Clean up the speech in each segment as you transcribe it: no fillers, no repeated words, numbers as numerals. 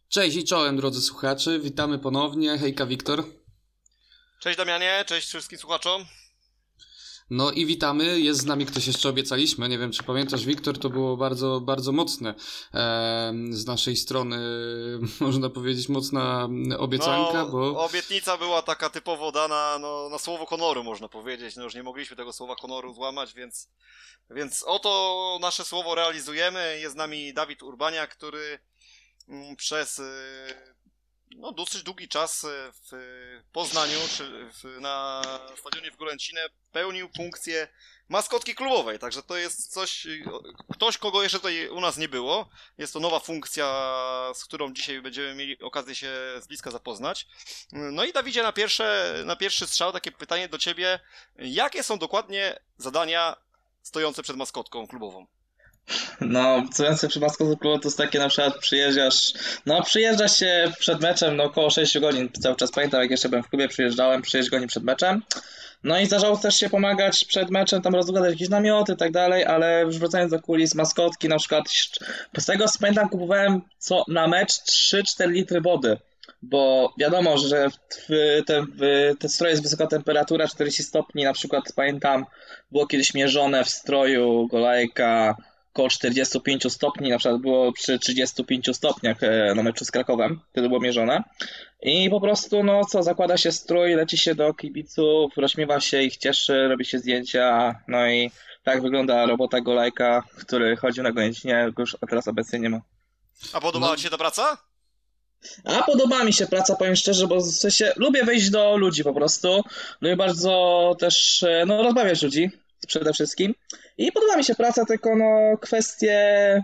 Cześć i czołem, drodzy słuchacze, witamy ponownie, hejka Wiktor. Cześć Damianie, cześć wszystkim słuchaczom. No i witamy, jest z nami ktoś jeszcze obiecaliśmy, nie wiem czy pamiętasz Wiktor, to było bardzo, bardzo mocne z naszej strony, można powiedzieć mocna obiecanka, bo... Obietnica była taka typowo dana na słowo honoru, można powiedzieć, już nie mogliśmy tego słowa honoru złamać, więc oto nasze słowo realizujemy. Jest z nami Dawid Urbaniak, który przez dosyć długi czas w Poznaniu, czy na stadionie w Golęcinę pełnił funkcję maskotki klubowej, także to jest ktoś, kogo jeszcze tutaj u nas nie było. Jest to nowa funkcja, z którą dzisiaj będziemy mieli okazję się z bliska zapoznać. No i Dawidzie, na pierwszy strzał takie pytanie do ciebie. Jakie są dokładnie zadania stojące przed maskotką klubową? No, stojące przy maskotce klubu to jest takie, na przykład przyjeżdża się przed meczem, około 6 godzin, cały czas pamiętam, jak jeszcze byłem w klubie, przyjeżdżałem 6 godzin przed meczem. No i zdarzało też się pomagać przed meczem, tam rozkładać jakieś namioty i tak dalej, ale już wracając do kulis, maskotki, na przykład z tego co pamiętam, kupowałem na mecz 3-4 litry wody, bo wiadomo, że te stroje jest wysoka temperatura, 40 stopni, na przykład pamiętam, było kiedyś mierzone w stroju Golajka około 45 stopni, na przykład było przy 35 stopniach na meczu z Krakowem, wtedy było mierzone. I po prostu, zakłada się strój, leci się do kibiców, rozśmiewa się, ich cieszy, robi się zdjęcia, no i tak wygląda robota Golajka, który chodził na Golęcinie, już teraz obecnie nie ma. A podobała ci się ta praca? A podoba mi się praca, powiem szczerze, bo w sensie lubię wejść do ludzi po prostu, lubię bardzo też rozmawiać z ludzi przede wszystkim i podoba mi się praca, tylko kwestie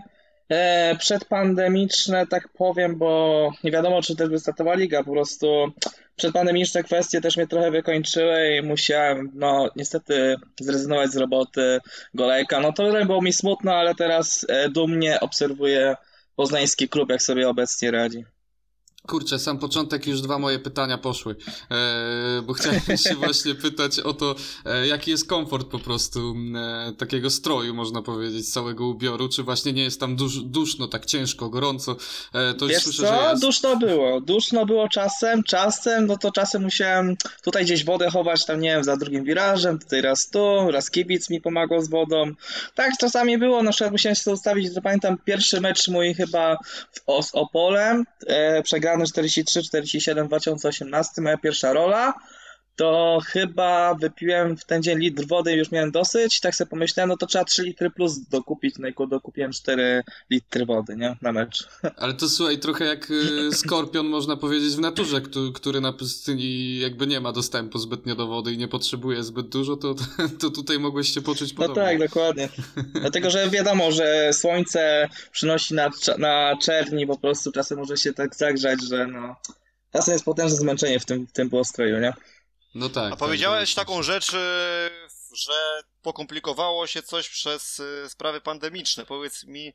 przedpandemiczne, tak powiem, bo nie wiadomo, czy też wystartowała liga, po prostu przedpandemiczne kwestie też mnie trochę wykończyły i musiałem niestety zrezygnować z roboty Golejka. To trochę było mi smutno, ale teraz dumnie obserwuję poznański klub, jak sobie obecnie radzi. Kurczę, sam początek już 2 moje pytania poszły, bo chciałem się właśnie pytać o to, jaki jest komfort po prostu takiego stroju, można powiedzieć, całego ubioru, czy właśnie nie jest tam duszno, tak ciężko, gorąco, to już słyszę, że jest. Duszno było czasem, to czasem musiałem tutaj gdzieś wodę chować, tam nie wiem, za drugim wirażem, tutaj raz kibic mi pomagał z wodą, tak czasami było, na przykład musiałem się ustawić, to pamiętam pierwszy mecz mój chyba z Opolem, przegrany 43-47 w 2018, moja pierwsza rola, to chyba wypiłem w ten dzień litr wody i już miałem dosyć, tak sobie pomyślałem, to trzeba 3 litry plus dokupić, dokupiłem 4 litry wody, nie, na mecz. Ale to słuchaj, trochę jak skorpion, można powiedzieć, w naturze, który na pustyni jakby nie ma dostępu zbytnio do wody i nie potrzebuje zbyt dużo, to tutaj mogłeś się poczuć podobnie. No tak, dokładnie. Dlatego, że wiadomo, że słońce przynosi na czerni, po prostu czasem może się tak zagrzać, że czasem jest potężne zmęczenie w tym poostroju, nie? No tak. A powiedziałeś taką rzecz, że pokomplikowało się coś przez sprawy pandemiczne. Powiedz mi,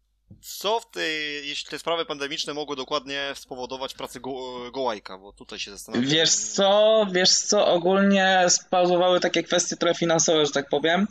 jeśli te sprawy pandemiczne mogły dokładnie spowodować pracę Gołajka, bo tutaj się zastanawiam. Wiesz co, ogólnie spauzowały takie kwestie trochę finansowe, że tak powiem.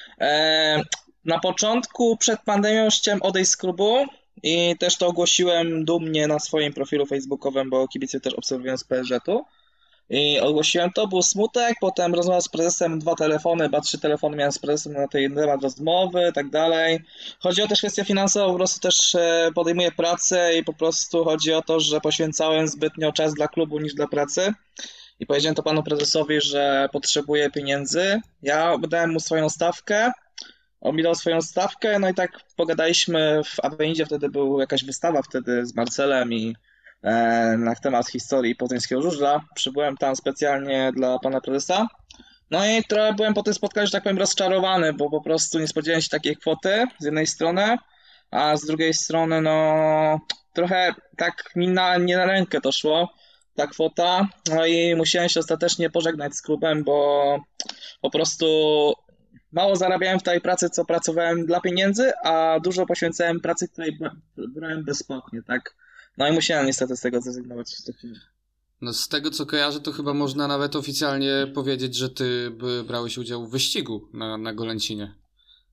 Na początku, przed pandemią już chciałem odejść z klubu i też to ogłosiłem dumnie na swoim profilu facebookowym, bo kibice też obserwują z PSŻ-u. I ogłosiłem to, był smutek, potem rozmowa z prezesem, 2 telefony, 3 telefony miałem z prezesem na ten temat rozmowy, tak dalej. Chodzi o też kwestię finansową, po prostu też podejmuję pracę i po prostu chodzi o to, że poświęcałem zbytnio czas dla klubu niż dla pracy. I powiedziałem to panu prezesowi, że potrzebuję pieniędzy. Ja dałem mu swoją stawkę, on mi dał swoją stawkę, no i tak pogadaliśmy w Avenidzie, wtedy była jakaś wystawa wtedy z Marcelem i na temat historii poznańskiego żużla. Przybyłem tam specjalnie dla pana prezesa. No i trochę byłem po tym spotkaniu, że tak powiem, rozczarowany, bo po prostu nie spodziewałem się takiej kwoty z jednej strony, a z drugiej strony trochę tak nie na rękę to szło, ta kwota. No i musiałem się ostatecznie pożegnać z klubem, bo po prostu mało zarabiałem w tej pracy, co pracowałem dla pieniędzy, a dużo poświęcałem pracy, której brałem bezpłatnie, tak? No i musiałem niestety z tego zrezygnować. No z tego co kojarzę, to chyba można nawet oficjalnie powiedzieć, że ty brałeś udział w wyścigu na Golęcinie.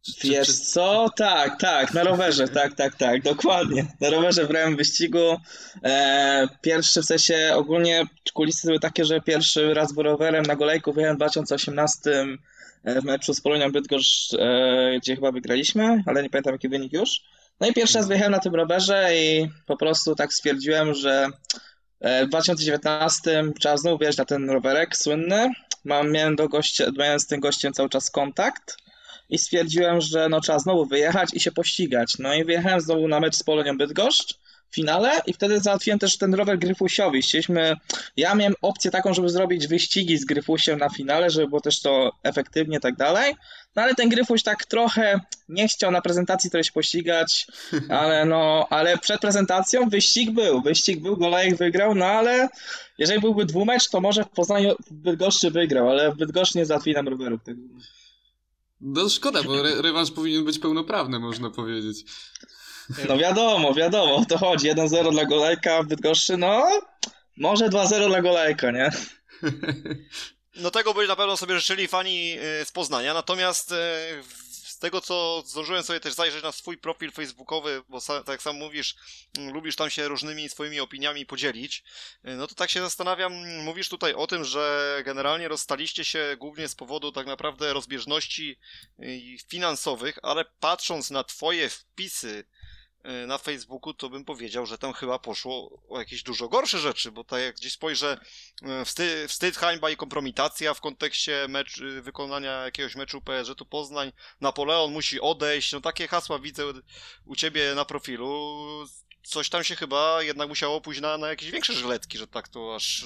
Wiesz co? Tak, na rowerze, tak, dokładnie. Na rowerze brałem w wyścigu. Pierwszy, w sensie ogólnie kulisy były takie, że pierwszy raz rowerem na Golejku wyjechałem w 2018 w meczu z Polonią Bydgoszcz, gdzie chyba wygraliśmy, ale nie pamiętam jaki wynik już. No i pierwszy raz wyjechałem na tym rowerze i po prostu tak stwierdziłem, że w 2019 trzeba znowu wyjechać na ten rowerek słynny. Miałem z tym gościem cały czas kontakt i stwierdziłem, że no trzeba znowu wyjechać i się pościgać. No i wyjechałem znowu na mecz z Polonią Bydgoszcz w finale i wtedy załatwiłem też ten rower Gryfusiowi. Ja miałem opcję taką, żeby zrobić wyścigi z Gryfusiem na finale, żeby było też to efektywnie i tak dalej. No ale ten Gryfuś tak trochę nie chciał na prezentacji trochę się pościgać, ale przed prezentacją wyścig był, Golejek wygrał, no ale jeżeli byłby dwumecz, to może w Poznaniu w Bydgoszczy wygrał, ale w Bydgoszczy nie załatwili nam rowerów. Tak. No szkoda, bo rewanż powinien być pełnoprawny, można powiedzieć. No wiadomo, o to chodzi. 1-0 dla Golejka w Bydgoszczy, no może 2-0 dla Golejka, nie? No tego by na pewno sobie życzyli fani z Poznania, natomiast z tego co zdążyłem sobie też zajrzeć na swój profil facebookowy, bo tak jak sam mówisz, lubisz tam się różnymi swoimi opiniami podzielić, no to tak się zastanawiam, mówisz tutaj o tym, że generalnie rozstaliście się głównie z powodu tak naprawdę rozbieżności finansowych, ale patrząc na twoje wpisy na Facebooku, to bym powiedział, że tam chyba poszło o jakieś dużo gorsze rzeczy, bo tak jak gdzieś spojrzę, wstyd, hańba i kompromitacja w kontekście wykonania jakiegoś meczu PSG-u Poznań, Napoleon musi odejść, no takie hasła widzę u ciebie na profilu, coś tam się chyba jednak musiało pójść na jakieś większe żyletki, że tak to aż...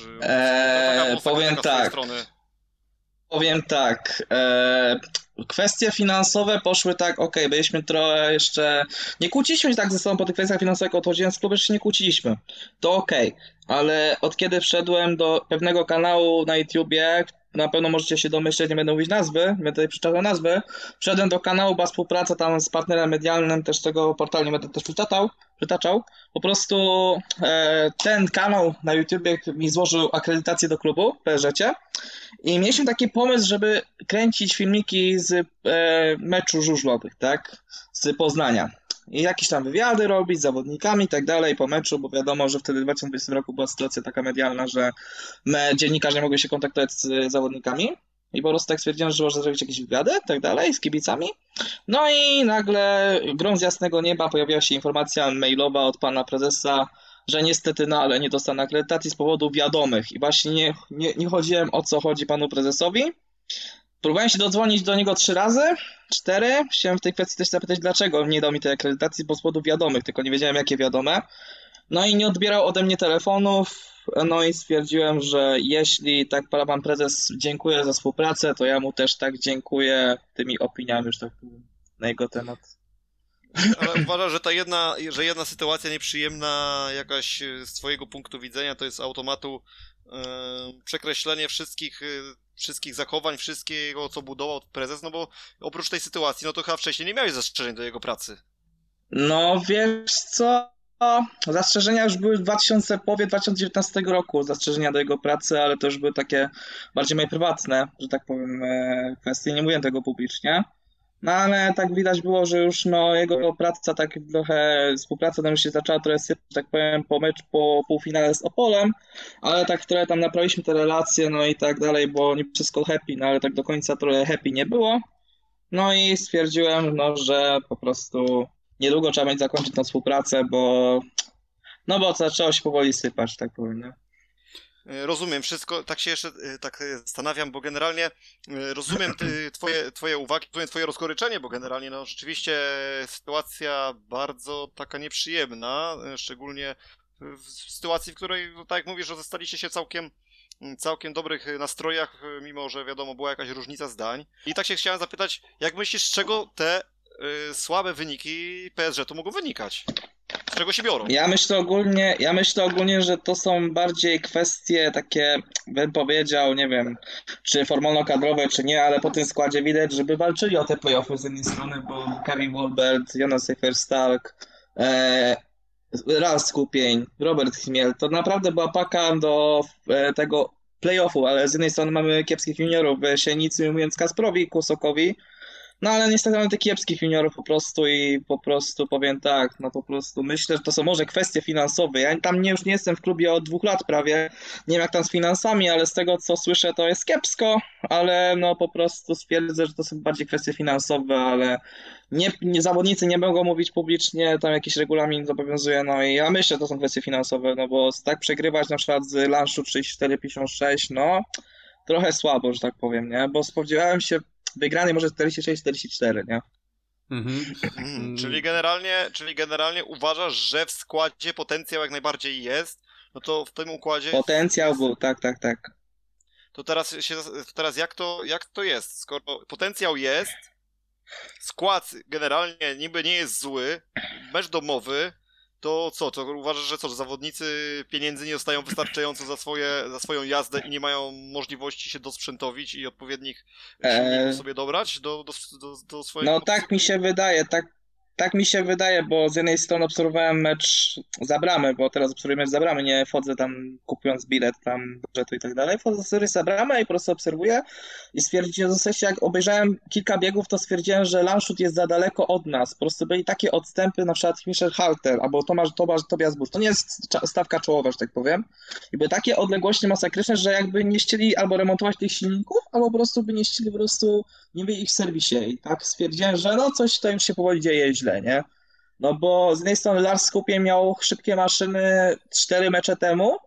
Powiem tak, kwestie finansowe poszły tak, byliśmy trochę jeszcze, nie kłóciliśmy się tak ze sobą po tych kwestiach finansowych, odchodziłem z klubu, jeszcze nie kłóciliśmy, to ale od kiedy wszedłem do pewnego kanału na YouTubie, na pewno możecie się domyśleć, nie będę mówić nazwy, będę tutaj przytaczał nazwy, wszedłem do kanału, była współpraca tam z partnerem medialnym, też tego portalu nie będę też przytaczał, po prostu ten kanał na YouTubie mi złożył akredytację do klubu w PSG i mieliśmy taki pomysł, żeby kręcić filmiki z meczu żużlowych, tak, z Poznania. I jakieś tam wywiady robić z zawodnikami i tak dalej po meczu, bo wiadomo, że wtedy w 2020 roku była sytuacja taka medialna, że dziennikarze nie mogli się kontaktować z zawodnikami i po prostu tak stwierdziłem, że można zrobić jakieś wywiady i tak dalej z kibicami. No i nagle grom z jasnego nieba pojawiła się informacja mailowa od pana prezesa, że niestety, ale nie dostanę akredytacji z powodu wiadomych i właśnie nie chodziłem o co chodzi panu prezesowi. Próbowałem się dodzwonić do niego 3 razy, 4. Chciałem w tej kwestii też zapytać, dlaczego nie dał mi tej akredytacji, bo z powodu wiadomych, tylko nie wiedziałem jakie wiadome. No i nie odbierał ode mnie telefonów, no i stwierdziłem, że jeśli tak pan prezes dziękuję za współpracę, to ja mu też tak dziękuję tymi opiniami już tak na jego temat. Ale uważam, że jedna sytuacja nieprzyjemna jakaś z twojego punktu widzenia to jest automatu przekreślenie wszystkich zachowań, wszystkiego, co budował prezes, no bo oprócz tej sytuacji, no to chyba wcześniej nie miałeś zastrzeżeń do jego pracy. No wiesz co, zastrzeżenia już były w połowie 2019 roku, zastrzeżenia do jego pracy, ale to już były takie bardziej moje prywatne, że tak powiem, kwestie, nie mówiłem tego publicznie. No ale tak widać było, że już jego praca tak trochę, współpraca tam już się zaczęła trochę sypać, tak powiem, po półfinale z Opolem, ale tak trochę tam naprawiliśmy te relacje, no i tak dalej, bo nie wszystko happy, no ale tak do końca trochę happy nie było. No i stwierdziłem, że po prostu niedługo trzeba będzie zakończyć tę współpracę, bo zaczęło się powoli sypać, tak powiem, nie? Rozumiem wszystko, tak się jeszcze tak zastanawiam, bo generalnie rozumiem twoje uwagi, rozumiem twoje rozgoryczenie, bo generalnie rzeczywiście sytuacja bardzo taka nieprzyjemna, szczególnie w sytuacji, w której, tak jak mówisz, że zostaliście się całkiem dobrych nastrojach, mimo że wiadomo była jakaś różnica zdań. I tak się chciałem zapytać, jak myślisz, z czego te słabe wyniki PSG to mogą wynikać? Z czego się biorą? Ja myślę ogólnie, że to są bardziej kwestie takie, bym powiedział, nie wiem, czy formalno-kadrowe, czy nie, ale po tym składzie widać, żeby walczyli o te play-offy z jednej strony, bo Kevin Wolbert, Jonas Seifer-Stark, Ralf Skupień, Robert Chmiel, to naprawdę była paka do tego play-offu, ale z jednej strony mamy kiepskich juniorów w Sienicy, mówiąc Kasprowi, Kusokowi, No ale niestety mamy tych kiepskich juniorów po prostu i po prostu powiem tak, no po prostu myślę, że to są może kwestie finansowe. Ja tam już nie jestem w klubie od 2 lat prawie, nie wiem jak tam z finansami, ale z tego co słyszę to jest kiepsko, ale no po prostu stwierdzę, że to są bardziej kwestie finansowe, ale zawodnicy nie mogą mówić publicznie, tam jakiś regulamin zobowiązuje, no i ja myślę, że to są kwestie finansowe, no bo tak przegrywać na przykład z Lanszu 34-56, no trochę słabo, że tak powiem, nie? Bo spodziewałem się wygranej może 46-44, nie? Czyli generalnie uważasz, że w składzie potencjał jak najbardziej jest, no to w tym układzie... Potencjał był, tak. To teraz jak to jest? Skoro potencjał jest, skład generalnie niby nie jest zły, mecz domowy, to co? To uważasz, że co? Że zawodnicy pieniędzy nie dostają wystarczająco za swoją jazdę i nie mają możliwości się dosprzętowić i odpowiednich silników sobie dobrać do swojego... No tak mi się wydaje, tak mi się wydaje, bo z jednej strony obserwowałem mecz za bramę, bo teraz obserwuję mecz za bramę, nie wchodzę tam kupując bilet tam budżetu i tak dalej, wchodzę sobie za bramę i po prostu obserwuję i stwierdziłem, w zasadzie jak obejrzałem kilka biegów, to stwierdziłem, że Landshut jest za daleko od nas, po prostu byli takie odstępy, na przykład Michel Halter albo Tobias Busz, to nie jest stawka czołowa, że tak powiem, i były takie odległości masakryczne, że jakby nie chcieli albo remontować tych silników, albo po prostu by nie chcieli po prostu nie byli ich w serwisie i tak stwierdziłem, że no coś to już się powoli dzieje źle, nie? No bo z jednej strony Lars Skupie miał szybkie maszyny 4 mecze temu,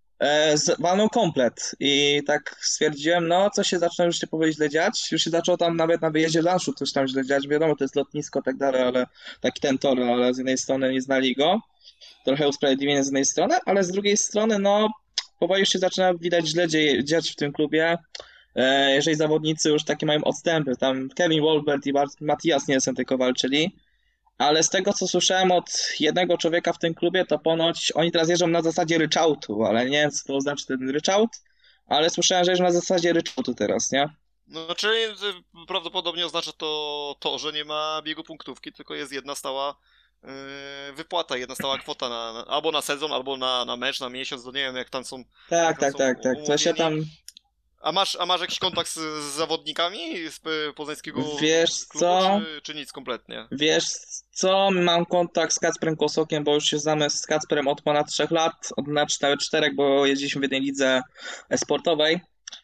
walnął komplet i tak stwierdziłem, no co się zaczyna już się powoli źle dziać, już się zaczęło tam nawet na wyjeździe Lanszu coś tam źle dziać, wiadomo to jest lotnisko i tak dalej, ale taki ten tor, ale z jednej strony nie znali go, trochę usprawiedliwienie z jednej strony, ale z drugiej strony no powoli już się zaczyna widać źle dziać w tym klubie. Jeżeli zawodnicy już takie mają odstępy, tam Kevin Wolbert i Matthias Nielsen tylko walczyli, ale z tego co słyszałem od jednego człowieka w tym klubie, to ponoć oni teraz jeżdżą na zasadzie ryczałtu, ale nie wiem co to znaczy ten ryczałt, ale słyszałem, że jeżdżą na zasadzie ryczałtu teraz, nie? No czyli prawdopodobnie oznacza to, że nie ma biegu punktówki, tylko jest jedna stała wypłata, jedna stała kwota albo na sezon, albo na mecz, na miesiąc, to nie wiem jak tam są. Tak. Co się tam... A masz jakiś kontakt z zawodnikami z poznańskiego Wiesz klubu, co? czy nic kompletnie? Wiesz co? Mam kontakt z Kacprem Kosokiem, bo już się znamy z Kacprem od ponad 3 lat, od nawet 4, bo jeździliśmy w jednej lidze sportowej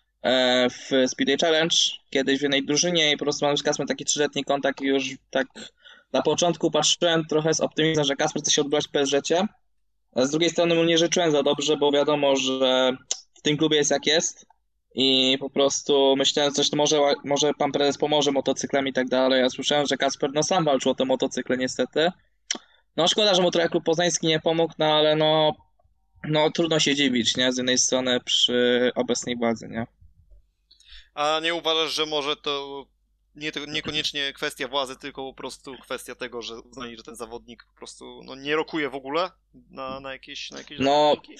w Speedway Challenge, kiedyś w jednej drużynie i po prostu mam z Kacprem taki 3-letni kontakt i już tak na początku patrzyłem trochę z optymizmem, że Kacper chce się odbywać w PSG, a z drugiej strony mu nie życzyłem za dobrze, bo wiadomo, że w tym klubie jest jak jest. I po prostu myślałem, coś to może pan prezes pomoże motocyklem i tak dalej. Ja słyszałem, że Kacper no sam walczył o te motocykle niestety. No szkoda, że mu trochę klub poznański nie pomógł, no ale no trudno się dziwić, nie? Z jednej strony przy obecnej władzy, nie? A nie uważasz, że może to niekoniecznie kwestia władzy, tylko po prostu kwestia tego, że uznali, że ten zawodnik po prostu no, nie rokuje w ogóle na jakieś No zawodniki?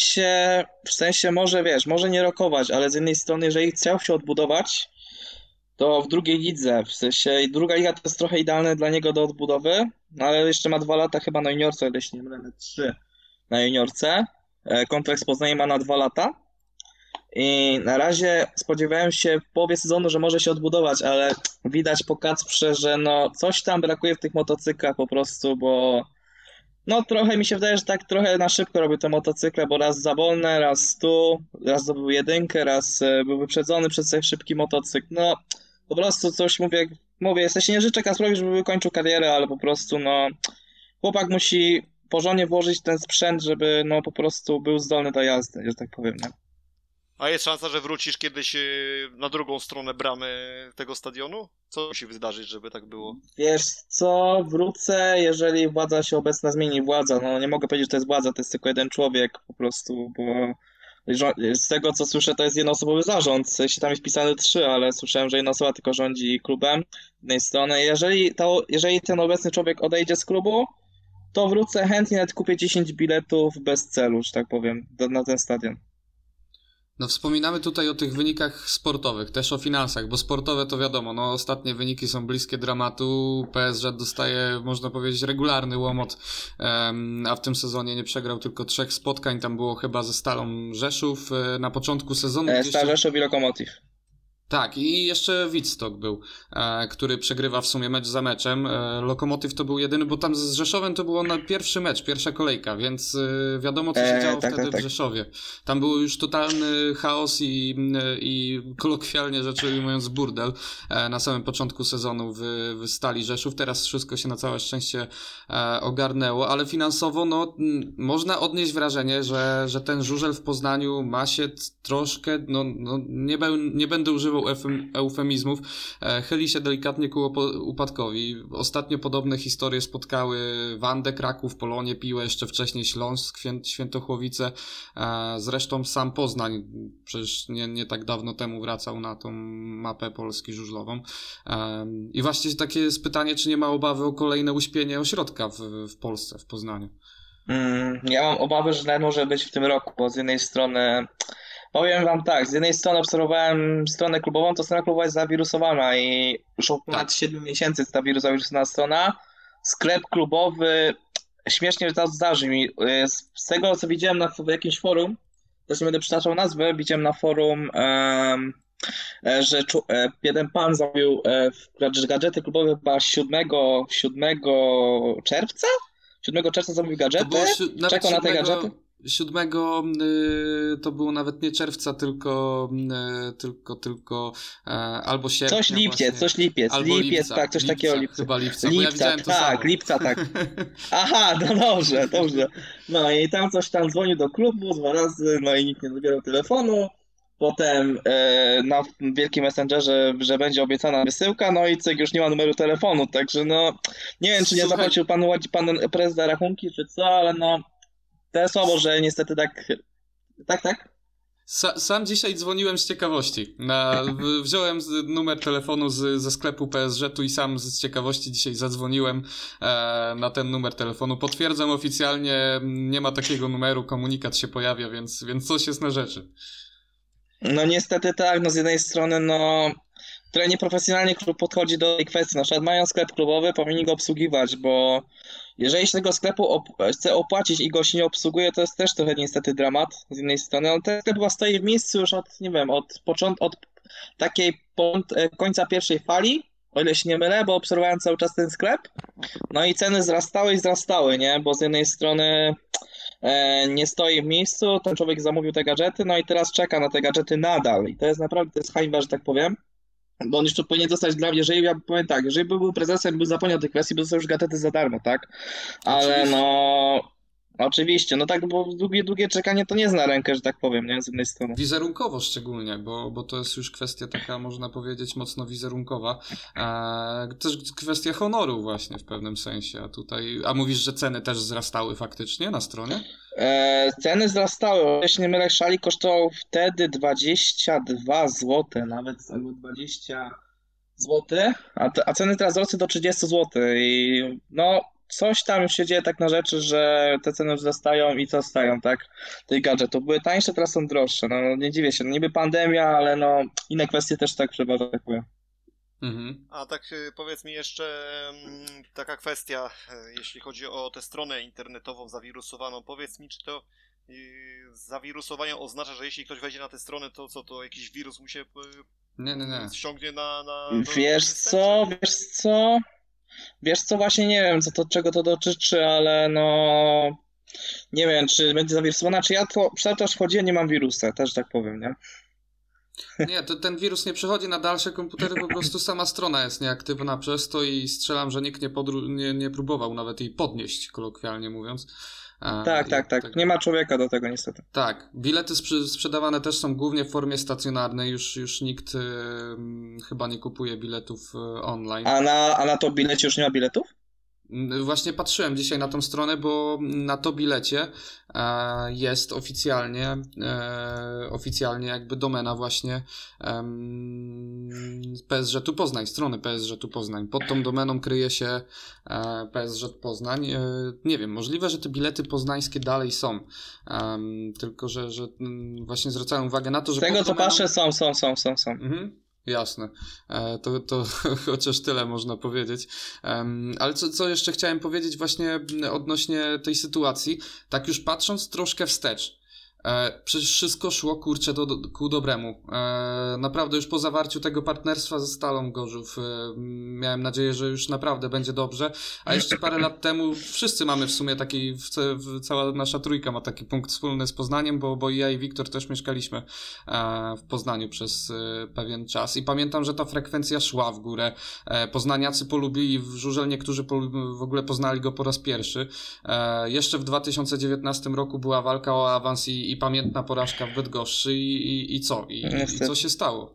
w sensie może wiesz, może nie rokować, ale z jednej strony jeżeli chciał się odbudować, to w drugiej lidze, w sensie druga liga to jest trochę idealne dla niego do odbudowy, no ale jeszcze ma 2 lata chyba na juniorce, ale jeśli nie mylę, 3 na juniorce. Kontrakt z Poznaniem ma na 2 lata. I na razie spodziewałem się w połowie sezonu, że może się odbudować, ale widać po Kacprze, że no coś tam brakuje w tych motocyklach po prostu, bo no trochę mi się wydaje, że tak trochę na szybko robił te motocykle, bo raz za wolne, raz zdobył jedynkę, raz był wyprzedzony przez ten szybki motocykl. No po prostu coś mówię, w sensie nie życzę Kacprowi, żeby wykończył karierę, ale po prostu no chłopak musi porządnie włożyć ten sprzęt, żeby no po prostu był zdolny do jazdy, że tak powiem, nie? A jest szansa, że wrócisz kiedyś na drugą stronę bramy tego stadionu? Co musi wydarzyć, żeby tak było? Wiesz co, wrócę, jeżeli władza się obecna zmieni, no nie mogę powiedzieć, że to jest władza, to jest tylko jeden człowiek po prostu, bo z tego co słyszę, to jest jednoosobowy zarząd, w sensie tam jest wpisane 3, ale słyszałem, że jedna osoba tylko rządzi klubem z jednej strony. Jeżeli ten obecny człowiek odejdzie z klubu, to wrócę chętnie, nawet kupię 10 biletów bez celu, że tak powiem, na ten stadion. No wspominamy tutaj o tych wynikach sportowych, też o finansach, bo sportowe to wiadomo, no ostatnie wyniki są bliskie dramatu, PSG dostaje, można powiedzieć, regularny łomot, a w tym sezonie nie przegrał tylko 3 spotkań, tam było chyba ze Stalą Rzeszów na początku sezonu. Stal Rzeszów i Lokomotiv. Tak, i jeszcze Wittstock był, który przegrywa w sumie mecz za meczem. Lokomotyw to był jedyny, bo tam z Rzeszowem to było na pierwszy mecz, pierwsza kolejka, więc wiadomo, co się działo wtedy w Rzeszowie. Tam był już totalny chaos i kolokwialnie rzecz ujmując burdel na samym początku sezonu w Stali Rzeszów. Teraz wszystko się na całe szczęście ogarnęło, ale finansowo no można odnieść wrażenie, że ten żużel w Poznaniu ma się troszkę, nie będę używał eufemizmów, chyli się delikatnie ku upadkowi. Ostatnio podobne historie spotkały Wandę, Kraków, Polonię, Piłę, jeszcze wcześniej Śląsk, Świętochłowice. Zresztą sam Poznań przecież nie tak dawno temu wracał na tą mapę Polski żużlową. I właśnie takie jest pytanie, czy nie ma obawy o kolejne uśpienie ośrodka w Polsce, w Poznaniu? Ja mam obawy, że tak może być w tym roku, bo z jednej strony powiem wam tak, z jednej strony obserwowałem stronę klubową, to strona klubowa jest zawirusowana i już od ponad 7 miesięcy jest ta zawirusowana strona. Sklep klubowy, śmiesznie to zdarzy mi, z tego co widziałem w jakimś forum, też nie będę przytaczał nazwy, widziałem na forum, że jeden pan zamówił gadżety klubowe chyba 7 czerwca? 7 czerwca zamówił gadżety, czekał na te gadżety. 7 to było nawet nie czerwca, tylko albo sierpnia. Coś lipiec, albo lipiec, tak, coś takiego. Chyba lipca, bo ja widziałem to samo. Lipca, tak. Aha, no dobrze. No i tam coś tam dzwonił do klubu 2 razy, no i nikt nie odbierał telefonu. Potem na wielkim messengerze, że będzie obiecana wysyłka, no i cyk, już nie ma numeru telefonu, także no nie wiem, czy nie zapłacił pan prezes rachunki, czy co, ale no to jest słabo, że niestety tak. Sam dzisiaj dzwoniłem z ciekawości. Wziąłem numer telefonu ze sklepu PSŻ-u i sam z ciekawości dzisiaj zadzwoniłem na ten numer telefonu. Potwierdzam oficjalnie, nie ma takiego numeru, komunikat się pojawia, więc coś jest na rzeczy. No niestety tak, no z jednej strony no trochę nieprofesjonalnie klub podchodzi do tej kwestii. Na przykład mają sklep klubowy, powinni go obsługiwać, bo jeżeli się tego sklepu chce opłacić i go się nie obsługuje, to jest też trochę niestety dramat z jednej strony. On ten sklep chyba stoi w miejscu już od takiej końca pierwszej fali, o ile się nie mylę, bo obserwowałem cały czas ten sklep. No i ceny wzrastały, nie? Bo z jednej strony nie stoi w miejscu, ten człowiek zamówił te gadżety, no i teraz czeka na te gadżety nadal. I to jest naprawdę hańba, że tak powiem. Bo on jeszcze powinien dostać dla mnie, jeżeli ja powiem tak, jeżeli by był prezesem, by zapomniał tej kwestii, by dostał już gadżety za darmo, tak? Ale oczywiście, no tak, bo długie czekanie to nie zna rękę, że tak powiem, nie? Z jednej strony. Wizerunkowo szczególnie, bo to jest już kwestia taka, można powiedzieć, mocno wizerunkowa. Też kwestia honoru właśnie w pewnym sensie. A mówisz, że ceny też wzrastały faktycznie na stronie? Ceny wzrastały. Jeśli nie mylę, szalik kosztował wtedy 22 zł, nawet albo 20 zł, a ceny teraz wzrosły do 30 zł i no coś tam się dzieje tak na rzeczy, że te ceny wzrastają i co stają, tak? Tych gadżetów były tańsze, teraz są droższe. No nie dziwię się, no niby pandemia, ale no inne kwestie też tak przeważają, tak powiem. Mhm. A tak powiedz mi jeszcze taka kwestia, jeśli chodzi o tę stronę internetową zawirusowaną, powiedz mi, czy to zawirusowanie oznacza, że jeśli ktoś wejdzie na tę stronę, to co, to jakiś wirus mu się Nie. ściągnie na Wiesz co, właśnie nie wiem, czego to dotyczy, ale no nie wiem, czy będzie zawirusowana, czy ja to też wchodziłem, nie mam wirusa, też tak powiem, nie? Nie, ten wirus nie przechodzi na dalsze komputery, po prostu sama strona jest nieaktywna przez to i strzelam, że nikt nie próbował nawet jej podnieść, kolokwialnie mówiąc. Tak. Nie ma człowieka do tego niestety. Tak. Bilety sprzedawane też są głównie w formie stacjonarnej. Już nikt chyba nie kupuje biletów online. A na to bilecie już nie ma biletów? Właśnie patrzyłem dzisiaj na tą stronę, bo na to bilecie jest oficjalnie jakby domena właśnie PSŻ tu Poznań, strony PSŻ tu Poznań. Pod tą domeną kryje się PSŻ Poznań. Nie wiem, możliwe, że te bilety poznańskie dalej są. Tylko, że właśnie zwracają uwagę na to, że z tego co patrzę są. Mhm. Jasne. To chociaż tyle można powiedzieć. Ale co jeszcze chciałem powiedzieć właśnie odnośnie tej sytuacji, tak już patrząc troszkę wstecz. Przecież wszystko szło, kurczę, ku dobremu. Naprawdę już po zawarciu tego partnerstwa ze Stalą Gorzów miałem nadzieję, że już naprawdę będzie dobrze, a jeszcze parę lat temu wszyscy mamy w sumie taki, cała nasza trójka ma taki punkt wspólny z Poznaniem, bo ja i Wiktor też mieszkaliśmy w Poznaniu przez pewien czas i pamiętam, że ta frekwencja szła w górę. Poznaniacy polubili Żużel, niektórzy w ogóle poznali go po raz pierwszy. Jeszcze w 2019 roku była walka o awans i pamiętna porażka w Bydgoszczy i co? I co się stało?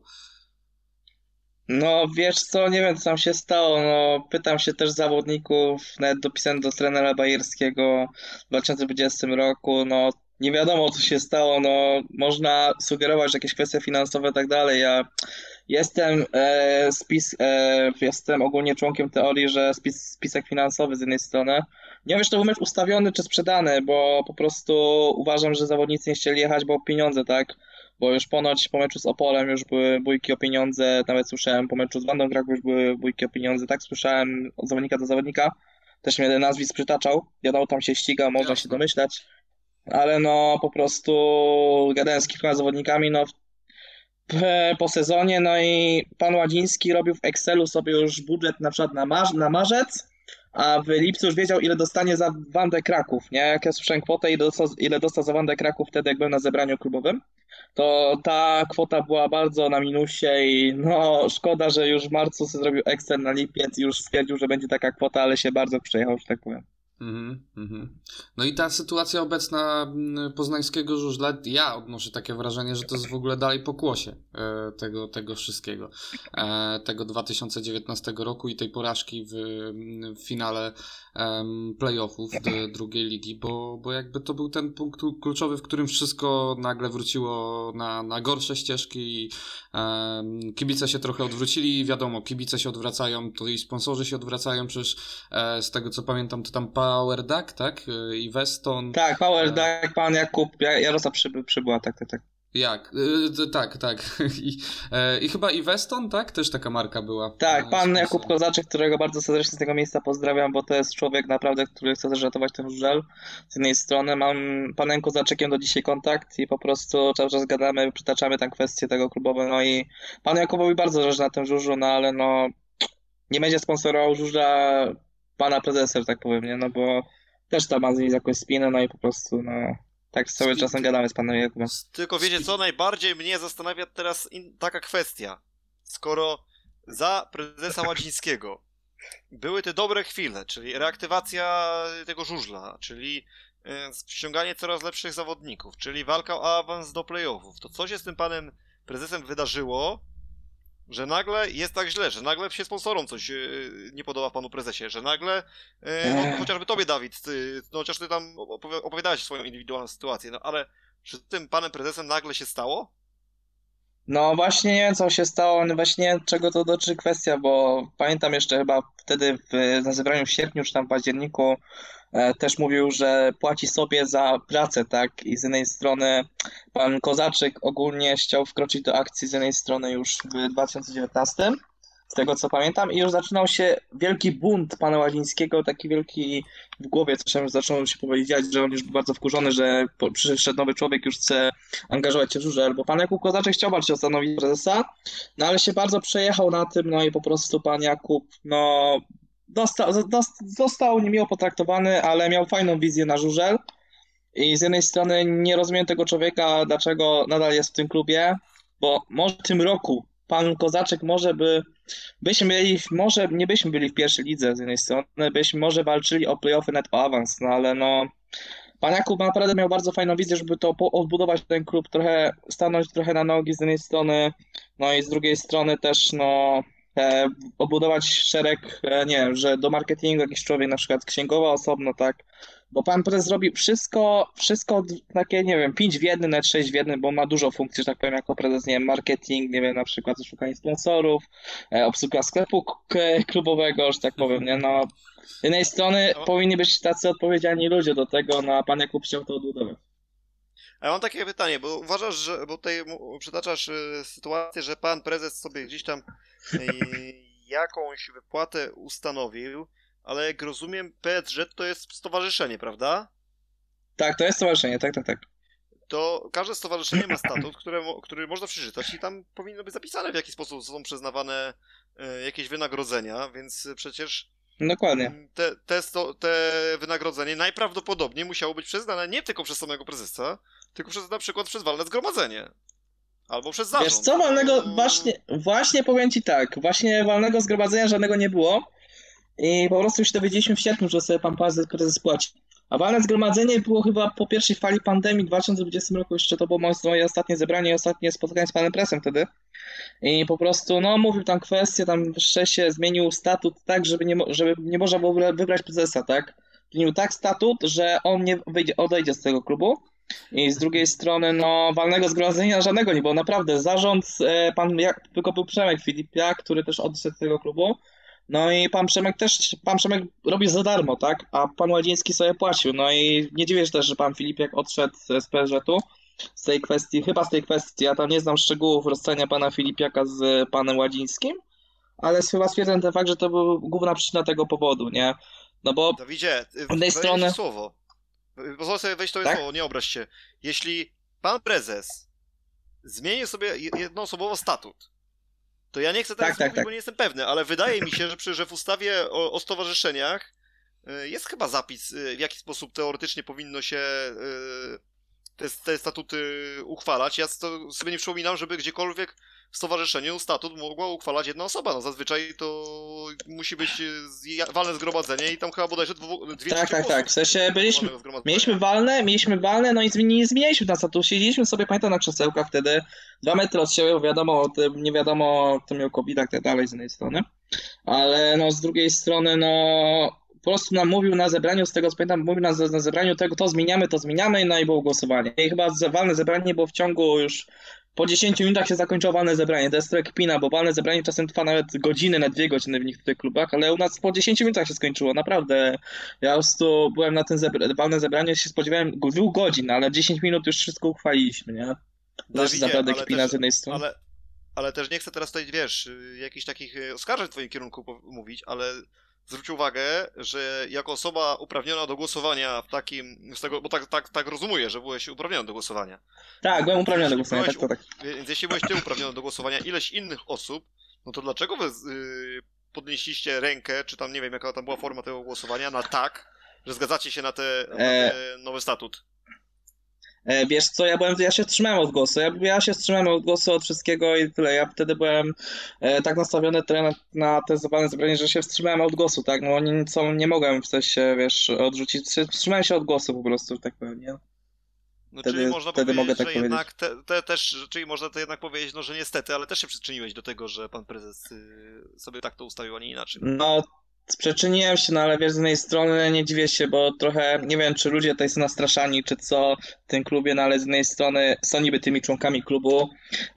No wiesz co, nie wiem co tam się stało, no pytam się też zawodników, nawet dopisałem do trenera Bajerskiego w 2020 roku, no nie wiadomo co się stało, no można sugerować, że jakieś kwestie finansowe i tak dalej, ja jestem, jestem ogólnie członkiem teorii, że spisek finansowy z jednej strony, nie wiem, czy to był mecz ustawiony czy sprzedany, bo po prostu uważam, że zawodnicy nie chcieli jechać, bo o pieniądze, tak? Bo już ponoć po meczu z Opolem już były bójki o pieniądze, nawet słyszałem po meczu z Wandą Kraków już były bójki o pieniądze, tak słyszałem od zawodnika do zawodnika, też mnie ten nazwisk przytaczał, wiadomo, tam się ścigał, można się domyślać, ale no po prostu gadałem z kilkoma zawodnikami, no po sezonie, no i pan Ładziński robił w Excelu sobie już budżet na przykład na marzec, a w lipcu już wiedział, ile dostanie za Wandę Kraków, nie? Jak ja słyszałem kwotę, ile dostał za Wandę Kraków wtedy, jak byłem na zebraniu klubowym, to ta kwota była bardzo na minusie i no szkoda, że już w marcu sobie zrobił Excel na lipiec i już stwierdził, że będzie taka kwota, ale się bardzo przejechał, że tak powiem. No i ta sytuacja obecna poznańskiego żużla, ja odnoszę takie wrażenie, że to jest w ogóle dalej pokłosie tego wszystkiego. Tego 2019 roku i tej porażki w finale playoffów drugiej ligi, bo jakby to był ten punkt kluczowy, w którym wszystko nagle wróciło na gorsze ścieżki i kibice się trochę odwrócili i wiadomo, kibice się odwracają, to i sponsorzy się odwracają, przecież z tego co pamiętam to tam Power Duck, tak? I Weston. Tak, Power Duck, pan Jakub, Jarosław przybyła, tak. Jak? Tak. I chyba i Weston, tak? Też taka marka była. Tak, pan Jakub Kozaczek, którego bardzo serdecznie z tego miejsca pozdrawiam, bo to jest człowiek naprawdę, który chce też ratować ten żużel. Z jednej strony mam panem Kozaczykiem do dzisiaj kontakt i po prostu cały czas gadamy, przytaczamy tam kwestie tego klubowe, no i panu Jakubowi bardzo zależy na tym żużlu, no ale no nie będzie sponsorował żużla pana prezesa, że tak powiem, nie? No bo też tam ma z nim jakąś spinę, no i po prostu, no tak cały czasem gadamy z panem Jakubem. Tylko wiecie co, najbardziej mnie zastanawia teraz taka kwestia. Skoro za prezesa Ładzińskiego były te dobre chwile, czyli reaktywacja tego żużla, czyli ściąganie coraz lepszych zawodników, czyli walka o awans do playoffów, to co się z tym panem prezesem wydarzyło, że nagle jest tak źle, że nagle się sponsorom coś nie podoba panu prezesie, że nagle, no chociażby tobie Dawid, no chociaż ty tam opowiadałeś swoją indywidualną sytuację, no ale czy z tym panem prezesem nagle się stało? No właśnie nie wiem co się stało, no właśnie czego to dotyczy kwestia, bo pamiętam jeszcze chyba wtedy na zebraniu w sierpniu czy tam w październiku też mówił, że płaci sobie za pracę, tak? I z jednej strony pan Kozaczyk ogólnie chciał wkroczyć do akcji z jednej strony już w 2019, z tego co pamiętam, i już zaczynał się wielki bunt pana Łazińskiego, taki wielki w głowie, coś zaczęło się powoli dziać, że on już był bardzo wkurzony, że przyszedł nowy człowiek, już chce angażować się w żużel, bo pan Jakub Kozaczek chciał bardzo stanowić prezesa, no ale się bardzo przejechał na tym, no i po prostu pan Jakub, no został niemiło potraktowany, ale miał fajną wizję na żużel i z jednej strony nie rozumiem tego człowieka, dlaczego nadal jest w tym klubie, bo może w tym roku pan Kozaczek byśmy mieli, może nie byśmy byli w pierwszej lidze z jednej strony, byśmy może walczyli o play-offy, nawet o awans, no ale no pan Jakub naprawdę miał bardzo fajną wizję, żeby to odbudować ten klub, stanąć trochę na nogi z jednej strony, no i z drugiej strony też no obudować szereg, nie wiem, że do marketingu jakiś człowiek na przykład księgowa osobno, tak, bo pan prezes robi wszystko takie, nie wiem, 5 w 1, nawet 6 w 1, bo ma dużo funkcji, że tak powiem, jako prezes, nie wiem, marketing, nie wiem, na przykład szukanie sponsorów, obsługa sklepu klubowego, że tak powiem, nie, no, z jednej strony powinni być tacy odpowiedzialni ludzie do tego, no a pan Jakub chciał to odbudować. A ja mam takie pytanie, bo uważasz, że, bo tutaj przytaczasz sytuację, że pan prezes sobie gdzieś tam jakąś wypłatę ustanowił, ale jak rozumiem, PSZ to jest stowarzyszenie, prawda? Tak, to jest stowarzyszenie, tak. to każde stowarzyszenie ma statut, który można przeczytać i tam powinno być zapisane, w jaki sposób są przyznawane jakieś wynagrodzenia, więc przecież Dokładnie. te wynagrodzenie najprawdopodobniej musiało być przyznane nie tylko przez samego prezesa, tylko na przykład przez walne zgromadzenie. Albo przez zarząd. Wiesz co, walnego, właśnie powiem ci tak, właśnie walnego zgromadzenia żadnego nie było i po prostu się dowiedzieliśmy w sierpniu, że sobie pan prezes płaci. A walne zgromadzenie było chyba po pierwszej fali pandemii w 2020 roku, jeszcze to było moje ostatnie zebranie i ostatnie spotkanie z panem presem wtedy. I po prostu, no, mówił tam kwestię, tam jeszcze się zmienił statut tak, żeby nie można było wybrać prezesa, tak? Zmienił tak statut, że on nie odejdzie z tego klubu. I z drugiej strony, no, walnego zgromadzenia żadnego nie było, naprawdę. Zarząd, tylko był Przemek Filipiak, który też odszedł z tego klubu. No i pan Przemek robi za darmo, tak? A pan Ładziński sobie płacił. No i nie dziwię się też, że pan Filipiak odszedł z PSŻ-u z tej kwestii, ja tam nie znam szczegółów rozstania pana Filipiaka z panem Ładzińskim, ale chyba stwierdzam ten fakt, że to był główna przyczyna tego powodu, nie? No bo Dawidzie, z jednej strony... słowo. Pozwól sobie wejść to Tak? słowo, nie obraź się. Jeśli pan prezes zmieni sobie jednoosobowo statut, to ja nie chcę teraz mówić, bo nie jestem pewny, ale wydaje mi się, że w ustawie o stowarzyszeniach jest chyba zapis, w jaki sposób teoretycznie powinno się te statuty uchwalać. Ja sobie nie przypominam, żeby gdziekolwiek w stowarzyszeniu statut mogła uchwalać jedna osoba. No zazwyczaj to musi być walne zgromadzenie i tam chyba bodajże dwie Tak. W sensie mieliśmy walne, no i nie zmienialiśmy na statusie. Siedzieliśmy sobie, pamiętam, na krzesełkach wtedy, 2 metry od siebie, bo wiadomo o tym, nie wiadomo, kto miał COVID, tak dalej z jednej strony. Ale no z drugiej strony, no po prostu nam mówił na zebraniu, z tego co pamiętam, mówił na zebraniu tego, to zmieniamy, no i było głosowanie. I chyba walne zebranie było w ciągu już po 10 minutach się zakończyło walne zebranie. To jest trochę kpina, bo walne zebranie czasem trwa nawet godziny, na 2 godziny w niektórych klubach, ale u nas po 10 minutach się skończyło, naprawdę. Ja po prostu byłem na tym walne zebraniu, się spodziewałem 2 godzin, ale 10 minut już wszystko uchwaliliśmy, nie? To jest naprawdę kpina z jednej strony. Ale też nie chcę teraz tutaj, wiesz, jakichś takich oskarżeń w twoim kierunku mówić, ale zwróć uwagę, że jako osoba uprawniona do głosowania w takim, bo tak rozumuję, że byłeś uprawniony do głosowania. Tak, byłem uprawniony do głosowania, tak. Więc jeśli byłeś ty uprawniony do głosowania ileś innych osób, no to dlaczego wy podnieśliście rękę, czy tam nie wiem jaka tam była forma tego głosowania, na tak, że zgadzacie się na ten nowy statut? Wiesz co, ja się wstrzymałem od głosu. Ja się wstrzymałem od głosu od wszystkiego i tyle. Ja wtedy byłem tak nastawiony na te walne zebranie, że się wstrzymałem od głosu, tak? No nie mogłem w sensie, wiesz, odrzucić. Wstrzymałem się od głosu po prostu, tak powiem, nie? No, czyli można powiedzieć, mogę tak że powiedzieć. jednak czyli można to jednak powiedzieć, no, że niestety, ale też się przyczyniłeś do tego, że pan prezes sobie tak to ustawił, a nie inaczej. No, przyczyniłem się, no ale wiesz, z jednej strony nie dziwię się, bo trochę, nie wiem, czy ludzie tutaj są nastraszani, czy co w tym klubie, no ale z jednej strony są niby tymi członkami klubu.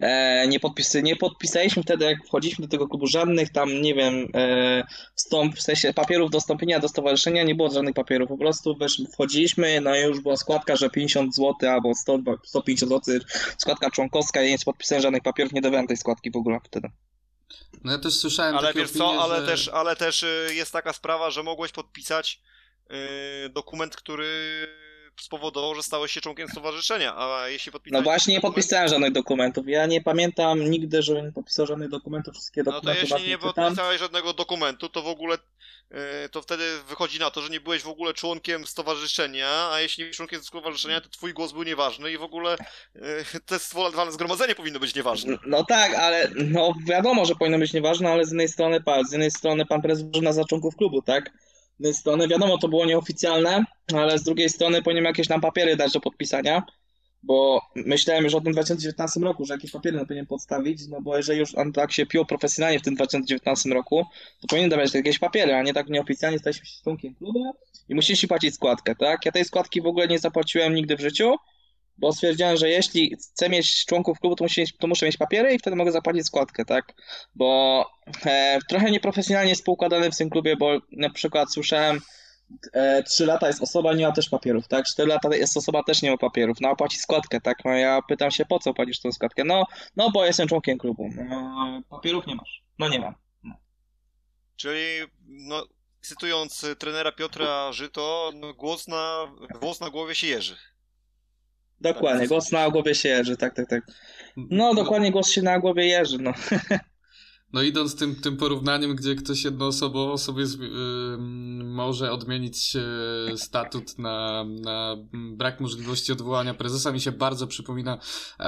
Nie podpisaliśmy wtedy, jak wchodziliśmy do tego klubu, żadnych tam, nie wiem, w sensie papierów do wstąpienia do stowarzyszenia, nie było żadnych papierów, po prostu wchodziliśmy, no i już była składka, że 50 zł albo 150 zł, składka członkowska, ja nie podpisałem żadnych papierów, nie dawałem tej składki w ogóle wtedy. No ja też słyszałem ale takie wiesz opinie, co, ale też jest taka sprawa, że mogłeś podpisać dokument, który spowodował, że stałeś się członkiem stowarzyszenia, a jeśli podpisałeś... No właśnie nie podpisałem żadnych dokumentów, ja nie pamiętam nigdy, żebym nie podpisał żadnych dokumentów, wszystkie dokumenty no to jeśli nie podpisałeś żadnego dokumentu, to w ogóle to wtedy wychodzi na to, że nie byłeś w ogóle członkiem stowarzyszenia, a jeśli nie byłeś członkiem stowarzyszenia, to twój głos był nieważny i w ogóle to walne zgromadzenie powinno być nieważne. No tak, ale no wiadomo, że powinno być nieważne, ale z jednej strony pan prezes nas za członków klubu, tak? Z jednej strony wiadomo, to było nieoficjalne, ale z drugiej strony powinien jakieś nam papiery dać do podpisania, bo myślałem już o tym 2019 roku, że jakieś papiery powinien podstawić, no bo jeżeli już on tak się pił profesjonalnie w tym 2019 roku, to powinien dawać jakieś papiery, a nie tak nieoficjalnie staliśmy się członkiem klubu i musieliśmy płacić składkę, tak? Ja tej składki w ogóle nie zapłaciłem nigdy w życiu, bo stwierdziłem, że jeśli chcę mieć członków klubu, to muszę mieć papiery i wtedy mogę zapłacić składkę, tak? Bo trochę nieprofesjonalnie jest poukładane w tym klubie, bo na przykład słyszałem 3 lata jest osoba, nie ma też papierów, tak? 4 lata jest osoba, też nie ma papierów, no a płaci składkę, tak? No ja pytam się, po co płacisz tę składkę? No bo jestem członkiem klubu. No, papierów nie masz. No nie mam. No. Czyli, no, cytując trenera Piotra Żyto, no, włos na głowie się jeży. Dokładnie, głos na głowie się jeży, tak. No, dokładnie, głos się na głowie jeży, no. No idąc tym porównaniem, gdzie ktoś jednoosobowo sobie może odmienić statut na brak możliwości odwołania prezesa, mi się bardzo przypomina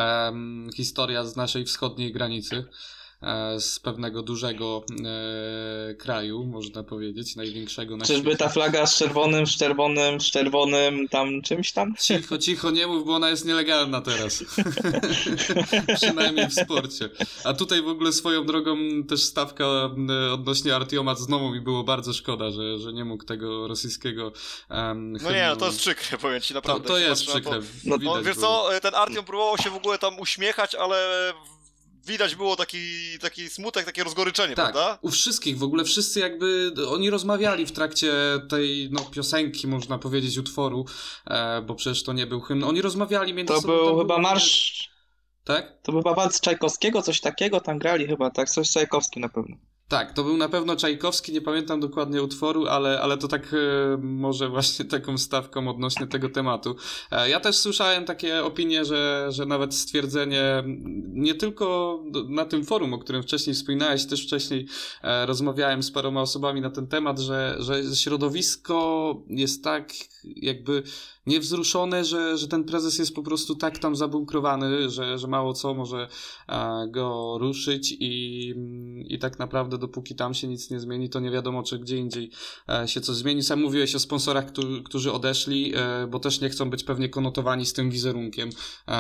historia z naszej wschodniej granicy, z pewnego dużego kraju, można powiedzieć, największego na Czyżby świecie. ta flaga z czerwonym tam czymś tam? Cicho, nie mów, bo ona jest nielegalna teraz. Przynajmniej w sporcie. A tutaj w ogóle swoją drogą też stawka odnośnie Artioma, znowu mi było bardzo szkoda, że nie mógł tego rosyjskiego No nie, no to jest przykre, powiem ci naprawdę. To Jak jest patrzę na przykre. No, Widać wiesz było. co, ten Artiom próbował się w ogóle tam uśmiechać, ale widać było taki smutek, takie rozgoryczenie, Tak, prawda? u wszystkich, w ogóle wszyscy jakby, oni rozmawiali w trakcie tej, piosenki, można powiedzieć, utworu, bo przecież to nie był hymn, oni rozmawiali między to sobą. był tam chyba było- marsz, Tak? to był chyba walc Czajkowskiego, coś takiego, tam grali chyba, tak, coś Czajkowski na pewno. Tak, to był na pewno Czajkowski, nie pamiętam dokładnie utworu, ale to tak może właśnie taką stawką odnośnie tego tematu. Ja też słyszałem takie opinie, że nawet stwierdzenie, nie tylko na tym forum, o którym wcześniej wspominałeś, też wcześniej rozmawiałem z paroma osobami na ten temat, że środowisko jest tak jakby niewzruszone, że ten prezes jest po prostu tak tam zabunkrowany, że mało co może go ruszyć i tak naprawdę dopóki tam się nic nie zmieni, to nie wiadomo, czy gdzie indziej się coś zmieni. Sam mówiłeś o sponsorach, którzy odeszli, bo też nie chcą być pewnie konotowani z tym wizerunkiem,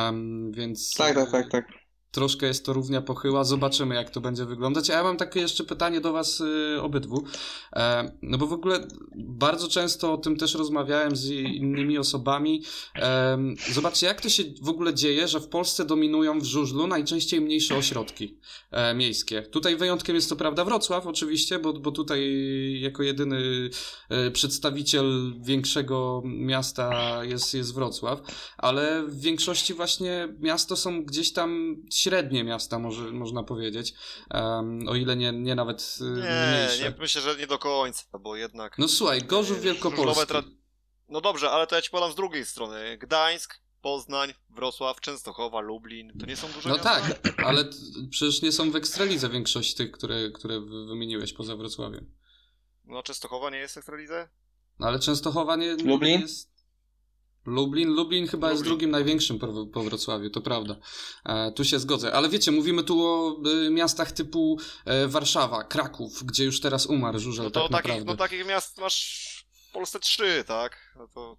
więc Tak. troszkę jest to równia pochyła. Zobaczymy, jak to będzie wyglądać. A ja mam takie jeszcze pytanie do was obydwu. No bo w ogóle bardzo często o tym też rozmawiałem z innymi osobami. Zobaczcie, jak to się w ogóle dzieje, że w Polsce dominują w żużlu najczęściej mniejsze ośrodki miejskie. Tutaj wyjątkiem jest to prawda Wrocław oczywiście, bo tutaj jako jedyny przedstawiciel większego miasta jest Wrocław, ale w większości właśnie miast to są gdzieś tam średnie miasta, można powiedzieć, o ile nie nawet mniejsze. Nie, myślę, że nie do końca, bo jednak... No słuchaj, Gorzów Wielkopolski. No dobrze, ale to ja ci podam z drugiej strony. Gdańsk, Poznań, Wrocław, Częstochowa, Lublin, to nie są duże No miasta? tak, ale przecież nie są w Ekstralidze większość tych, które wymieniłeś poza Wrocławiem. No Częstochowa nie jest w Ekstralidze? No ale Częstochowa nie Lublin? jest... Lublin chyba jest drugim największym po Wrocławiu, to prawda. Tu się zgodzę. Ale wiecie, mówimy tu o miastach typu Warszawa, Kraków, gdzie już teraz umarł żużel, No to tak naprawdę. takich miast masz w Polsce 3, tak? No to...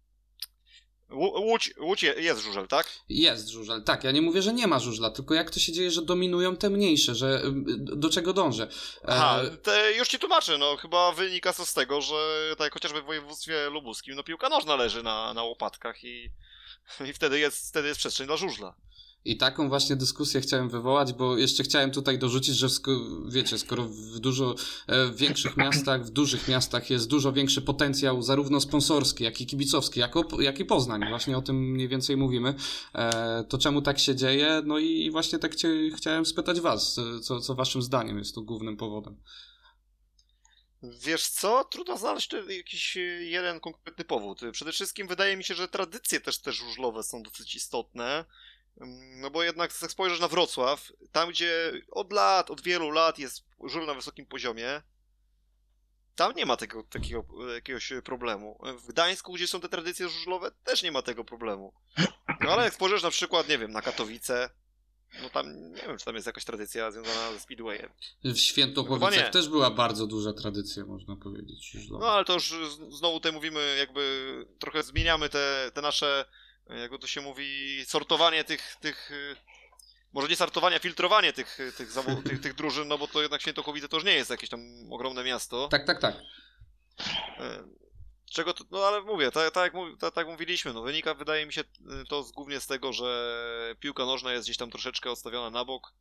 Łódź jest żużel, tak? Jest żużel, tak. Ja nie mówię, że nie ma żużla, tylko jak to się dzieje, że dominują te mniejsze, że do czego dążę? Aha, już ci tłumaczę, no chyba wynika to z tego, że tak jak chociażby w województwie lubuskim, no piłka nożna leży na łopatkach i wtedy jest przestrzeń dla żużla. I taką właśnie dyskusję chciałem wywołać, bo jeszcze chciałem tutaj dorzucić, że wiecie, skoro w dużo większych miastach, w dużych miastach jest dużo większy potencjał zarówno sponsorski, jak i kibicowski, jak i Poznań, właśnie o tym mniej więcej mówimy, to czemu tak się dzieje? No i właśnie tak chciałem spytać was, co waszym zdaniem jest tu głównym powodem? Wiesz co? Trudno znaleźć tu jakiś jeden konkretny powód. Przede wszystkim wydaje mi się, że tradycje też te żużlowe są dosyć istotne. No bo jednak jak spojrzysz na Wrocław, tam gdzie od wielu lat jest żużel na wysokim poziomie, tam nie ma takiego jakiegoś problemu. W Gdańsku, gdzie są te tradycje żużlowe, też nie ma tego problemu. No ale jak spojrzysz na przykład, nie wiem, na Katowice, no tam, nie wiem, czy tam jest jakaś tradycja związana ze Speedwayem. W Świętochowicach też była bardzo duża tradycja, można powiedzieć. No ale to już znowu tutaj mówimy, jakby trochę zmieniamy te nasze, jakby to się mówi, sortowanie tych może nie sortowanie, filtrowanie tych drużyn, no bo to jednak Świętochowice to już nie jest jakieś tam ogromne miasto. Tak. Czego to, no ale mówię, tak jak mówiliśmy, no wydaje mi się to głównie z tego, że piłka nożna jest gdzieś tam troszeczkę odstawiona na bok.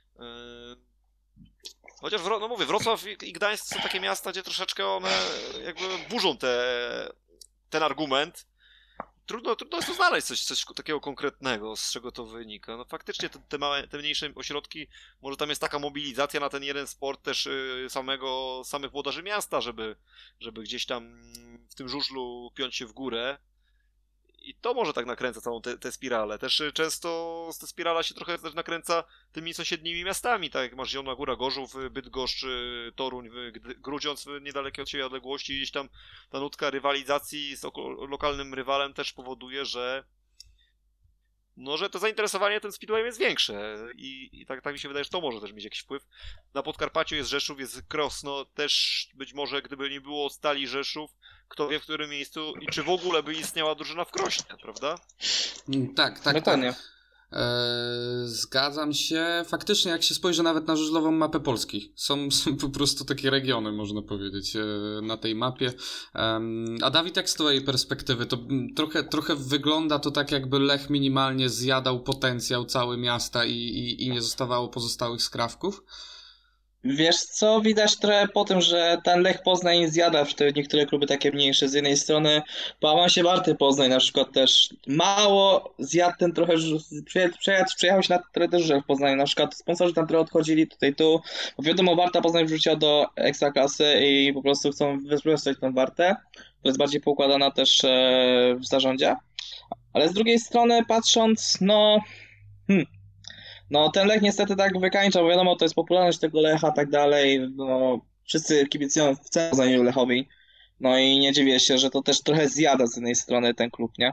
Chociaż, no mówię, Wrocław i Gdańsk są takie miasta, gdzie troszeczkę one jakby burzą ten argument. Trudno jest tu znaleźć coś takiego konkretnego, z czego to wynika. No faktycznie te mniejsze ośrodki, może tam jest taka mobilizacja na ten jeden sport też samych włodarzy miasta, żeby gdzieś tam w tym żużlu piąć się w górę I to może tak nakręca całą tę spiralę. Też często ta spirala się trochę też nakręca tymi sąsiednimi miastami, tak jak masz Zielona Góra, Gorzów, Bydgoszcz, Toruń, Grudziądz w niedalekiej od siebie odległości. Gdzieś tam ta nutka rywalizacji z lokalnym rywalem też powoduje, że że to zainteresowanie tym speedwayem jest większe i tak mi się wydaje, że to może też mieć jakiś wpływ. Na Podkarpaciu jest Rzeszów, jest Krosno, też być może gdyby nie było Stali Rzeszów, kto wie w którym miejscu i czy w ogóle by istniała drużyna w Krośnie, prawda? Tak. Dokładnie. Zgadzam się. Faktycznie, jak się spojrzy nawet na żużlową mapę Polski, są po prostu takie regiony, można powiedzieć, na tej mapie. A Dawid, jak z twojej perspektywy, to trochę wygląda to tak, jakby Lech minimalnie zjadał potencjał cały miasta i nie zostawało pozostałych skrawków? Wiesz co, widać trochę po tym, że ten Lech Poznań zjada w te niektóre kluby takie mniejsze. Z jednej strony po awansie Warty Poznań na przykład też mało zjadł ten trochę, przejechał się na trochę żużel w Poznaniu. Na przykład sponsorzy tam trochę odchodzili tutaj tu. Bo wiadomo, Warta Poznań wrzuciła do Ekstraklasy i po prostu chcą wykorzystać tą Wartę. To jest bardziej poukładana też w zarządzie. Ale z drugiej strony patrząc, no ten Lech niestety tak wykańcza, bo wiadomo, to jest popularność tego Lecha, tak dalej, no wszyscy kibicują w całym Poznaniu Lechowi, no i nie dziwię się, że to też trochę zjada z jednej strony ten klub, nie?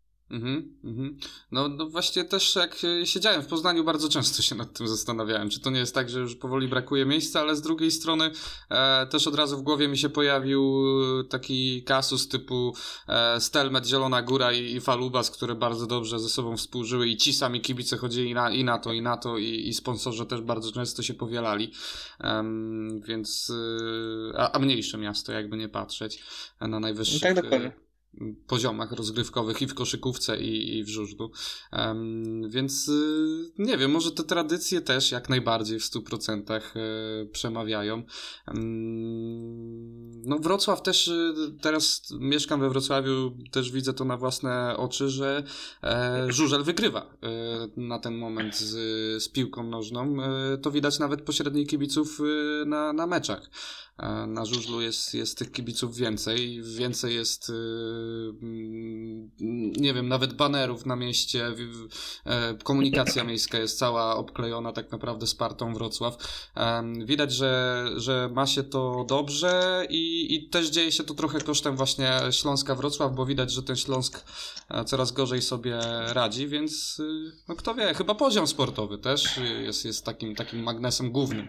No właśnie też jak siedziałem w Poznaniu, bardzo często się nad tym zastanawiałem, czy to nie jest tak, że już powoli brakuje miejsca, ale z drugiej strony też od razu w głowie mi się pojawił taki kasus typu Stelmet, Zielona Góra i Falubas, które bardzo dobrze ze sobą współżyły i ci sami kibice chodzili i na to i sponsorzy też bardzo często się powielali, więc a mniejsze miasto, jakby nie patrzeć, na najwyższych Tak, dokładnie. poziomach rozgrywkowych i w koszykówce i w żużlu. Więc nie wiem, może te tradycje też jak najbardziej w 100% przemawiają. No Wrocław też, teraz mieszkam we Wrocławiu, też widzę to na własne oczy, że żużel wygrywa na ten moment z piłką nożną. To widać nawet pośrednich kibiców na meczach. Na żużlu jest tych kibiców więcej jest nie wiem, nawet banerów na mieście, komunikacja miejska jest cała obklejona tak naprawdę Spartą Wrocław. Widać, że ma się to dobrze i też dzieje się to trochę kosztem właśnie Śląska Wrocław, bo widać, że ten Śląsk coraz gorzej sobie radzi, więc no kto wie, chyba poziom sportowy też jest takim magnesem głównym.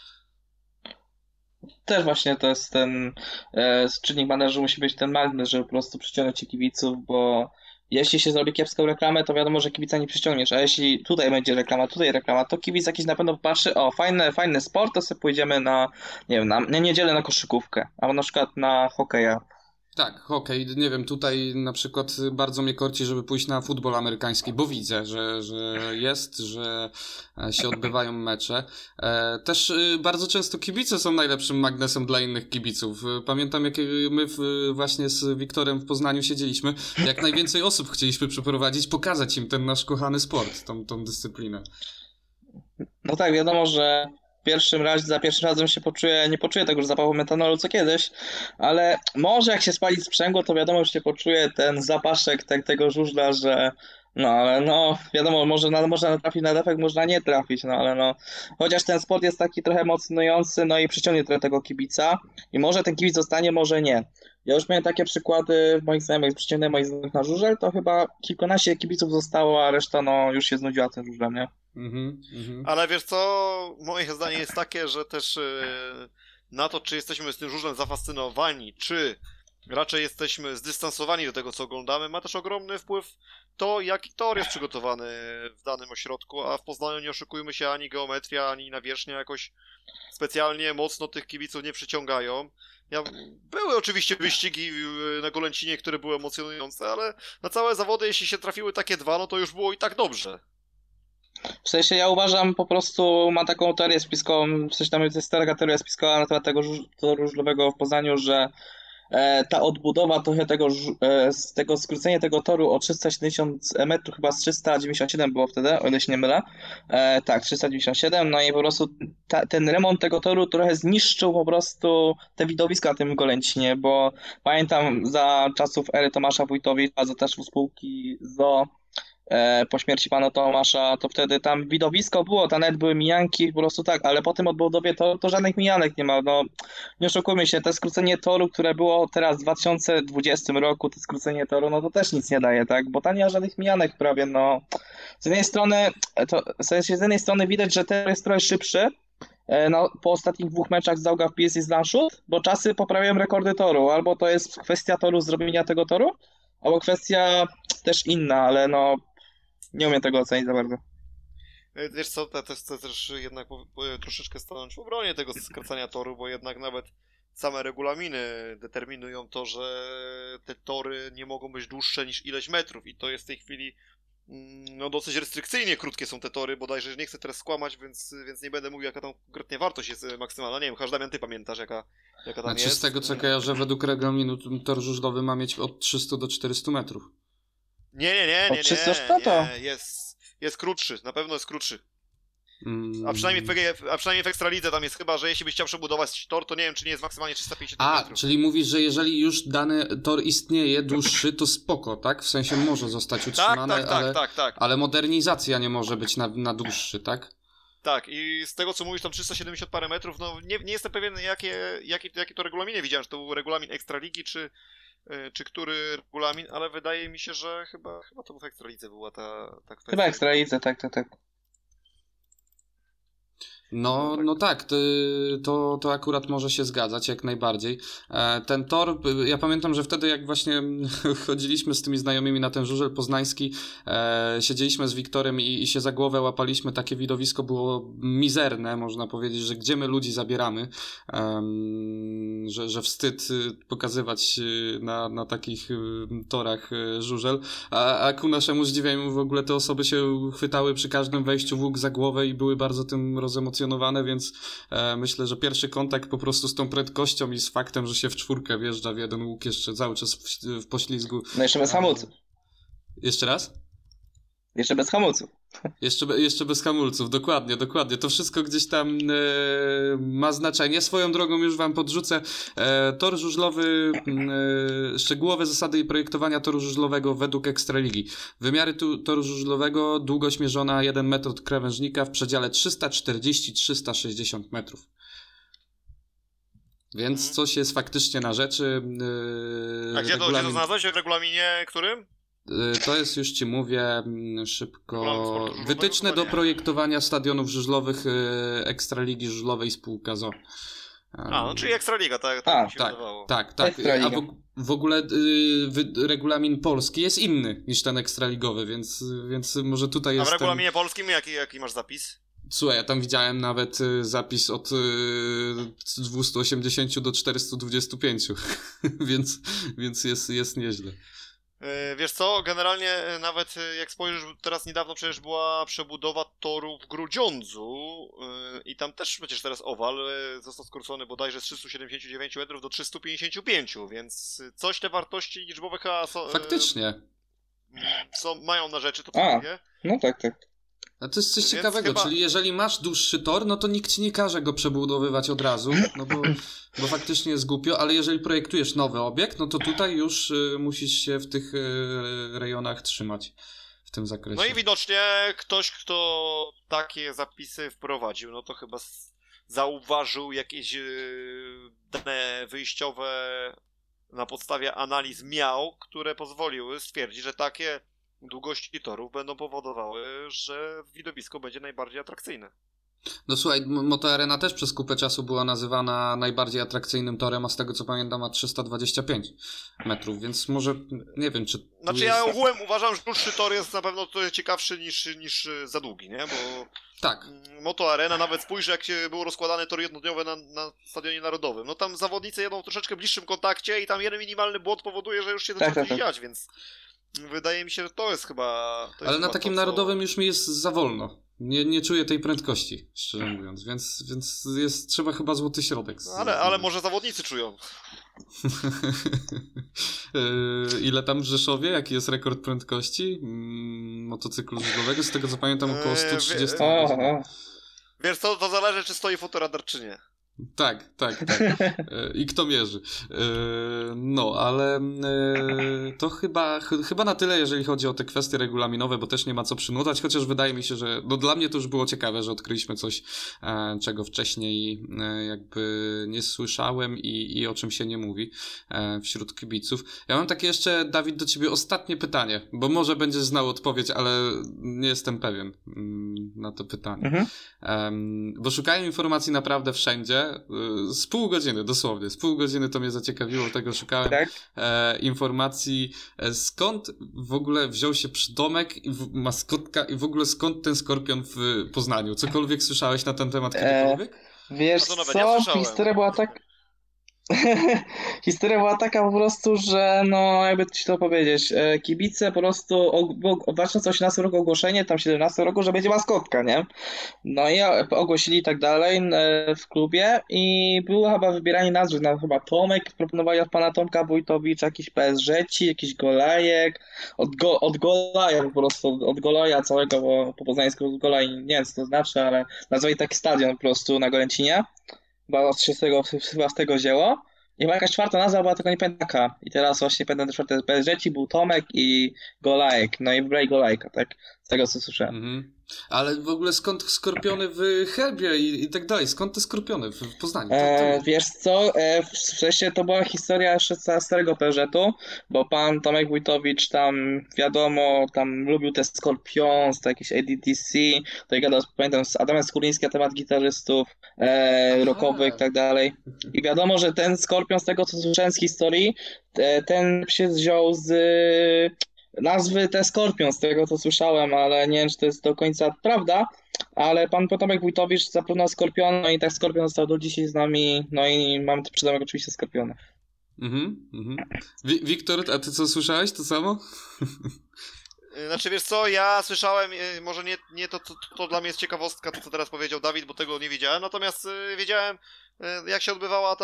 Też właśnie to jest ten czynnik banerzu, musi być ten magnes, żeby po prostu przyciągnąć ci kibiców, bo jeśli się zrobi kiepską reklamę, to wiadomo, że kibica nie przyciągniesz, a jeśli tutaj będzie reklama, tutaj reklama, to kibic jakiś na pewno patrzy, o fajny sport, to sobie pójdziemy na, nie wiem, na niedzielę na koszykówkę, albo na przykład na hokeja. Tak, hokej, nie wiem, tutaj na przykład bardzo mnie korci, żeby pójść na futbol amerykański, bo widzę, że że się odbywają mecze. Też bardzo często kibice są najlepszym magnesem dla innych kibiców. Pamiętam, jak my właśnie z Wiktorem w Poznaniu siedzieliśmy, jak najwięcej osób chcieliśmy przeprowadzić, pokazać im ten nasz kochany sport, tą dyscyplinę. No tak, wiadomo, że za pierwszym razem nie poczuje tego już zapachu metanolu co kiedyś, ale może jak się spali sprzęgło, to wiadomo, że się poczuje ten zapaszek tego żużla, że ale wiadomo, można natrafić na defekt, można nie trafić, ale chociaż ten sport jest taki trochę emocjonujący, i przyciągnie trochę tego kibica i może ten kibic zostanie, może nie. Ja już miałem takie przykłady w moich znajomych, przyciągnąłem moich znajomych na żużel, to chyba kilkanaście kibiców zostało, a reszta już się znudziła tym żużlem, nie? Ale wiesz co, moje zdanie jest takie, że też na to, czy jesteśmy z tym żużlem zafascynowani, czy raczej jesteśmy zdystansowani do tego, co oglądamy, ma też ogromny wpływ to, jaki tor jest przygotowany w danym ośrodku, a w Poznaniu nie oszukujmy się, ani geometria, ani nawierzchnia jakoś specjalnie mocno tych kibiców nie przyciągają. Były oczywiście wyścigi na Golęcinie, które były emocjonujące, ale na całe zawody, jeśli się trafiły takie dwa, no to już było i tak dobrze. W sensie ja uważam, po prostu mam taką teorię spiskową, w sensie tam jest stara teoria spiskowa na temat tego toru żużlowego w Poznaniu, że ta odbudowa trochę z tego skrócenia tego toru o 370 metrów, chyba z 397 było wtedy, o ile się nie mylę. Tak, 397, no i po prostu ten remont tego toru trochę zniszczył po prostu te widowiska na tym Golęcinie, bo pamiętam za czasów ery Tomasza Wójtowicza, za też spółki ZOO, po śmierci pana Tomasza, to wtedy tam widowisko było, tam nawet były mijanki, po prostu tak, ale po tym odbudowie to żadnych mijanek nie ma, no nie oszukujmy się, to skrócenie toru, które było teraz w 2020 roku, to skrócenie toru, no to też nic nie daje, tak, bo tam nie ma żadnych mijanek prawie, no z jednej strony, w sensie z jednej strony widać, że ten jest trochę szybszy, no, po ostatnich 2 meczach z Daugava PSV z Landshut, bo czasy poprawiają rekordy toru, albo to jest kwestia toru, zrobienia tego toru, albo kwestia też inna, ale no nie umiem tego ocenić za bardzo. Wiesz co, to też jednak troszeczkę stanąć w obronie tego skracania toru, bo jednak nawet same regulaminy determinują to, że te tory nie mogą być dłuższe niż ileś metrów i to jest w tej chwili no dosyć restrykcyjnie krótkie są te tory, bodajże nie chcę teraz skłamać, więc nie będę mówił jaka tam konkretnie wartość jest maksymalna. Nie wiem, Damian, ty pamiętasz jaka tam znaczy, jest? Z tego co kojarzę, według regulaminu tor żużlowy ma mieć od 300 do 400 metrów. Nie, Od 300 to? jest krótszy, na pewno jest krótszy. A przynajmniej w Ekstralidze tam jest chyba, że jeśli byś chciał przebudować tor, to nie wiem, czy nie jest maksymalnie 350 metrów. Czyli mówisz, że jeżeli już dany tor istnieje dłuższy, to spoko, tak? W sensie może zostać utrzymany, tak. Ale modernizacja nie może być na dłuższy, tak? Tak, i z tego co mówisz, tam 370 parę metrów, no nie jestem pewien, jaki to regulaminie widziałem, czy to był regulamin Ekstraligi, czy który regulamin, ale wydaje mi się, że chyba to w Ekstralidze była ta kwestia. Chyba Ekstralidze, tak. No tak, to akurat może się zgadzać, jak najbardziej. Ten tor, ja pamiętam, że wtedy jak właśnie chodziliśmy z tymi znajomymi na ten żużel poznański, siedzieliśmy z Wiktorem i się za głowę łapaliśmy, takie widowisko było mizerne, można powiedzieć, że gdzie my ludzi zabieramy, że wstyd pokazywać na takich torach żużel, a ku naszemu zdziwieniu w ogóle te osoby się chwytały przy każdym wejściu w łuk za głowę i były bardzo tym rozemocjonowane, więc myślę, że pierwszy kontakt po prostu z tą prędkością i z faktem, że się w czwórkę wjeżdża w jeden łuk jeszcze cały czas w poślizgu. No jeszcze bez hamulców. Jeszcze raz? Jeszcze bez hamulców. Jeszcze bez hamulców, dokładnie. To wszystko gdzieś tam ma znaczenie. Swoją drogą już wam podrzucę tor żużlowy, szczegółowe zasady projektowania toru żużlowego według Ekstraligi. Wymiary toru żużlowego, długość mierzona 1 metr od krawężnika w przedziale 340-360 metrów. Więc coś jest faktycznie na rzeczy. A gdzie to znalazłeś w regulaminie którym? To jest, już ci mówię szybko, wytyczne do projektowania stadionów żużlowych Ekstraligi Żużlowej spółka ZOO. No czyli Ekstraliga, tak mi się wydawało. Tak. A w ogóle regulamin polski jest inny niż ten ekstraligowy, więc może tutaj jest. A w regulaminie polskim jaki masz zapis? Słuchaj, ja tam widziałem nawet zapis od 280 do 425, więc jest nieźle. Wiesz co, generalnie nawet jak spojrzysz, teraz niedawno przecież była przebudowa toru w Grudziądzu i tam też przecież teraz owal został skrócony bodajże z 379 metrów do 355, więc coś te wartości liczbowe chyba faktycznie mają na rzeczy, to mówię. No tak. A to jest coś ciekawego, czyli jeżeli masz dłuższy tor, no to nikt ci nie każe go przebudowywać od razu, no bo faktycznie jest głupio, ale jeżeli projektujesz nowy obiekt, no to tutaj już musisz się w tych rejonach trzymać w tym zakresie. No i widocznie ktoś, kto takie zapisy wprowadził, no to chyba zauważył jakieś dane wyjściowe na podstawie analiz miał, które pozwoliły stwierdzić, że takie długości torów będą powodowały, że widowisko będzie najbardziej atrakcyjne. No słuchaj, Motoarena też przez kupę czasu była nazywana najbardziej atrakcyjnym torem, a z tego co pamiętam ma 325 metrów, więc może nie wiem, czy... Znaczy ja ogółem uważam, że dłuższy tor jest na pewno ciekawszy niż za długi, nie? Bo tak. Motoarena, nawet spójrz jak był rozkładany tor jednodniowy na Stadionie Narodowym, no tam zawodnicy jedą w troszeczkę bliższym kontakcie i tam jeden minimalny błąd powoduje, że już się zaczyna dziać, więc wydaje mi się, że to jest chyba... Ale na takim narodowym już mi jest za wolno. Nie czuję tej prędkości, szczerze mówiąc, więc trzeba chyba złoty środek. Ale może zawodnicy czują. Ile tam w Rzeszowie? Jaki jest rekord prędkości motocyklu żużlowego? Z tego co pamiętam około 130 na godzinę. Wiesz co, to zależy czy stoi fotoradar czy nie. Tak. I kto mierzy. No, ale to chyba na tyle, jeżeli chodzi o te kwestie regulaminowe, bo też nie ma co przynudzać, chociaż wydaje mi się, że no dla mnie to już było ciekawe, że odkryliśmy coś, czego wcześniej jakby nie słyszałem i o czym się nie mówi wśród kibiców. Ja mam takie jeszcze, Dawid, do ciebie ostatnie pytanie, bo może będziesz znał odpowiedź, ale nie jestem pewien na to pytanie. Bo szukałem informacji naprawdę wszędzie, z pół godziny, dosłownie, z pół godziny to mnie zaciekawiło, tego szukałem informacji, skąd w ogóle wziął się przydomek i maskotka i w ogóle skąd ten skorpion w Poznaniu. Cokolwiek słyszałeś na ten temat kiedykolwiek? Wiesz No to nawet co, ja słyszałem. historia była historia była taka po prostu, że no jakby ci to powiedzieć, kibice po prostu w 2018 roku ogłoszenie, tam 17 roku, że będzie maskotka, nie? No i ogłosili i tak dalej w klubie i było chyba wybieranie nazwy, na chyba Tomek, proponowali od pana Tomka Wójtowicza jakiś PSG, jakiś Golajek, od Golaja po prostu, od Golaja całego, bo po poznańsku Golaj, nie wiem co to znaczy, ale nazwali taki stadion po prostu na Golęcinie. Chyba z tego wzięło. I chyba jakaś czwarta nazwa była, tylko nie pamiętam jaka. I teraz właśnie pamiętam, że czwarte PSG był Tomek i Golajek. No i wybrali Golajka, tak? Z tego co słyszałem. Ale w ogóle skąd skorpiony w herbie i tak dalej? Skąd te skorpiony w Poznaniu? Wiesz co, w sensie to była historia jeszcze z starego PŻ-u, bo pan Tomek Wójtowicz tam, wiadomo, tam lubił te Scorpions, to jakieś ADTC, to i gadał, pamiętam, z Adamem Skórnickim na temat gitarzystów rockowych i tak dalej. I wiadomo, że ten Scorpion, z tego co słyszałem z historii, ten się wziął z nazwy te Skorpion, z tego co słyszałem, ale nie wiem, czy to jest do końca prawda, ale pan Tomek Wójtowicz zaproponował Skorpiona, no i tak Skorpion został do dzisiaj z nami, no i mamy tu przydomek oczywiście Skorpiona. Wiktor, a ty co słyszałeś? To samo? Znaczy wiesz co, ja słyszałem, może nie to dla mnie jest ciekawostka, to co teraz powiedział Dawid, bo tego nie wiedziałem, natomiast wiedziałem jak się odbywała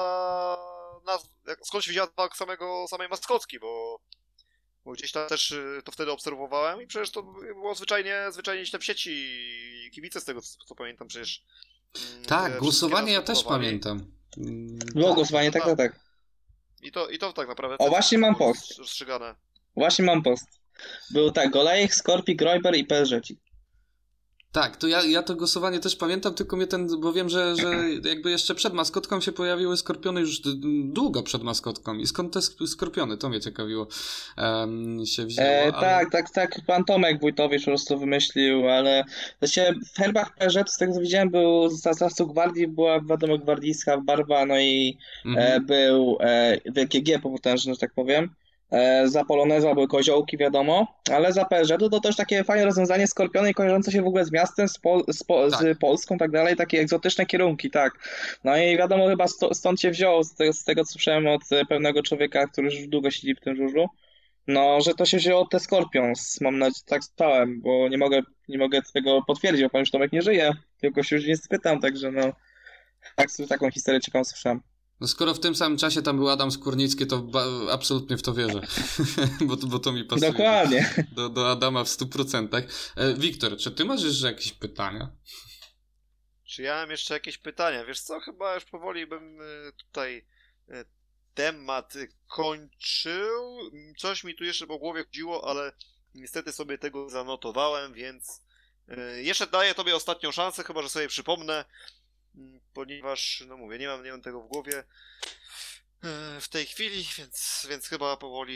skąd się wzięła samej maskotki, bo gdzieś tam też to wtedy obserwowałem i przecież to było zwyczajnie w sieci kibice z tego co pamiętam przecież. Tak, głosowanie ja też pamiętam. Było głosowanie, tak. I to tak naprawdę o, właśnie mam post. rozstrzygane. Właśnie mam post. Był tak, Golajek, Skorpi, Grojber i PSG. Tak, to ja to głosowanie też pamiętam, tylko mnie bo wiem, że jakby jeszcze przed maskotką się pojawiły skorpiony już długo przed maskotką. I skąd te skorpiony? To mnie ciekawiło. Się wzięło. Tak, pan Tomek Wójtowicz po prostu wymyślił, ale w herbach PSG, z tego co widziałem, był za czasów gwardii, była wiadomo gwardyjska barwa, no i był wielkie G potężne, że tak powiem. Za Poloneza były koziołki, wiadomo, ale za PSG to też takie fajne rozwiązanie, skorpiony kojarzące się w ogóle z miastem, z Polską i tak dalej, takie egzotyczne kierunki, tak. No i wiadomo, chyba stąd się wziął, z tego co słyszałem od pewnego człowieka, który już długo siedzi w tym żużlu, no, że to się wzięło od te Scorpions, mam nadzieję, tak stałem, bo nie mogę tego potwierdzić, bo pan już Tomek nie żyje, tylko się już nie spytam, także no, taką historię ciekawą słyszałem. No skoro w tym samym czasie tam był Adam Skórnicki, to absolutnie w to wierzę, bo to mi pasuje. Dokładnie. Do Adama w 100%. Wiktor, czy ty masz jeszcze jakieś pytania? Czy ja mam jeszcze jakieś pytania? Wiesz co, chyba już powoli bym tutaj temat kończył. Coś mi tu jeszcze po głowie chodziło, ale niestety sobie tego zanotowałem, więc jeszcze daję tobie ostatnią szansę, chyba że sobie przypomnę. Ponieważ, no mówię, nie mam tego w głowie w tej chwili, więc chyba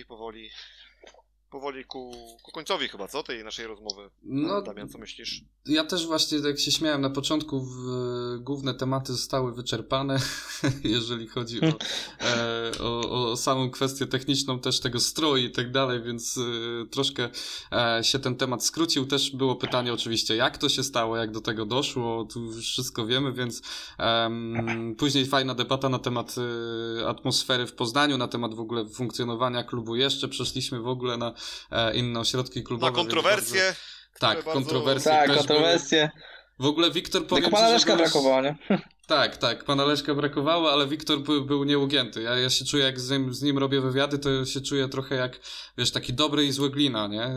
powoli ku końcowi chyba, co? Tej naszej rozmowy. No, Damian, co myślisz? Ja też właśnie, jak się śmiałem na początku, główne tematy zostały wyczerpane, jeżeli chodzi o samą kwestię techniczną też tego stroju i tak dalej, więc troszkę się ten temat skrócił. Też było pytanie oczywiście, jak to się stało, jak do tego doszło, tu już wszystko wiemy, więc później fajna debata na temat atmosfery w Poznaniu, na temat w ogóle funkcjonowania klubu. Jeszcze przeszliśmy w ogóle na inne ośrodki klubowe. Na kontrowersje. Tak, kontrowersje. Tak, też kontrowersje. W ogóle Wiktor, powiem Tylko pana ci, że Leszka byłeś... brakowało, nie? Tak, pana Leszka brakowało, ale Wiktor był nieugięty. Ja się czuję, jak z nim robię wywiady, to się czuję trochę jak, wiesz, taki dobry i zły glina, nie?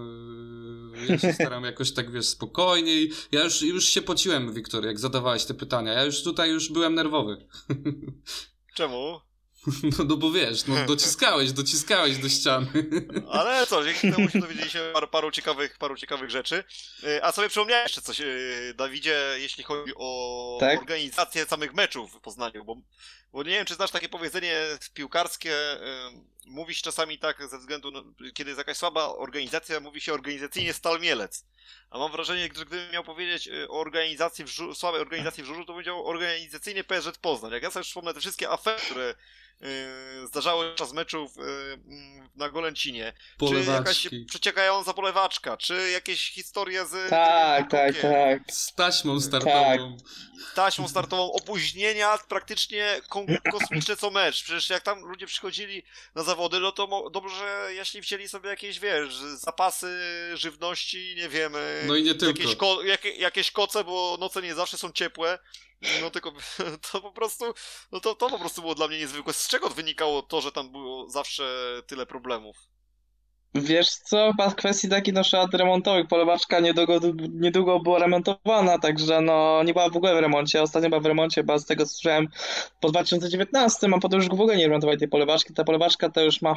Ja się staram jakoś tak, wiesz, spokojniej. Ja już się pociłem, Wiktor, jak zadawałeś te pytania. Ja już tutaj byłem nerwowy. Czemu? No bo wiesz, no dociskałeś do ściany. Ale co, dzięki temu się dowiedzieliśmy paru ciekawych rzeczy. A sobie przypomniałem jeszcze coś, Dawidzie, jeśli chodzi o Tak? organizację samych meczów w Poznaniu, bo nie wiem, czy znasz takie powiedzenie piłkarskie, mówi się czasami tak ze względu, kiedy jest jakaś słaba organizacja, mówi się organizacyjnie Stal Mielec. A mam wrażenie, że gdybym miał powiedzieć o organizacji słabej organizacji w Żurzu, to powiedział organizacyjnie PSŻ Poznań. Jak ja sobie przypomnę te wszystkie afery, które zdarzały podczas meczów na Golęcinie, czy jakaś przeciekająca polewaczka, czy jakieś historie z Tak. z taśmą startową. Taśmą startową, opóźnienia praktycznie kosmiczne co mecz. Przecież jak tam ludzie przychodzili na zawody, no to dobrze, jeśli wzięli sobie jakieś, wiesz, zapasy żywności, nie wiem, no i nie tylko. jakieś koce, bo noce nie zawsze są ciepłe. No tylko to po prostu, no to po prostu było dla mnie niezwykłe. Z czego wynikało to, że tam było zawsze tyle problemów? Wiesz co, w kwestii takich no szat remontowych, polewaczka niedługo była remontowana, także no nie była w ogóle w remoncie, ostatnio była w remoncie, chyba z tego co słyszałem po 2019, a potem już w ogóle nie remontowali tej polewaczki, ta polewaczka to już ma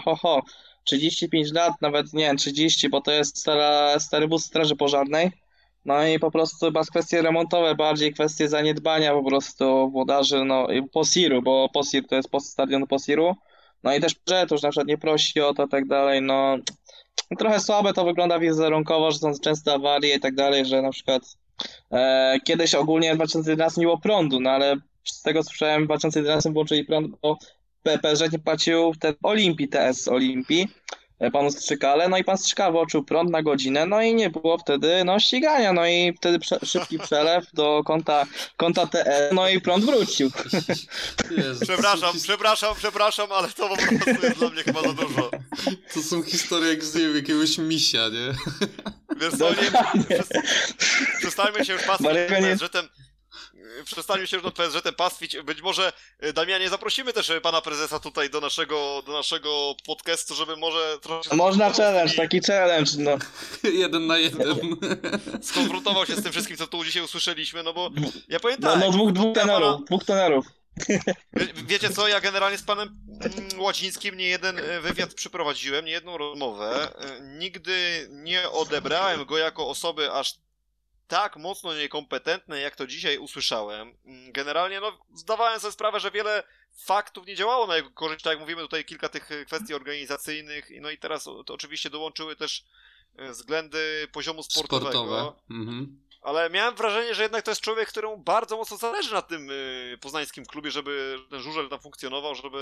35 lat, nawet nie, 30, bo to jest stary bus straży pożarnej, no i po prostu chyba kwestie remontowe, bardziej kwestie zaniedbania po prostu włodarzy, no i POSIR-u, bo POSIR to jest stadion POSIR-u, no i też już na przykład nie prosi o to, tak dalej, no trochę słabe to wygląda wizerunkowo, że są częste awarie i tak dalej, że na przykład kiedyś ogólnie w 2011 nie było prądu, no ale z tego co słyszałem w 2011 włączyli prąd, bo PPŻ nie płacił ten TS Olimpii, panu Strzykale, no i pan Strzykała włączył prąd na godzinę, no i nie było wtedy no ścigania, no i wtedy szybki przelew do konta TS, no i prąd wrócił. Jezu, Przepraszam, ale to po prostu jest dla mnie chyba za dużo. To są historie jak z jakiegoś misia, nie? Wiesz co, przestańmy się już pastwić PSŻ-em. Przestańmy się już nad PSŻ-em pastwić. Być może, Damianie, zaprosimy też pana prezesa tutaj do naszego podcastu, żeby może trochę... Można challenge, taki challenge, no. 1 na 1. Skonfrontował się z tym wszystkim, co tu dzisiaj usłyszeliśmy, no bo ja powiem tak... No dwóch tenorów. Wiecie co, ja generalnie z panem Łacińskim nie jeden wywiad przeprowadziłem, nie jedną rozmowę. Nigdy nie odebrałem go jako osoby aż tak mocno niekompetentne, jak to dzisiaj usłyszałem. Generalnie, no, zdawałem sobie sprawę, że wiele faktów nie działało na jego korzyść, tak jak mówimy tutaj kilka tych kwestii organizacyjnych, no i teraz to oczywiście dołączyły też względy poziomu sportowego. Ale miałem wrażenie, że jednak to jest człowiek, któremu bardzo mocno zależy na tym poznańskim klubie, żeby ten żużel tam funkcjonował, żeby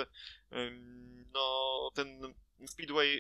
no, ten Speedway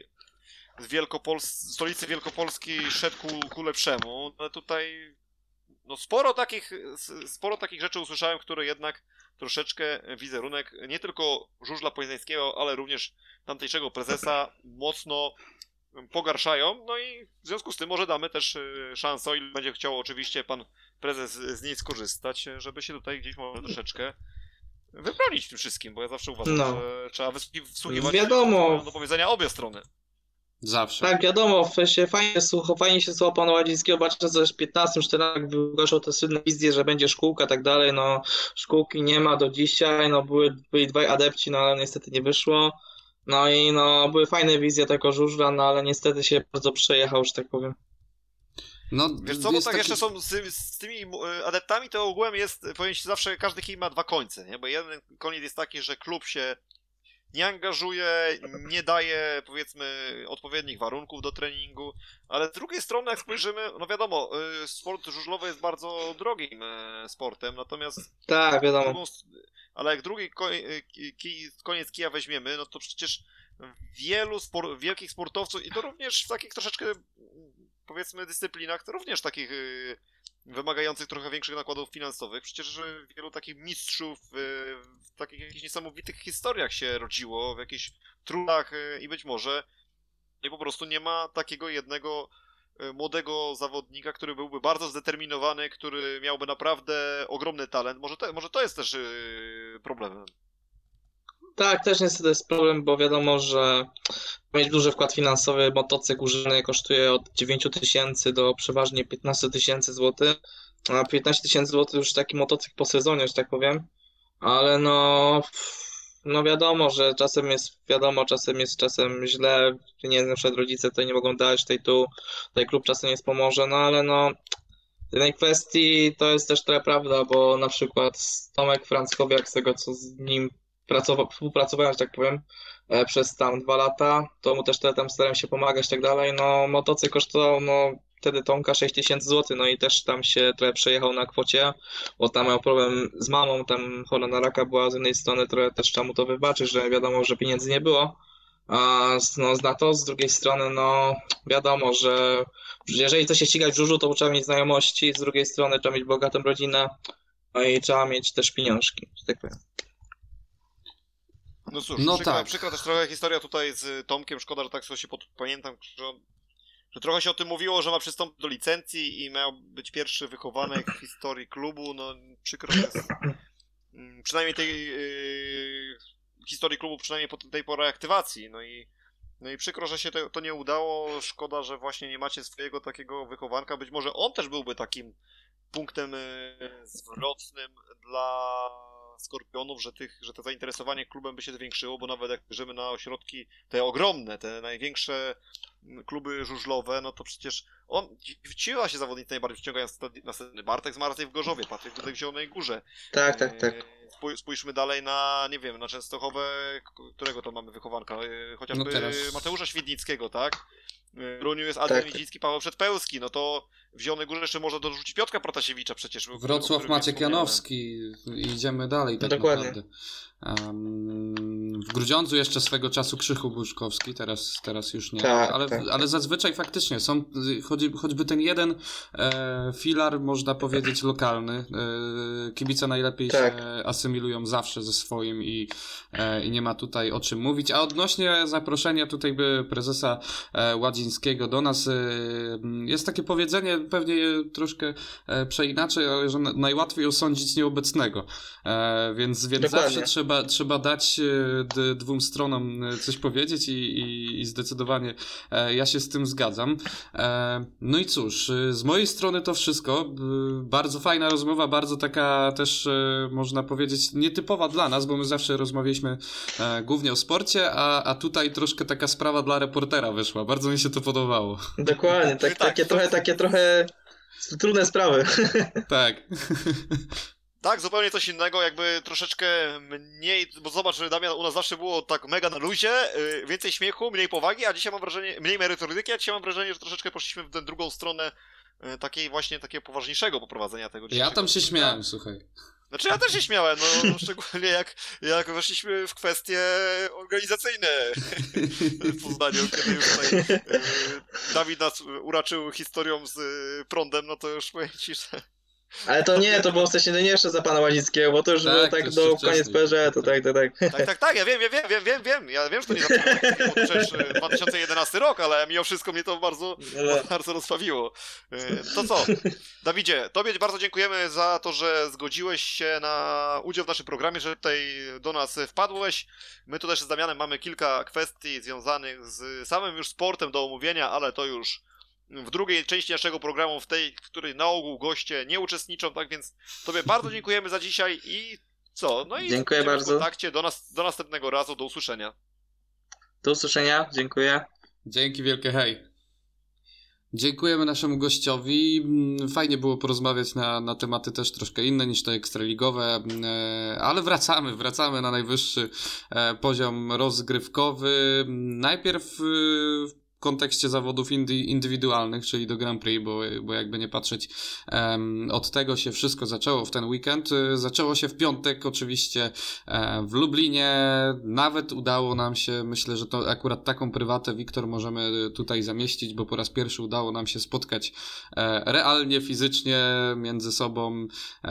z stolicy Wielkopolski szedł ku lepszemu. Ale tutaj no, sporo takich rzeczy usłyszałem, które jednak troszeczkę wizerunek nie tylko żużla poznańskiego, ale również tamtejszego prezesa mocno pogarszają, no i w związku z tym może damy też szansę, o ile będzie chciał oczywiście pan prezes z niej skorzystać, żeby się tutaj gdzieś może troszeczkę wybronić w tym wszystkim, bo ja zawsze uważam, że trzeba wsłuchiwać do powiedzenia obie strony. Zawsze. Tak, wiadomo, fajnie się słucha pana Ładzińskiego, zobaczcie, że w 15-14 wygłaszał te słynne wizje, że będzie szkółka i tak dalej, no szkółki nie ma do dzisiaj, no byli dwaj adepci, no ale niestety nie wyszło. No i no, były fajne wizje tego żużla, no ale niestety się bardzo przejechał, że tak powiem. No, wiesz co, bo tak jeszcze są z tymi adeptami, to ogółem jest, powiem ci zawsze, każdy kij ma dwa końce, nie? Bo jeden koniec jest taki, że klub się nie angażuje, nie daje, powiedzmy, odpowiednich warunków do treningu, ale z drugiej strony, jak spojrzymy, no wiadomo, sport żużlowy jest bardzo drogim sportem, natomiast... Tak, wiadomo. Ale jak drugi koniec kija weźmiemy, no to przecież wielu wielkich sportowców, i to również w takich troszeczkę, powiedzmy, dyscyplinach, to również takich wymagających trochę większych nakładów finansowych. Przecież wielu takich mistrzów w takich jakichś niesamowitych historiach się rodziło, w jakichś trudach i być może po prostu nie ma takiego jednego młodego zawodnika, który byłby bardzo zdeterminowany, który miałby naprawdę ogromny talent. Może to jest też problemem. Tak, też niestety jest problem, bo wiadomo, że mieć duży wkład finansowy, motocykl używany kosztuje od 9 tysięcy do przeważnie 15 tysięcy złotych. A 15 tysięcy złotych już taki motocykl po sezonie, że tak powiem. Ale no wiadomo, że czasem jest czasem źle. Nie, na przykład rodzice tutaj nie mogą dać, tutaj klub czasem nie wspomoże, no ale no w tej kwestii to jest też trochę prawda, bo na przykład Tomek Franckowiak, z tego co z nim współpracowałem, że tak powiem, przez tam 2 lata, to mu też tam starałem się pomagać i tak dalej. No motocykl kosztował wtedy Tomka 6 tysięcy złotych, no i też tam się trochę przejechał na kwocie, bo tam miał problem z mamą, tam chora na raka była z jednej strony, trochę też trzeba mu to wybaczyć, że wiadomo, że pieniędzy nie było, a z drugiej strony no wiadomo, że jeżeli chce się ścigać w żużlu, to trzeba mieć znajomości, z drugiej strony trzeba mieć bogatą rodzinę, no i trzeba mieć też pieniążki, że tak powiem. No cóż, No przykra też trochę historia tutaj z Tomkiem, szkoda, że tak sobie się pamiętam, że trochę się o tym mówiło, że ma przystąpić do licencji i miał być pierwszy wychowanek w historii klubu, no przykro jest, przynajmniej tej historii klubu, przynajmniej po tej pory aktywacji, no i przykro, że się to nie udało, szkoda, że właśnie nie macie swojego takiego wychowanka, być może on też byłby takim punktem zwrotnym dla Skorpionów, że to zainteresowanie klubem by się zwiększyło, bo nawet jak bierzemy na ośrodki te ogromne, te największe kluby żużlowe, no to przecież ci się zawodnicy najbardziej wciągają następny Bartek z Martej w Gorzowie, Patryk tutaj w Zielonej Górze. Tak. Spójrzmy dalej na, nie wiem, na Częstochowę, którego to mamy wychowanka, chociażby No teraz... Mateusza Świdnickiego, tak? W Runiu jest Adrian Widzicki, Paweł Przedpełski, no to w Zielonej Górze jeszcze można dorzucić Piotra Protasiewicza przecież. Wrocław Maciek Janowski, idziemy dalej tak Dokładnie. naprawdę. W Grudziądzu jeszcze swego czasu Krzychu Buszkowski, teraz już nie, ale zazwyczaj faktycznie są, choćby ten jeden filar, można powiedzieć, lokalny. Kibice najlepiej się asymilują zawsze ze swoim i nie ma tutaj o czym mówić. A odnośnie zaproszenia tutaj by prezesa Ładzińskiego do nas, jest takie powiedzenie, pewnie je troszkę przeinaczej, ale że najłatwiej osądzić nieobecnego. Więc zawsze trzeba dać dwóm stronom coś powiedzieć i zdecydowanie ja się z tym zgadzam. No i cóż, z mojej strony to wszystko. Bardzo fajna rozmowa, bardzo taka też można powiedzieć nietypowa dla nas, bo my zawsze rozmawialiśmy głównie o sporcie, a tutaj troszkę taka sprawa dla reportera wyszła. Bardzo mi się to podobało. Dokładnie, takie trochę trudne sprawy. Tak. Tak, zupełnie coś innego, jakby troszeczkę mniej, bo zobacz, Damian, u nas zawsze było tak mega na luzie, więcej śmiechu, mniej powagi, a dzisiaj mam wrażenie, mniej merytoryki, a dzisiaj mam wrażenie, że troszeczkę poszliśmy w tę drugą stronę takiego poważniejszego poprowadzenia tego. Ja tam się śmiałem, słuchaj. Znaczy ja też się śmiałem, no szczególnie jak weszliśmy w kwestie organizacyjne w Poznaniu, kiedy już tutaj Dawid nas uraczył historią z prądem, no to już powiem ci, że... Ale to nie, to było wcześniej nie jeszcze za pana Łanickiego, bo to już było tak do koniec PRZ, to tak. Tak, ja wiem, ja wiem, że to nie zaczęło, bo przecież 2011 rok, ale mimo wszystko mnie to bardzo rozbawiło. To co, Dawidzie, tobie bardzo dziękujemy za to, że zgodziłeś się na udział w naszym programie, że tutaj do nas wpadłeś. My tu też z Damianem mamy kilka kwestii związanych z samym już sportem do omówienia, ale to już w drugiej części naszego programu, w tej, w której na ogół goście nie uczestniczą, tak więc tobie bardzo dziękujemy za dzisiaj i co? No i dziękuję bardzo. W kontakcie do następnego razu, do usłyszenia. Do usłyszenia, dziękuję. Dzięki wielkie, hej. Dziękujemy naszemu gościowi. Fajnie było porozmawiać na tematy też troszkę inne niż te ekstraligowe, ale wracamy na najwyższy poziom rozgrywkowy. Najpierw w kontekście zawodów indywidualnych, czyli do Grand Prix, bo jakby nie patrzeć, od tego się wszystko zaczęło w ten weekend. Zaczęło się w piątek oczywiście w Lublinie. Nawet udało nam się, myślę, że to akurat taką prywatę, Wiktor, możemy tutaj zamieścić, bo po raz pierwszy udało nam się spotkać realnie, fizycznie między sobą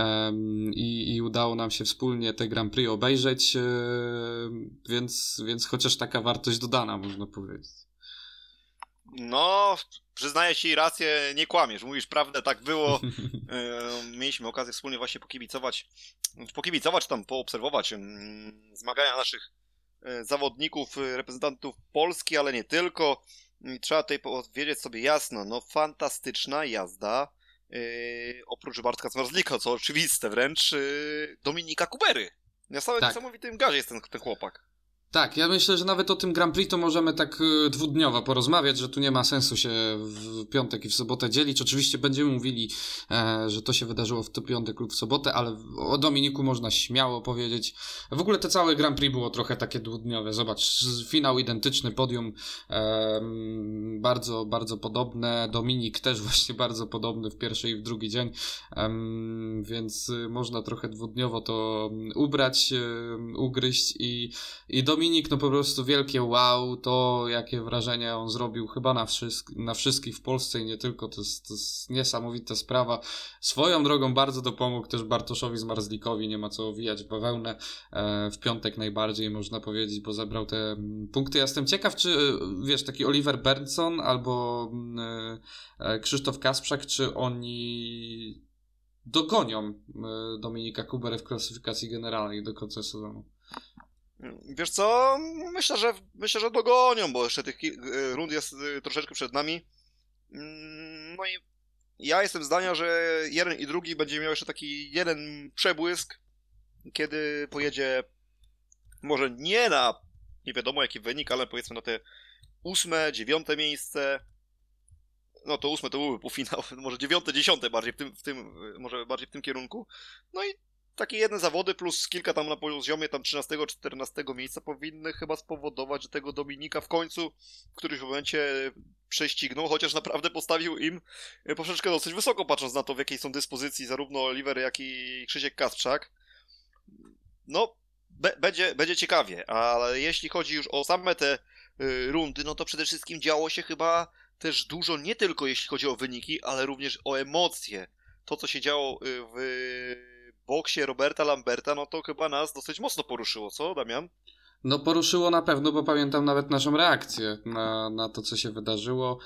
i udało nam się wspólnie te Grand Prix obejrzeć, więc chociaż taka wartość dodana, można powiedzieć. No, przyznaję ci rację, nie kłamiesz, mówisz prawdę, tak było. Mieliśmy okazję wspólnie właśnie pokibicować tam, poobserwować zmagania naszych zawodników, reprezentantów Polski, ale nie tylko. I trzeba tutaj powiedzieć sobie jasno, no fantastyczna jazda, oprócz Bartka Zmarzlika, co oczywiste wręcz, Dominika Kubery. Na samym niesamowitym gazie jest ten chłopak. Tak, ja myślę, że nawet o tym Grand Prix to możemy tak dwudniowo porozmawiać, że tu nie ma sensu się w piątek i w sobotę dzielić. Oczywiście będziemy mówili, że to się wydarzyło w piątek lub w sobotę, ale o Dominiku można śmiało powiedzieć. W ogóle to całe Grand Prix było trochę takie dwudniowe. Zobacz, finał identyczny, podium bardzo, bardzo podobne. Dominik też właśnie bardzo podobny w pierwszy i w drugi dzień, więc można trochę dwudniowo to ubrać, ugryźć i Dominik, no po prostu wielkie wow, to jakie wrażenie on zrobił chyba na wszystkich w Polsce i nie tylko, to jest niesamowita sprawa. Swoją drogą bardzo dopomógł też Bartoszowi Zmarzlikowi, nie ma co owijać w bawełnę, w piątek najbardziej można powiedzieć, bo zebrał te punkty. Ja jestem ciekaw, czy wiesz, taki Oliver Bernson albo Krzysztof Kasprzak, czy oni dogonią Dominika Kuberę w klasyfikacji generalnej do końca sezonu. Wiesz co? Myślę, że dogonią, bo jeszcze tych rund jest troszeczkę przed nami. No i ja jestem zdania, że jeden i drugi będzie miał jeszcze taki jeden przebłysk, kiedy pojedzie może nie na nie wiadomo jaki wynik, ale powiedzmy na te 8., 9. miejsce. No to 8 to byłby półfinał, może 9., 10. bardziej może bardziej w tym kierunku. No i takie jedne zawody plus kilka tam na poziomie tam 13, 14 miejsca powinny chyba spowodować, że tego Dominika w końcu w którymś momencie prześcignął, chociaż naprawdę postawił im poprzeczkę dosyć wysoko, patrząc na to, w jakiej są dyspozycji zarówno Oliver, jak i Krzysiek Kasprzak. No, będzie ciekawie, ale jeśli chodzi już o same te rundy, no to przede wszystkim działo się chyba też dużo, nie tylko jeśli chodzi o wyniki, ale również o emocje. To, co się działo w boksie Roberta Lamberta, no to chyba nas dosyć mocno poruszyło, co, Damian? No poruszyło na pewno, bo pamiętam nawet naszą reakcję na to, co się wydarzyło.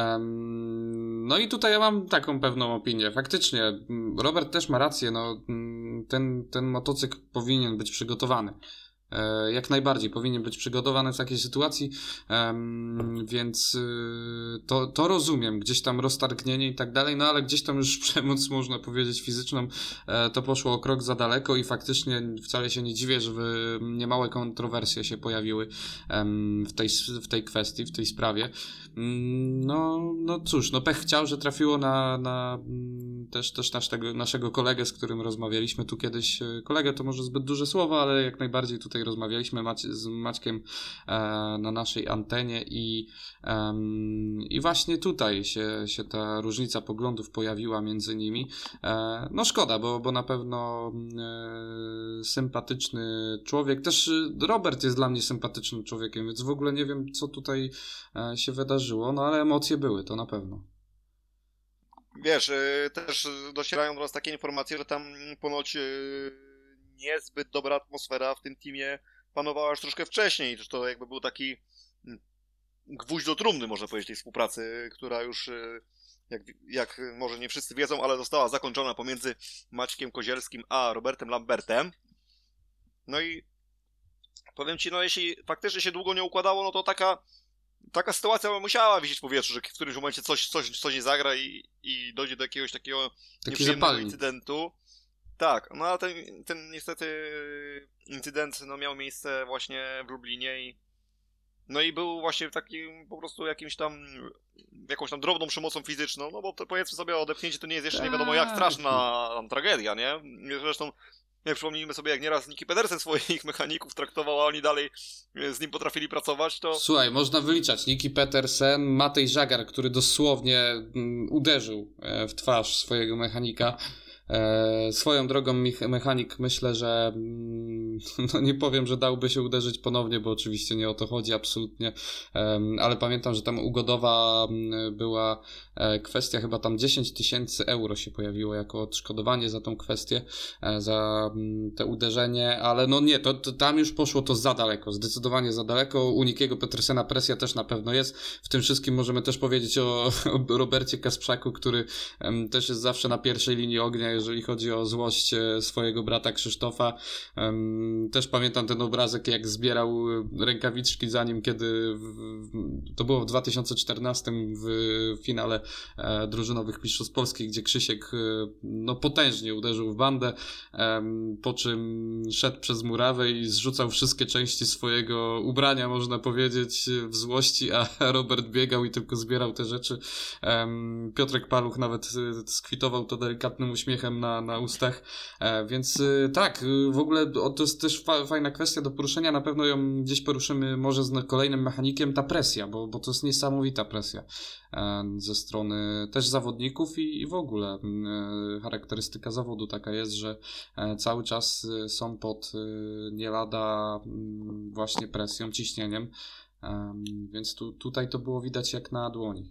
No i tutaj ja mam taką pewną opinię. Faktycznie, Robert też ma rację, no, ten motocykl powinien być przygotowany. Jak najbardziej powinien być przygotowany w takiej sytuacji, więc to rozumiem, gdzieś tam roztargnienie i tak dalej, no ale gdzieś tam już przemoc, można powiedzieć, fizyczną, to poszło o krok za daleko i faktycznie wcale się nie dziwię, że niemałe kontrowersje się pojawiły w tej kwestii, w tej sprawie. No cóż, no pech chciał, że trafiło na też naszego kolegę, z którym rozmawialiśmy tu kiedyś. Kolegę to może zbyt duże słowo, ale jak najbardziej tutaj rozmawialiśmy z Maćkiem na naszej antenie i właśnie tutaj się ta różnica poglądów pojawiła między nimi. No szkoda, bo na pewno sympatyczny człowiek. Też Robert jest dla mnie sympatycznym człowiekiem, więc w ogóle nie wiem, co tutaj się wydarzyło, no ale emocje były, to na pewno. Wiesz, też docierają do nas takie informacje, że tam ponoć niezbyt dobra atmosfera w tym teamie panowała już troszkę wcześniej, że to jakby był taki gwóźdź do trumny, można powiedzieć, tej współpracy, która już, jak może nie wszyscy wiedzą, ale została zakończona pomiędzy Maćkiem Kozielskim a Robertem Lambertem. No i powiem ci, no jeśli faktycznie się długo nie układało, no to taka sytuacja musiała wisieć w powietrzu, że w którymś momencie coś nie zagra i dojdzie do jakiegoś takiego nieprzyjemnego incydentu. Tak, no ale ten niestety incydent no, miał miejsce właśnie w Lublinie i był właśnie takim po prostu jakąś tam drobną przemocą fizyczną, no bo to powiedzmy sobie, odepchnięcie to nie jest jeszcze nie wiadomo jak straszna tragedia, nie? Zresztą nie przypomnijmy sobie, jak nieraz Niki Pedersen swoich mechaników traktował, a oni dalej z nim potrafili pracować, to... Słuchaj, można wyliczać. Niki Pedersen, Matej Żagar, który dosłownie uderzył w twarz swojego mechanika. Swoją drogą mechanik myślę, że no nie powiem, że dałby się uderzyć ponownie, bo oczywiście nie o to chodzi absolutnie, ale pamiętam, że tam ugodowa była kwestia, chyba tam 10 000 euro się pojawiło jako odszkodowanie za tą kwestię, za te uderzenie, ale no nie, to tam już poszło to za daleko, zdecydowanie za daleko. U Nikiego Petersena presja też na pewno jest. W tym wszystkim możemy też powiedzieć o Robercie Kasprzaku, który też jest zawsze na pierwszej linii ognia, jeżeli chodzi o złość swojego brata Krzysztofa. Też pamiętam ten obrazek, jak zbierał rękawiczki za nim, kiedy to było w 2014 w finale drużynowych mistrzostw Polski, gdzie Krzysiek no potężnie uderzył w bandę, po czym szedł przez murawę i zrzucał wszystkie części swojego ubrania, można powiedzieć, w złości, a Robert biegał i tylko zbierał te rzeczy. Piotrek Paluch nawet skwitował to delikatnym uśmiechem na ustach, więc tak, w ogóle to jest też fajna kwestia do poruszenia, na pewno ją gdzieś poruszymy może z kolejnym mechanikiem, ta presja, bo to jest niesamowita presja ze strony też zawodników i w ogóle charakterystyka zawodu taka jest, że cały czas są pod nie lada właśnie presją, ciśnieniem, więc tutaj to było widać jak na dłoni.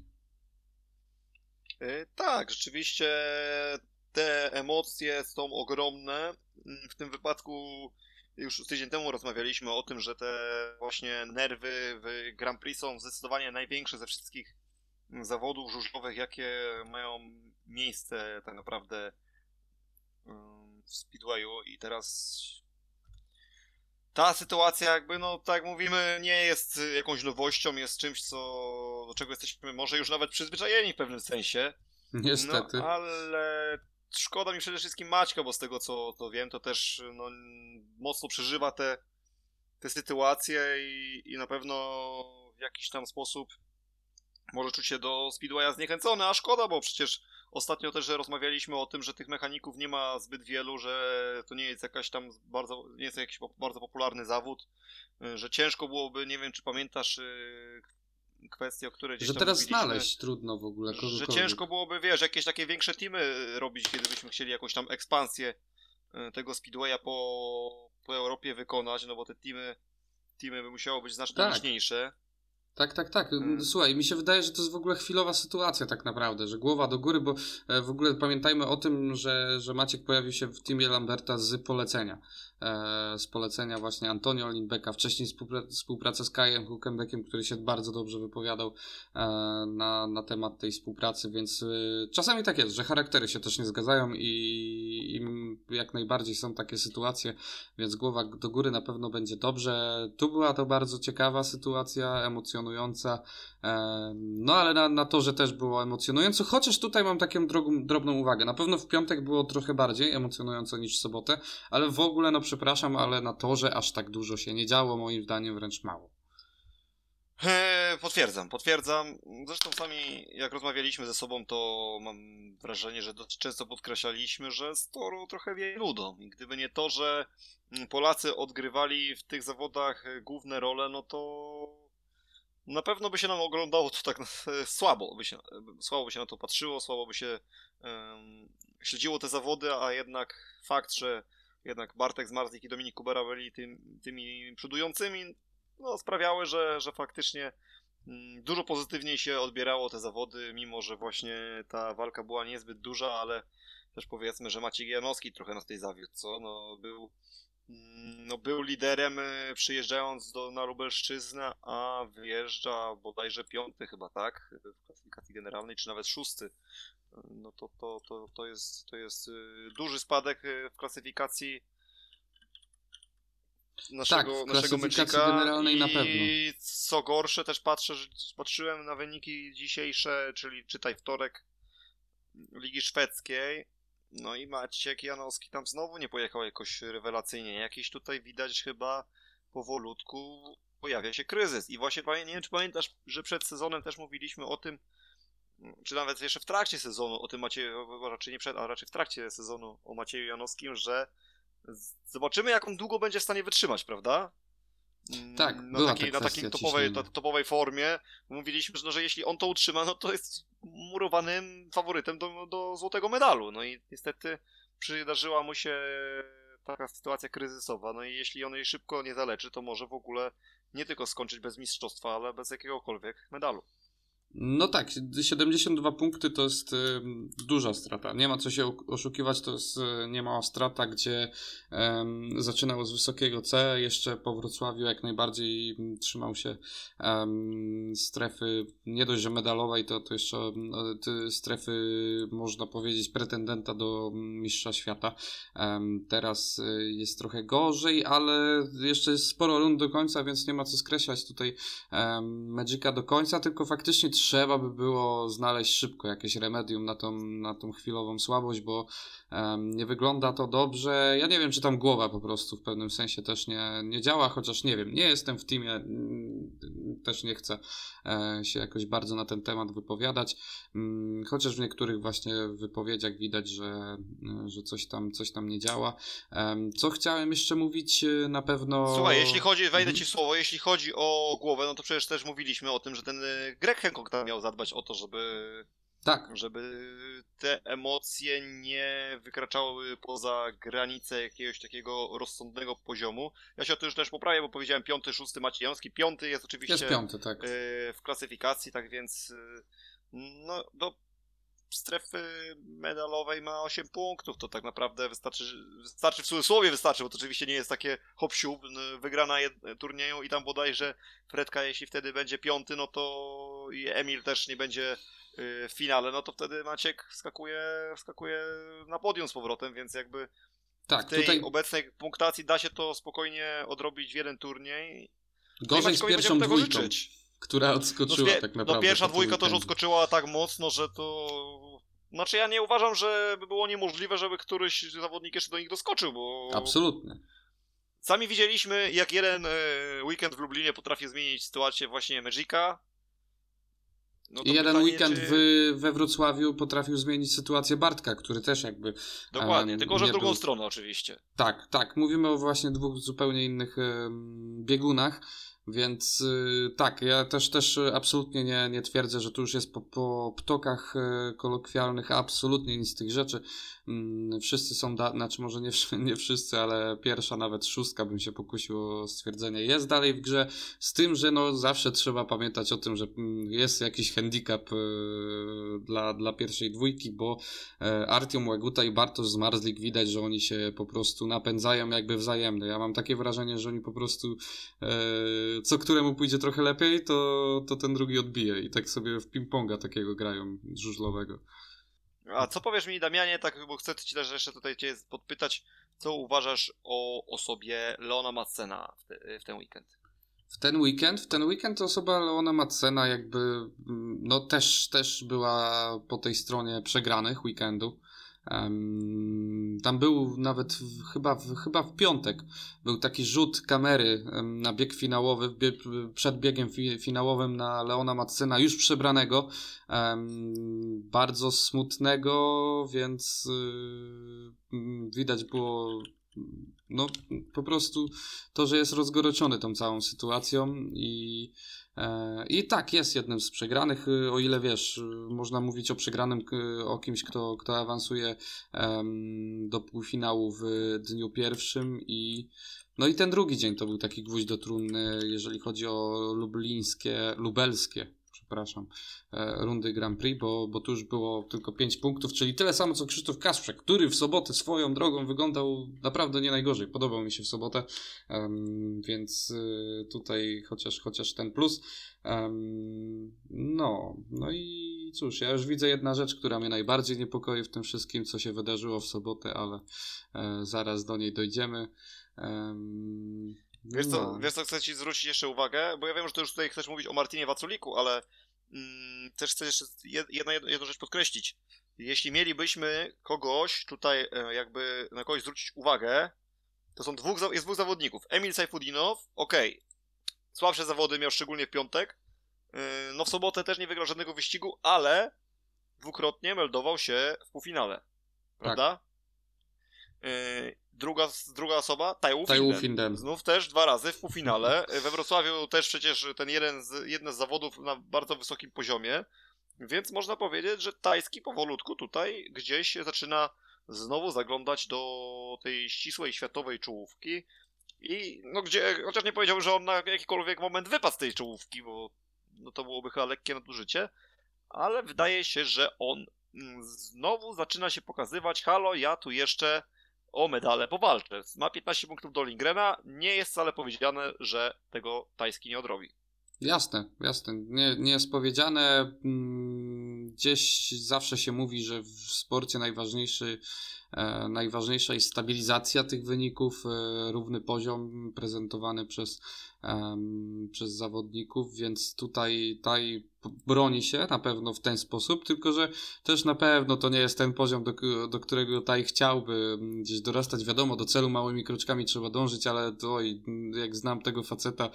Tak, rzeczywiście te emocje są ogromne. W tym wypadku już tydzień temu rozmawialiśmy o tym, że te właśnie nerwy w Grand Prix są zdecydowanie największe ze wszystkich zawodów żużlowych, jakie mają miejsce tak naprawdę w Speedwayu i teraz ta sytuacja jakby, no tak jak mówimy, nie jest jakąś nowością, jest czymś, do czego jesteśmy może już nawet przyzwyczajeni w pewnym sensie. Niestety. No, ale szkoda mi przede wszystkim Maćka, bo z tego co wiem, to też no, mocno przeżywa te sytuacje i na pewno w jakiś tam sposób może czuć się do Speedwaya zniechęcony, a szkoda, bo przecież ostatnio też rozmawialiśmy o tym, że tych mechaników nie ma zbyt wielu, że to nie jest nie jest jakiś bardzo popularny zawód, że ciężko byłoby, nie wiem czy pamiętasz kwestię, o której gdzieś że tam teraz mówiliśmy, znaleźć trudno w ogóle kogokolwiek. że ciężko byłoby, wiesz, jakieś takie większe teamy robić, kiedy byśmy chcieli jakąś tam ekspansję tego Speedwaya po Europie wykonać, no bo te teamy by musiało być znacznie liczniejsze. Tak. Słuchaj, mi się wydaje, że to jest w ogóle chwilowa sytuacja tak naprawdę, że głowa do góry, bo w ogóle pamiętajmy o tym, że Maciek pojawił się w teamie Lamberta z polecenia. Z polecenia właśnie Antonio Lindbecka, wcześniej współpracę z Kajem Hülkenbergiem, który się bardzo dobrze wypowiadał na temat tej współpracy, więc czasami tak jest, że charaktery się też nie zgadzają i jak najbardziej są takie sytuacje, więc głowa do góry na pewno będzie dobrze. Tu była to bardzo ciekawa sytuacja, emocjonująca, no ale na torze też było emocjonująco, chociaż tutaj mam taką drobną uwagę. Na pewno w piątek było trochę bardziej emocjonująco niż w sobotę, ale w ogóle, no przepraszam, ale na torze aż tak dużo się nie działo, moim zdaniem wręcz mało. Potwierdzam. Zresztą sami jak rozmawialiśmy ze sobą, to mam wrażenie, że dość często podkreślaliśmy, że z toru trochę wieje nudą. I gdyby nie to, że Polacy odgrywali w tych zawodach główne role, no to na pewno by się nam oglądało to tak słabo by się na to patrzyło, słabo by się śledziło te zawody, a jednak fakt, że jednak Bartek Zmarzlik i Dominik Kubera byli tymi przodującymi, no, sprawiały, że faktycznie dużo pozytywniej się odbierało te zawody, mimo że właśnie ta walka była niezbyt duża, ale też powiedzmy, że Maciej Janowski trochę nas tutaj zawiódł, co? Był liderem przyjeżdżając na Lubelszczyznę, a wyjeżdża bodajże 5. chyba, tak? W klasyfikacji generalnej, czy nawet 6. No to jest duży spadek w klasyfikacji naszego mecznika generalnej na pewno. I co gorsze, też patrzyłem na wyniki dzisiejsze, czyli czytaj wtorek Ligi Szwedzkiej, no i Maciek Janowski tam znowu nie pojechał jakoś rewelacyjnie, jakiś tutaj widać chyba powolutku pojawia się kryzys i właśnie nie wiem czy pamiętasz, że przed sezonem też mówiliśmy o tym, czy nawet jeszcze w trakcie sezonu o tym raczej nie przed, a raczej w trakcie sezonu o Macieju Janowskim, że zobaczymy, jak on długo będzie w stanie wytrzymać, prawda? Tak, na takiej topowej formie. Mówiliśmy, że jeśli on to utrzyma, no to jest murowanym faworytem do złotego medalu. No i niestety przydarzyła mu się taka sytuacja kryzysowa, no i jeśli on jej szybko nie zaleczy, to może w ogóle nie tylko skończyć bez mistrzostwa, ale bez jakiegokolwiek medalu. No tak, 72 punkty to jest duża strata. Nie ma co się oszukiwać, to jest niemała strata, gdzie zaczynał z wysokiego C, jeszcze po Wrocławiu jak najbardziej trzymał się strefy nie dość, że medalowej, to jeszcze strefy, można powiedzieć, pretendenta do mistrza świata. Teraz jest trochę gorzej, ale jeszcze jest sporo rund do końca, więc nie ma co skreślać tutaj Magica do końca, tylko faktycznie trzeba by było znaleźć szybko jakieś remedium na tą chwilową słabość, bo nie wygląda to dobrze. Ja nie wiem, czy tam głowa po prostu w pewnym sensie też nie działa, chociaż nie wiem, nie jestem w teamie, też nie chcę się jakoś bardzo na ten temat wypowiadać, chociaż w niektórych właśnie wypowiedziach widać, że coś tam nie działa. Co chciałem jeszcze mówić, na pewno... Słuchaj, wejdę ci w słowo, jeśli chodzi o głowę, no to przecież też mówiliśmy o tym, że ten Greg Hancock tam miał zadbać o to, żeby te emocje nie wykraczały poza granice jakiegoś takiego rozsądnego poziomu. Ja się o to już też poprawię, bo powiedziałem 5., 6. Maciej Janowski. 5. jest oczywiście jest 5., tak. W klasyfikacji, tak więc no do strefy medalowej ma 8 punktów, to tak naprawdę wystarczy w cudzysłowie wystarczy, bo to oczywiście nie jest takie hop-siup, wygrana turnieju i tam bodajże Fredka, jeśli wtedy będzie 5., no to i Emil też nie będzie w finale, no to wtedy Maciek wskakuje na podium z powrotem, więc jakby tak, w tej tutaj... obecnej punktacji da się to spokojnie odrobić w jeden turniej. Gorzej z pierwszą dwójką, która odskoczyła tak naprawdę. No pierwsza dwójka też odskoczyła tak mocno, że to... Znaczy ja nie uważam, że by było niemożliwe, żeby któryś zawodnik jeszcze do nich doskoczył, bo... Absolutnie. Sami widzieliśmy, jak jeden weekend w Lublinie potrafi zmienić sytuację właśnie Magica. No i jeden weekend we Wrocławiu potrafił zmienić sytuację Bartka, który też jakby... Dokładnie, tylko że w drugą stronę oczywiście. Tak. Mówimy o właśnie dwóch zupełnie innych biegunach, więc tak, ja też absolutnie nie twierdzę, że tu już jest po ptokach kolokwialnych, absolutnie nic z tych rzeczy. Wszyscy są, znaczy może nie wszyscy, ale pierwsza, nawet 6. bym się pokusił o stwierdzenie, jest dalej w grze, z tym, że no zawsze trzeba pamiętać o tym, że jest jakiś handicap dla pierwszej dwójki, bo Artyom Łaguta i Bartosz Zmarzlik widać, że oni się po prostu napędzają jakby wzajemnie. Ja mam takie wrażenie, że oni po prostu co któremu pójdzie trochę lepiej, to ten drugi odbije i tak sobie w ping-ponga takiego grają żużlowego. A co powiesz mi, Damianie, tak, bo chcę ci też jeszcze tutaj cię podpytać, co uważasz o osobie Leona Madsena w ten weekend? W ten weekend osoba Leona Madsena jakby no też była po tej stronie przegranych weekendu. Tam był nawet chyba w piątek był taki rzut kamery na bieg finałowy, przed biegiem finałowym na Leona Madsena, już przebranego, bardzo smutnego, więc widać było no po prostu to, że jest rozgoryczony tą całą sytuacją i tak, jest jednym z przegranych, o ile wiesz, można mówić o przegranym, o kimś, kto awansuje do półfinału w dniu pierwszym no i ten drugi dzień to był taki gwóźdź do trumny, jeżeli chodzi o lubelskie rundy Grand Prix, bo tu już było tylko 5 punktów, czyli tyle samo co Krzysztof Kasprzak, który w sobotę swoją drogą wyglądał naprawdę nie najgorzej. Podobał mi się w sobotę, więc tutaj chociaż ten plus. No i cóż, ja już widzę jedna rzecz, która mnie najbardziej niepokoi w tym wszystkim, co się wydarzyło w sobotę, ale zaraz do niej dojdziemy. Wiesz co, chcę ci zwrócić jeszcze uwagę, bo ja wiem, że to już tutaj chcesz mówić o Martinie Waculiku, ale też chcę jeszcze jedną rzecz podkreślić. Jeśli mielibyśmy kogoś tutaj jakby na kogoś zwrócić uwagę, to jest dwóch zawodników. Emil Sajfudinow, słabsze zawody miał szczególnie w piątek, no w sobotę też nie wygrał żadnego wyścigu, ale dwukrotnie meldował się w półfinale, prawda? Tak. Druga osoba, Taiwu Finden. Znów też 2 razy w półfinale. We Wrocławiu też przecież ten jeden z zawodów na bardzo wysokim poziomie, więc można powiedzieć, że tajski powolutku tutaj gdzieś zaczyna znowu zaglądać do tej ścisłej światowej czołówki i no gdzie, chociaż nie powiedziałbym, że on na jakikolwiek moment wypadł z tej czołówki, bo no to byłoby chyba lekkie nadużycie, ale wydaje się, że on znowu zaczyna się pokazywać, halo, ja tu jeszcze o medale powalczę. Ma 15 punktów do Lindgrena, nie jest wcale powiedziane, że tego Tajski nie odrobi. Jasne. Nie jest powiedziane. Gdzieś zawsze się mówi, że w sporcie najważniejsza jest stabilizacja tych wyników, równy poziom prezentowany przez zawodników, więc tutaj broni się na pewno w ten sposób, tylko że też na pewno to nie jest ten poziom, do którego Taj chciałby gdzieś dorastać. Wiadomo, do celu małymi kroczkami trzeba dążyć, ale jak znam tego faceta,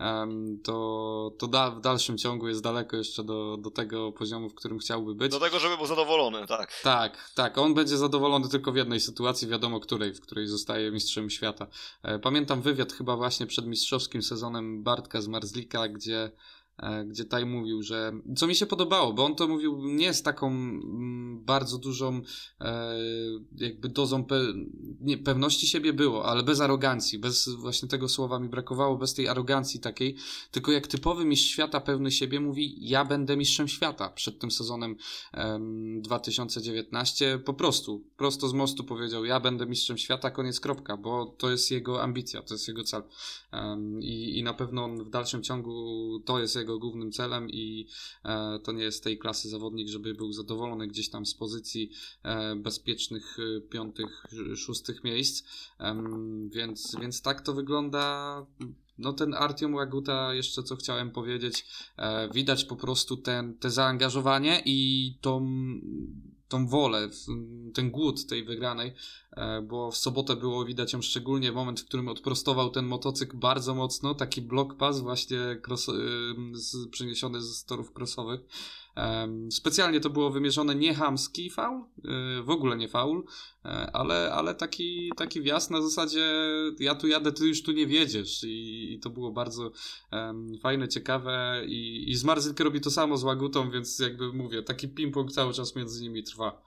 w dalszym ciągu jest daleko jeszcze do tego poziomu, w którym chciałby być. Do tego, żeby był zadowolony, tak. Tak. On będzie zadowolony tylko w jednej sytuacji, wiadomo w której zostaje mistrzem świata. Pamiętam wywiad chyba właśnie przed mistrzowskim sezonem Bartka z Marzlika, gdzie Taj mówił, że co mi się podobało, bo on to mówił nie z taką bardzo dużą jakby dozą pewności siebie było, ale bez arogancji, bez właśnie tego słowa mi brakowało, bez tej arogancji takiej, tylko jak typowy mistrz świata pewny siebie mówi, ja będę mistrzem świata przed tym sezonem 2019, prosto z mostu powiedział, ja będę mistrzem świata, koniec, kropka, bo to jest jego ambicja, to jest jego cel i na pewno on w dalszym ciągu to jest jego głównym celem i to nie jest tej klasy zawodnik, żeby był zadowolony gdzieś tam z pozycji bezpiecznych 5., 6. miejsc, więc tak to wygląda. No ten Artyom Łaguta, jeszcze co chciałem powiedzieć, widać po prostu te zaangażowanie i tą wolę, ten głód tej wygranej, bo w sobotę było widać ją szczególnie, moment, w którym odprostował ten motocykl bardzo mocno, taki block pass właśnie przeniesiony z torów crossowych. Specjalnie to było wymierzone, nie chamski faul, w ogóle nie faul, ale taki wjazd na zasadzie ja tu jadę, ty już tu nie wiedziesz i to było bardzo fajne, ciekawe i z Marzylk robi to samo z Łagutą, więc jakby mówię, taki ping-pong cały czas między nimi trwa.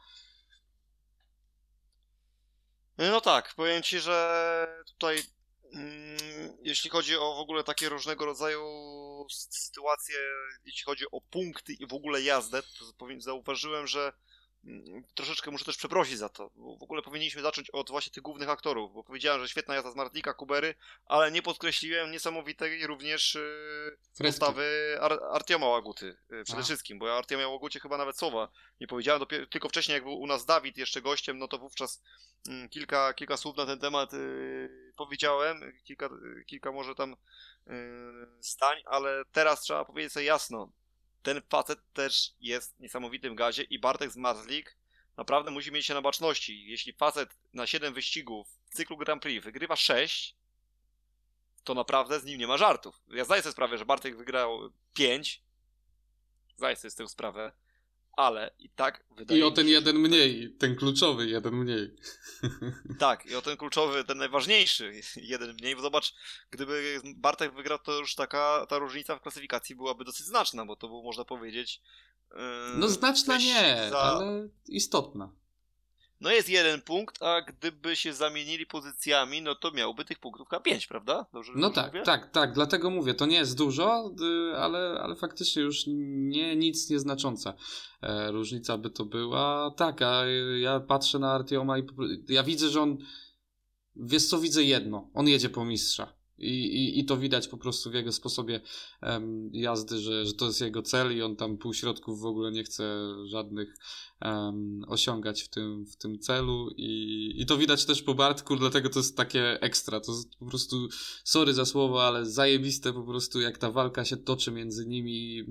No tak, powiem ci, że tutaj jeśli chodzi o w ogóle takie różnego rodzaju sytuacje, jeśli chodzi o punkty i w ogóle jazdę, to zauważyłem, że troszeczkę muszę też przeprosić za to, bo w ogóle powinniśmy zacząć od właśnie tych głównych aktorów, bo powiedziałem, że świetna jazda z Martlika, Kubery, ale nie podkreśliłem niesamowitej również postawy Artioma Łaguty przede wszystkim, bo ja Artiomie Łagucie chyba nawet słowa nie powiedziałem, tylko wcześniej jak był u nas Dawid jeszcze gościem, no to wówczas kilka słów na ten temat powiedziałem, kilka może tam zdań, ale teraz trzeba powiedzieć sobie jasno, ten facet też jest w niesamowitym gazie i Bartek z Marzlik naprawdę musi mieć się na baczności. Jeśli facet na 7 wyścigów w cyklu Grand Prix wygrywa 6, to naprawdę z nim nie ma żartów. Ja zdaję sobie sprawę, że Bartek wygrał 5, zdaję sobie z tego sprawę, ale i tak wydaje mi się... I o ten jeden mniej, ten kluczowy jeden mniej. Tak, i o ten kluczowy, ten najważniejszy jeden mniej, bo zobacz, gdyby Bartek wygrał, to już ta różnica w klasyfikacji byłaby dosyć znaczna, bo to było, można powiedzieć... No znaczna nie, ale istotna. No jest 1 punkt, a gdyby się zamienili pozycjami, no to miałby tych punktów K5, prawda? Dobrze mówię? tak, dlatego mówię, to nie jest dużo, ale faktycznie już nic nieznacząca różnica by to była. Tak, a ja patrzę na Artioma i ja widzę, że on, wiesz co, widzę jedno, on jedzie po mistrza. I to widać po prostu w jego sposobie jazdy, że to jest jego cel i on tam półśrodków w ogóle nie chce żadnych osiągać w tym celu i to widać też po Bartku, dlatego to jest takie ekstra, to jest po prostu, sorry za słowo, ale zajebiste po prostu, jak ta walka się toczy między nimi,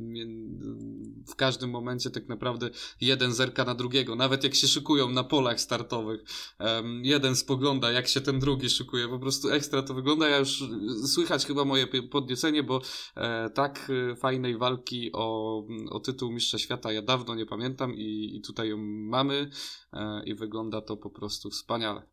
w każdym momencie tak naprawdę jeden zerka na drugiego, nawet jak się szykują na polach startowych, jeden spogląda jak się ten drugi szykuje, po prostu ekstra to wygląda. Ja już słychać chyba moje podniecenie, bo tak fajnej walki o tytuł mistrza świata ja dawno nie pamiętam i tutaj ją mamy i wygląda to po prostu wspaniale.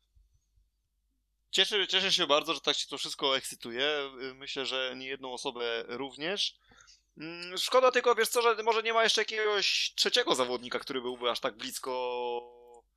Cieszę się bardzo, że tak się to wszystko ekscytuje. Myślę, że niejedną osobę również. Szkoda tylko, wiesz co, że może nie ma jeszcze jakiegoś trzeciego zawodnika, który byłby aż tak blisko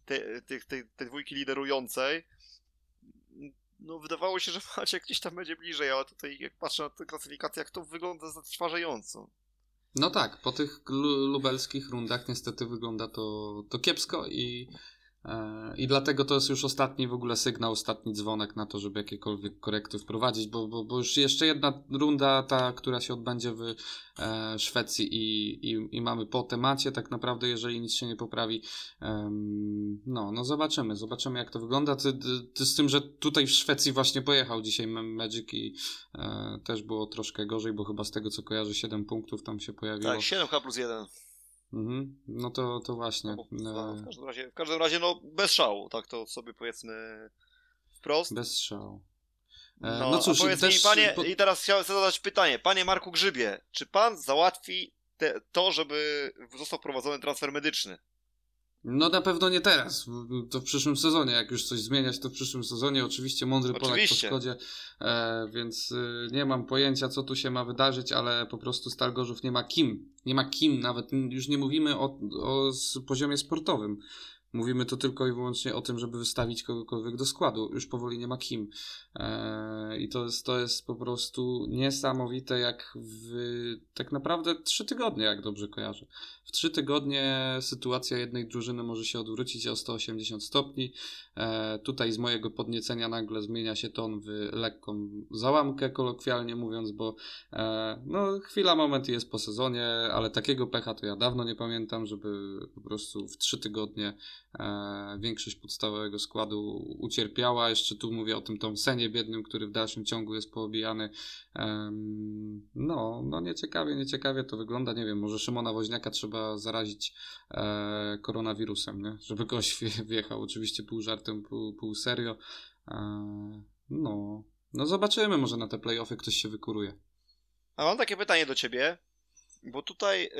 tej dwójki liderującej, no wydawało się, że Maciek gdzieś tam będzie bliżej, ale tutaj jak patrzę na tę klasyfikację, jak to wygląda zatrważająco. No tak, po tych lubelskich rundach niestety wygląda to kiepsko i dlatego to jest już ostatni w ogóle sygnał, ostatni dzwonek na to, żeby jakiekolwiek korekty wprowadzić, bo już jeszcze jedna runda, ta, która się odbędzie w Szwecji i mamy po temacie tak naprawdę, jeżeli nic się nie poprawi. No zobaczymy jak to wygląda. Ty z tym, że tutaj w Szwecji właśnie pojechał dzisiaj Magic i też było troszkę gorzej, bo chyba z tego co kojarzę 7 punktów tam się pojawiło. Tak, 7H+1. No to właśnie. W każdym razie, no bez szału, tak to sobie powiedzmy wprost. Bez szału. No cóż, powiedz mi, panie, i teraz chciałem sobie zadać pytanie. Panie Marku Grzybie, czy pan załatwi to, żeby został wprowadzony transfer medyczny? No na pewno nie teraz, to w przyszłym sezonie, jak już coś zmieniać, to w przyszłym sezonie, oczywiście mądry Polak po szkodzie, więc nie mam pojęcia, co tu się ma wydarzyć, ale po prostu Stal Gorzów nie ma kim, nawet już nie mówimy o poziomie sportowym. Mówimy tu tylko i wyłącznie o tym, żeby wystawić kogokolwiek do składu. Już powoli nie ma kim. I to jest po prostu niesamowite, jak tak naprawdę 3 tygodnie, jak dobrze kojarzę. W 3 tygodnie sytuacja jednej drużyny może się odwrócić o 180 stopni. Tutaj z mojego podniecenia nagle zmienia się ton w lekką załamkę, kolokwialnie mówiąc, bo no chwila, moment jest po sezonie, ale takiego pecha to ja dawno nie pamiętam, żeby po prostu w 3 tygodnie większość podstawowego składu ucierpiała. Jeszcze tu mówię o tym Thompsonie biednym, który w dalszym ciągu jest poobijany. No nieciekawie to wygląda. Nie wiem, może Szymona Woźniaka trzeba zarazić koronawirusem, nie? Żeby gość wjechał. Oczywiście pół żartem, pół serio. No zobaczymy, może na te play-offy ktoś się wykuruje. A mam takie pytanie do ciebie, bo tutaj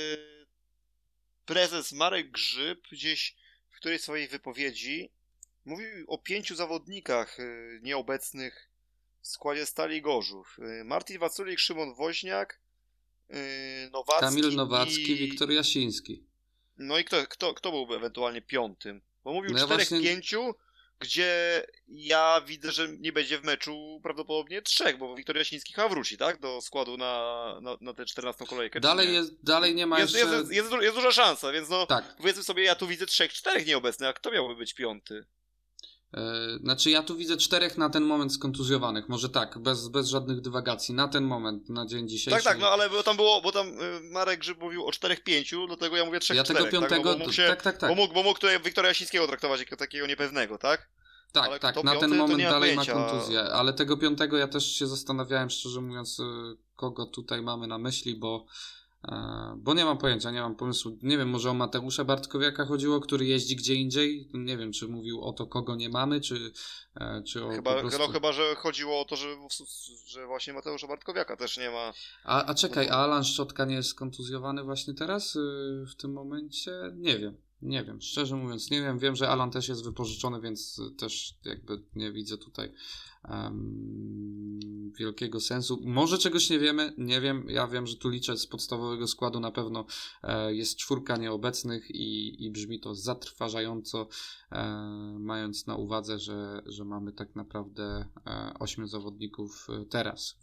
prezes Marek Grzyb gdzieś w którejś swojej wypowiedzi mówił o 5 zawodnikach nieobecnych w składzie Stali Gorzów. Martin Waculik, Szymon Woźniak, Nowacki. Kamil Nowacki, Wiktor Jasiński. No i kto byłby ewentualnie 5? Bo mówił 4-5, właśnie... gdzie ja widzę, że nie będzie w meczu prawdopodobnie 3, bo Wiktor Jasiński chyba wróci, tak? Do składu na tę 14 kolejkę. Dalej nie ma jeszcze... Jest duża szansa, więc no tak. Powiedzmy sobie, ja tu widzę 3-4 nieobecnych, a kto miałby być 5? Znaczy ja tu widzę 4 na ten moment skontuzjowanych, może tak, bez żadnych dywagacji, na ten moment, na dzień dzisiejszy. Tak, no ale bo tam Marek Grzyb mówił o 4-5, dlatego ja mówię 3-4. Ja tego 5, tak. Bo mógł tutaj Wiktora Jasińskiego traktować jako takiego niepewnego, tak? Tak, na ten moment dalej ma kontuzję, ale tego 5 ja też się zastanawiałem, szczerze mówiąc, kogo tutaj mamy na myśli, bo nie mam pojęcia, nie mam pomysłu. Nie wiem, może o Mateusza Bartkowiaka chodziło, który jeździ gdzie indziej. Nie wiem, czy mówił o to, kogo nie mamy, czy o chyba, że chodziło o to, że właśnie Mateusza Bartkowiaka też nie ma. A czekaj, a Alan Szczotka nie jest skontuzjowany właśnie teraz? W tym momencie? Nie wiem, szczerze mówiąc nie wiem. Wiem, że Alan też jest wypożyczony, więc też jakby nie widzę tutaj wielkiego sensu. Może czegoś nie wiemy, nie wiem. Ja wiem, że tu liczę z podstawowego składu na pewno jest 4 nieobecnych i brzmi to zatrważająco, mając na uwadze, że mamy tak naprawdę 8 zawodników teraz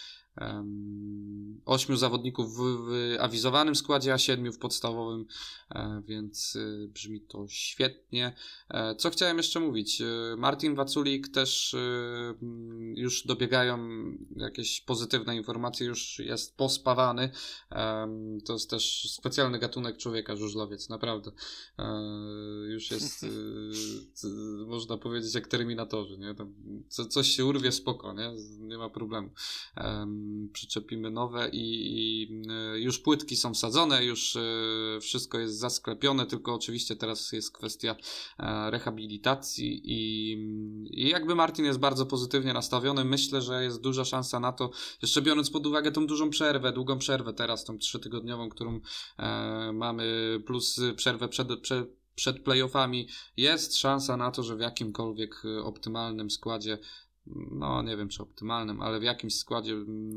8 zawodników w awizowanym składzie, a 7 w podstawowym, więc brzmi to świetnie. Co chciałem jeszcze mówić? Martin Waculik też już dobiegają jakieś pozytywne informacje, już jest pospawany. To jest też specjalny gatunek człowieka, żużlowiec, naprawdę. Już jest, można powiedzieć, jak terminatorzy, nie? Tam coś się urwie, spoko, nie ma problemu. Przyczepimy nowe i już płytki są wsadzone, już wszystko jest zasklepione, tylko oczywiście teraz jest kwestia rehabilitacji i jakby Martin jest bardzo pozytywnie nastawiony. Myślę, że jest duża szansa na to, jeszcze biorąc pod uwagę tą długą przerwę teraz, tą 3-tygodniową, którą mamy, plus przerwę przed playoffami, jest szansa na to, że w jakimkolwiek optymalnym składzie, no nie wiem czy optymalnym, ale w jakimś składzie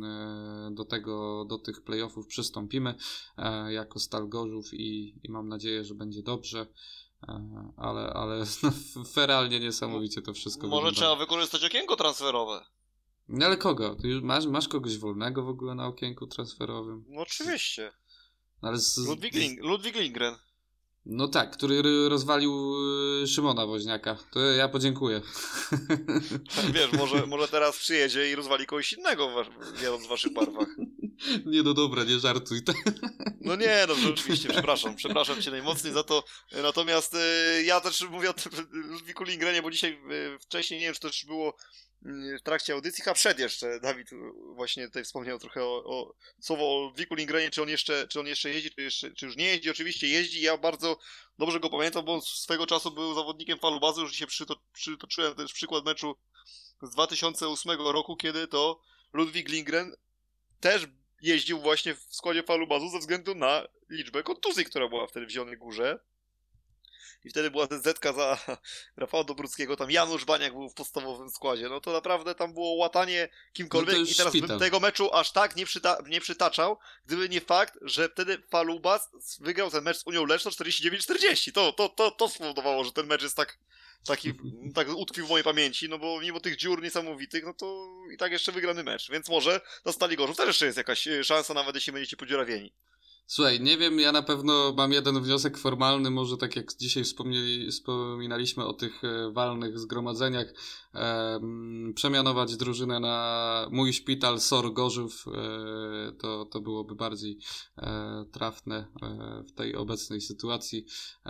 do tych playoffów przystąpimy jako Stal Gorzów i mam nadzieję, że będzie dobrze. ale no, feralnie niesamowicie to wszystko Może wygląda. trzeba wykorzystać okienko transferowe. No ale kogo? Ty już masz kogoś wolnego w ogóle na okienku transferowym? No oczywiście. Ale Ludwig Lindgren. No tak, który rozwalił Szymona Woźniaka. To ja podziękuję. Wiesz, może teraz przyjedzie i rozwali kogoś innego w waszych barwach. Nie no dobra, nie żartuj. No nie, no rzeczywiście, przepraszam cię najmocniej za to. Natomiast ja też mówię o tym Ludwiku Lindgrenie, bo dzisiaj wcześniej, nie wiem, czy to już było w trakcie audycji, a przed jeszcze Dawid właśnie tutaj wspomniał trochę słowo o Ludwiku Lindgrenie, czy on jeszcze jeździ, czy już nie jeździ. Oczywiście jeździ, ja bardzo dobrze go pamiętam, bo on swego czasu był zawodnikiem Falubazu, już dzisiaj przytoczyłem też przykład meczu z 2008 roku, kiedy to Ludwik Lindgren też jeździł właśnie w składzie Falubazu ze względu na liczbę kontuzji, która była wtedy w Zielonej Górze. I wtedy była zetka za Rafała Dobruckiego, tam Janusz Baniak był w podstawowym składzie. No to naprawdę tam było łatanie kimkolwiek No i teraz szpital. bym tego meczu aż tak nie przytaczał, gdyby nie fakt, że wtedy Falubas wygrał ten mecz z Unią Leszno 49-40. To spowodowało, że ten mecz jest tak utkwił w mojej pamięci, no bo mimo tych dziur niesamowitych, no to i tak jeszcze wygrany mecz. Więc może na Stali Gorzów też jeszcze jest jakaś szansa, nawet jeśli będziecie podziurawieni. Słuchaj, nie wiem, ja na pewno mam jeden wniosek formalny, może tak jak dzisiaj wspominaliśmy o tych walnych zgromadzeniach, przemianować drużynę na mój szpital SOR Gorzów, to byłoby bardziej trafne w tej obecnej sytuacji,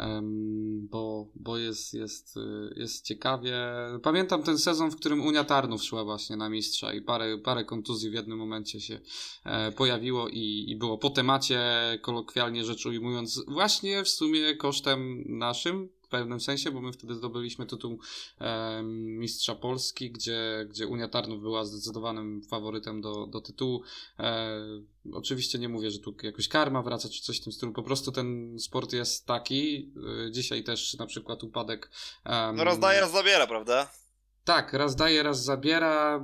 bo jest ciekawie. Pamiętam ten sezon, w którym Unia Tarnów szła właśnie na mistrza i parę kontuzji w jednym momencie się pojawiło i było po temacie, kolokwialnie rzecz ujmując, właśnie w sumie kosztem naszym, w pewnym sensie, bo my wtedy zdobyliśmy tytuł mistrza Polski, gdzie Unia Tarnów była zdecydowanym faworytem do tytułu. Oczywiście nie mówię, że tu jakoś karma wraca, czy coś w tym stylu, po prostu ten sport jest taki. Dzisiaj też na przykład upadek... No raz daje, raz zabiera, prawda? Tak, raz daje, raz zabiera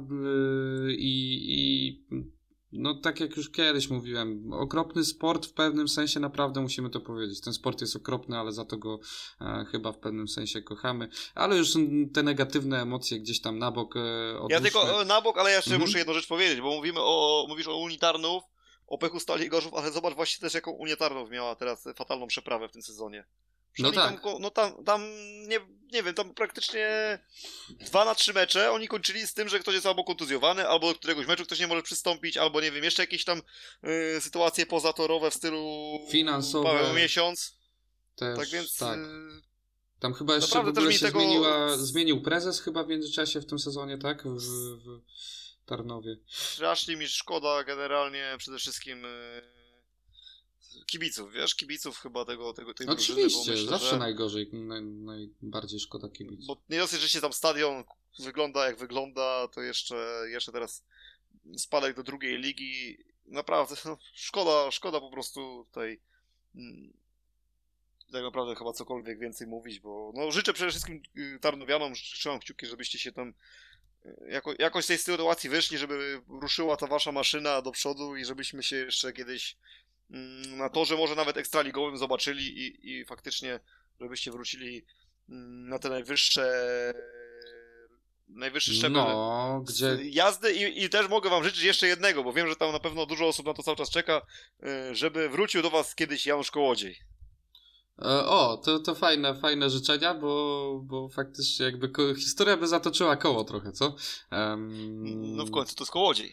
i no tak jak już kiedyś mówiłem, okropny sport w pewnym sensie, naprawdę musimy to powiedzieć. Ten sport jest okropny, ale za to go chyba w pewnym sensie kochamy. Ale już te negatywne emocje gdzieś tam na bok odłóżmy. Ja tylko na bok, ale ja jeszcze muszę jedną rzecz powiedzieć, bo mówisz o Unii Tarnów, o pechu Stali Gorzów, ale zobacz właśnie też, jaką Unia Tarnów miała teraz fatalną przeprawę w tym sezonie. No tak. Tam nie wiem, tam praktycznie 2 na 3 mecze oni kończyli z tym, że ktoś jest albo kontuzjowany, albo do któregoś meczu ktoś nie może przystąpić, albo nie wiem, jeszcze jakieś tam sytuacje pozatorowe w stylu finansowe. Miesiąc. Też, tak więc... tak. Tam chyba jeszcze w ogóle się zmienił prezes chyba w międzyczasie w tym sezonie, tak? W Tarnowie. Strasznie mi szkoda generalnie przede wszystkim kibiców, wiesz? Kibiców chyba tej oczywiście, drużyny, bo myślę, zawsze że... najgorzej, najbardziej szkoda kibiców. Bo nie dosyć, że się tam stadion wygląda jak wygląda, to jeszcze teraz spadek do drugiej ligi. Naprawdę, no, szkoda po prostu tutaj tak naprawdę chyba cokolwiek więcej mówić, bo no, życzę przede wszystkim Tarnowianom, trzymam kciuki, żebyście się tam jakoś z tej sytuacji wyszli, żeby ruszyła ta wasza maszyna do przodu i żebyśmy się jeszcze kiedyś na torze może nawet ekstraligowym zobaczyli i faktycznie żebyście wrócili na te najwyższy szczebel jazdy i też mogę wam życzyć jeszcze jednego, bo wiem, że tam na pewno dużo osób na to cały czas czeka, żeby wrócił do was kiedyś Janusz Kołodziej. To fajne życzenia, bo faktycznie jakby historia by zatoczyła koło trochę, co? No w końcu to jest Kołodziej.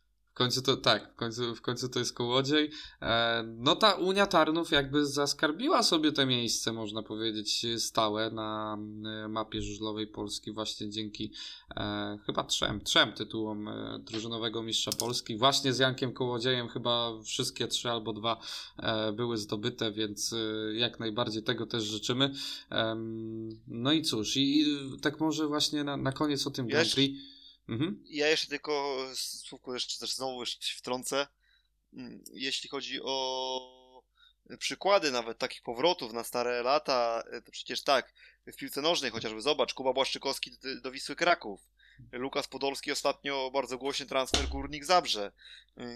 W końcu to jest Kołodziej. No ta Unia Tarnów jakby zaskarbiła sobie te miejsce, można powiedzieć, stałe na mapie żużlowej Polski właśnie dzięki chyba trzem tytułom drużynowego mistrza Polski. Właśnie z Jankiem Kołodziejem chyba wszystkie 3 albo 2 były zdobyte, więc jak najbardziej tego też życzymy. No i cóż, i tak może właśnie na koniec o tym Grand Prix. Ja jeszcze tylko słówko jeszcze też znowu się wtrącę. Jeśli chodzi o przykłady nawet takich powrotów na stare lata, to przecież tak, w piłce nożnej chociażby zobacz, Kuba Błaszczykowski do Wisły Kraków, Lukas Podolski ostatnio bardzo głośny transfer Górnik Zabrze,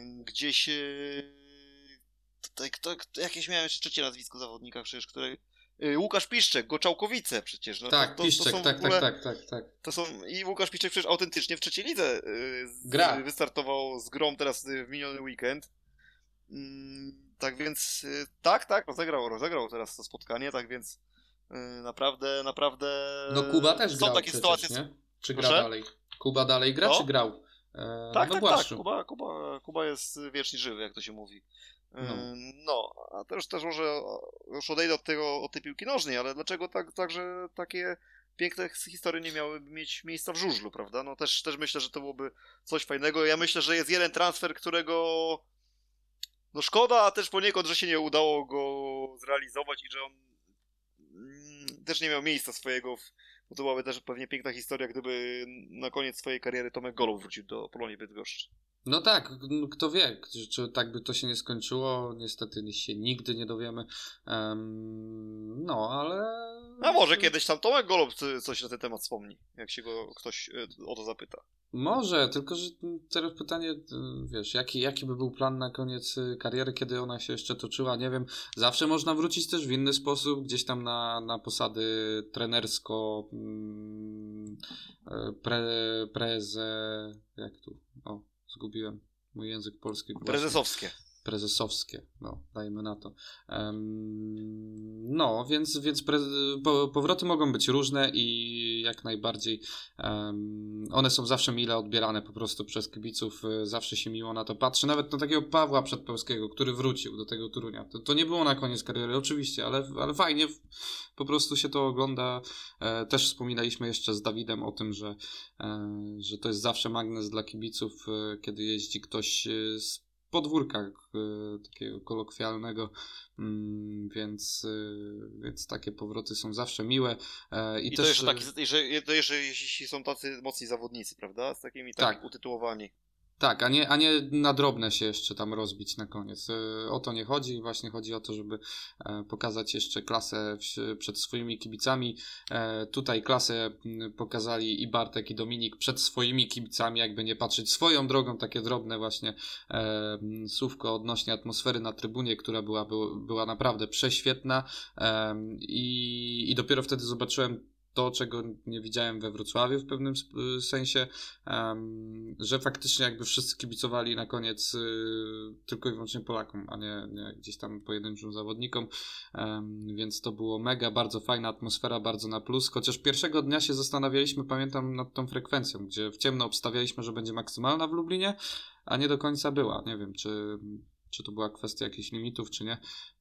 gdzieś tutaj jakieś miałem jeszcze trzecie nazwisko zawodnika przecież, Łukasz Piszczek, Goczałkowice przecież. No Tak, to Piszczek, są w tak, ogóle, tak. to są, i Łukasz Piszczek przecież autentycznie w trzeciej lidze Gra. wystartował z grą teraz w miniony weekend. Tak więc, tak, rozegrał teraz to spotkanie, tak więc naprawdę... No Kuba też są grał takie przecież, sytuacje. nie? Czy gra Proszę? dalej? Kuba dalej gra, No. czy grał? Tak, no tak, Błaszczu. Kuba jest wiecznie żywy, jak to się mówi. No. No, a też może już odejdę od tej piłki nożnej, ale dlaczego także takie piękne historie nie miałyby mieć miejsca w żużlu, prawda? No też myślę, że to byłoby coś fajnego. Ja myślę, że jest jeden transfer, którego no szkoda, a też poniekąd, że się nie udało go zrealizować i że on też nie miał miejsca swojego, bo to byłaby też pewnie piękna historia, gdyby na koniec swojej kariery Tomek Golow wrócił do Polonii Bydgoszcz. No tak, kto wie, czy tak by to się nie skończyło, niestety się nigdy nie dowiemy, no ale... A może kiedyś tam Tomek Golob coś na ten temat wspomni, jak się go ktoś o to zapyta. Może, tylko że teraz pytanie, wiesz, jaki by był plan na koniec kariery, kiedy ona się jeszcze toczyła, nie wiem, zawsze można wrócić też w inny sposób, gdzieś tam na posady trenersko, jak tu, zgubiłem mój język polski. Prezesowskie, no, dajmy na to. No, więc powroty mogą być różne i jak najbardziej one są zawsze mile odbierane po prostu przez kibiców, zawsze się miło na to patrzy, nawet na takiego Pawła Przedpełskiego, który wrócił do tego Torunia. To nie było na koniec kariery, oczywiście, ale fajnie po prostu się to ogląda. Też wspominaliśmy jeszcze z Dawidem o tym, że to jest zawsze magnes dla kibiców, kiedy jeździ ktoś z podwórka takiego kolokwialnego, więc takie powroty są zawsze miłe. I też, to jeszcze jeśli są tacy mocni zawodnicy, prawda? Z takimi tak utytułowani. Tak, a nie na drobne się jeszcze tam rozbić na koniec. O to nie chodzi. Właśnie chodzi o to, żeby pokazać jeszcze klasę przed swoimi kibicami. Tutaj klasę pokazali i Bartek, i Dominik przed swoimi kibicami, jakby nie patrzeć swoją drogą. Takie drobne właśnie słówko odnośnie atmosfery na trybunie, która była naprawdę prześwietna. I dopiero wtedy zobaczyłem to, czego nie widziałem we Wrocławiu w pewnym sensie, że faktycznie jakby wszyscy kibicowali na koniec tylko i wyłącznie Polakom, a nie gdzieś tam pojedynczym zawodnikom, więc to było mega, bardzo fajna atmosfera, bardzo na plus, chociaż pierwszego dnia się zastanawialiśmy, pamiętam, nad tą frekwencją, gdzie w ciemno obstawialiśmy, że będzie maksymalna w Lublinie, a nie do końca była, nie wiem, czy to była kwestia jakichś limitów, czy nie,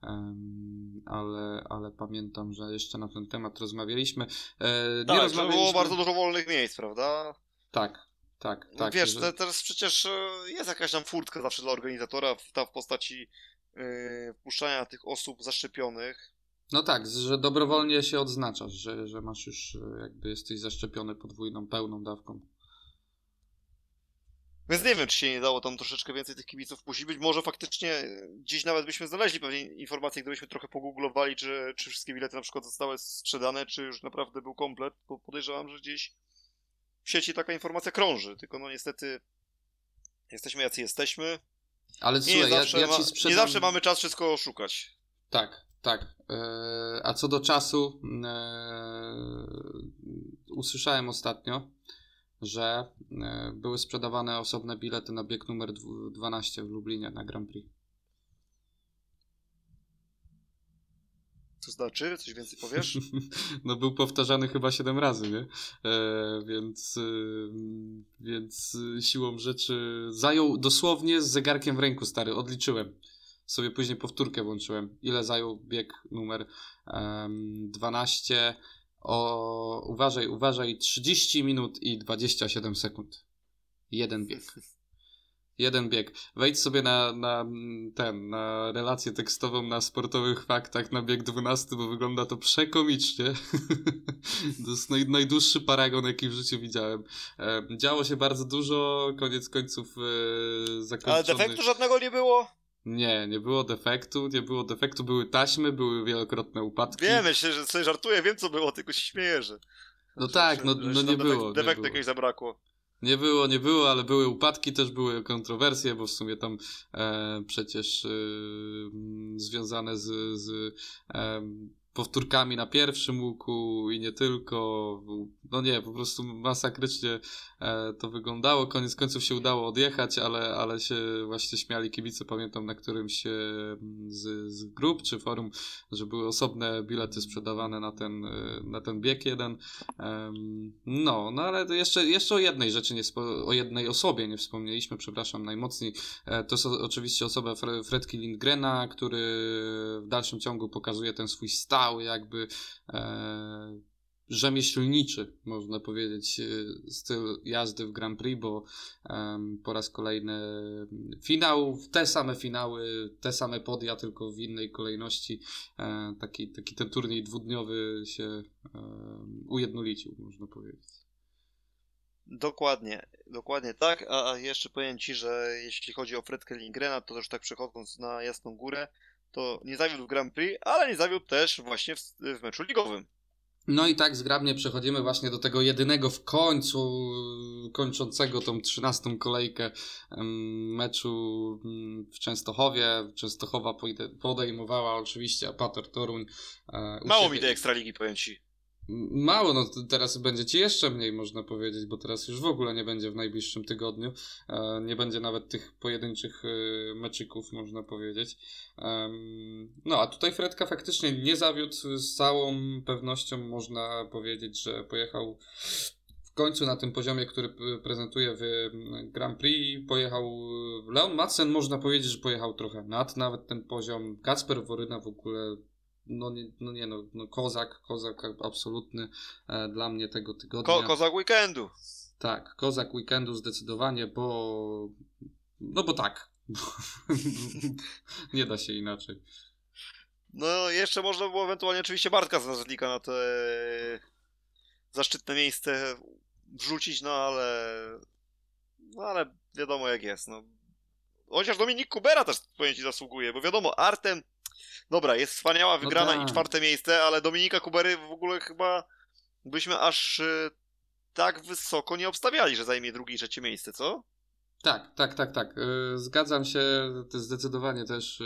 ale pamiętam, że jeszcze na ten temat rozmawialiśmy. Tak, że było bardzo dużo wolnych miejsc, prawda? Tak. Wiesz, teraz przecież jest jakaś tam furtka zawsze dla organizatora w postaci wpuszczania tych osób zaszczepionych. No tak, że dobrowolnie się odznaczasz, że masz już, jakby jesteś zaszczepiony podwójną, pełną dawką. Więc nie wiem, czy się nie dało tam troszeczkę więcej tych kibiców puścić. Być może faktycznie gdzieś nawet byśmy znaleźli pewnie informacje, gdybyśmy trochę pogooglowali, czy wszystkie bilety na przykład zostały sprzedane, czy już naprawdę był komplet, bo podejrzewam, że gdzieś w sieci taka informacja krąży, tylko no niestety jesteśmy jacy jesteśmy. Ale słuchaj, ja ci sprzedam... Nie zawsze mamy czas wszystko oszukać. Tak. A co do czasu, usłyszałem ostatnio, że były sprzedawane osobne bilety na bieg numer 12 w Lublinie na Grand Prix. Co znaczy? Coś więcej powiesz? No był powtarzany chyba 7 razy, nie? Więc siłą rzeczy zajął dosłownie z zegarkiem w ręku, stary, odliczyłem. Sobie później powtórkę włączyłem. Ile zajął bieg numer 12? Uważaj, 30 minut i 27 sekund. Jeden bieg. Wejdź sobie na relację tekstową na Sportowych Faktach na bieg 12, bo wygląda to przekomicznie. To jest najdłuższy paragon, jaki w życiu widziałem. Działo się bardzo dużo, koniec końców zakończony. Ale defektu żadnego nie było? Nie było defektu, były taśmy, były wielokrotne upadki. Wiemy, że sobie żartuję, wiem co było, tylko się śmieję, że... No tak, nie było. Defektu jakiegoś zabrakło. Nie było, ale były upadki, też były kontrowersje, bo w sumie tam przecież związane z powtórkami na pierwszym łuku i nie tylko. No nie, po prostu masakrycznie to wyglądało. Koniec końców się udało odjechać, ale się właśnie śmiali kibice. Pamiętam na którymś z grup czy forum, że były osobne bilety sprzedawane na ten bieg jeden. No ale jeszcze o jednej rzeczy, o jednej osobie nie wspomnieliśmy, przepraszam, najmocniej. To jest oczywiście osoba Fredki Lindgrena, który w dalszym ciągu pokazuje ten swój stały jakby rzemieślniczy, można powiedzieć, styl jazdy w Grand Prix, bo po raz kolejny finał, te same finały, te same podia, tylko w innej kolejności. Taki ten turniej dwudniowy się ujednolicił, można powiedzieć. Dokładnie tak, a jeszcze powiem Ci, że jeśli chodzi o Fredkę Lindgrena, to też tak przechodząc na Jasną Górę, to nie zawiódł w Grand Prix, ale nie zawiódł też właśnie w meczu ligowym. No i tak zgrabnie przechodzimy właśnie do tego jedynego w końcu kończącego tą 13. kolejkę meczu w Częstochowie. Częstochowa podejmowała oczywiście Apator Toruń. Mało mi tej Ekstraligi, powiem Ci. Mało, no teraz będzie ci jeszcze mniej, można powiedzieć, bo teraz już w ogóle nie będzie w najbliższym tygodniu. Nie będzie nawet tych pojedynczych meczyków, można powiedzieć. No a tutaj Fredka faktycznie nie zawiódł, z całą pewnością można powiedzieć, że pojechał w końcu na tym poziomie, który prezentuje w Grand Prix. Pojechał Leon Madsen, można powiedzieć, że pojechał trochę nad nawet ten poziom. Kacper Woryna w ogóle kozak absolutny dla mnie tego tygodnia. Kozak weekendu. Tak, kozak weekendu zdecydowanie, bo tak. Nie da się inaczej. No jeszcze można było ewentualnie oczywiście Bartka z Nazlika na te zaszczytne miejsce wrzucić, no ale wiadomo jak jest. No. Chociaż Dominik Kubera też powiem Ci zasługuje, bo wiadomo, Artem dobra, jest wspaniała wygrana i 4. miejsce, ale Dominika Kubery w ogóle chyba byśmy aż tak wysoko nie obstawiali, że zajmie 2. i 3. miejsce, co? Tak. Zgadzam się, to zdecydowanie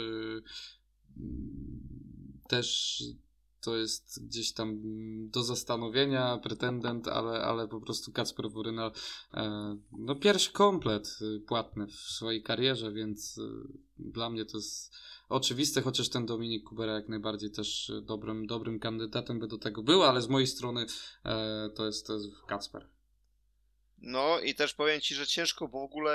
też to jest gdzieś tam do zastanowienia, pretendent, ale po prostu Kacper Woryna no pierwszy komplet płatny w swojej karierze, więc dla mnie to jest oczywiste, chociaż ten Dominik Kubera jak najbardziej też dobrym kandydatem by do tego był, ale z mojej strony to jest Kacper. No i też powiem Ci, że ciężko w ogóle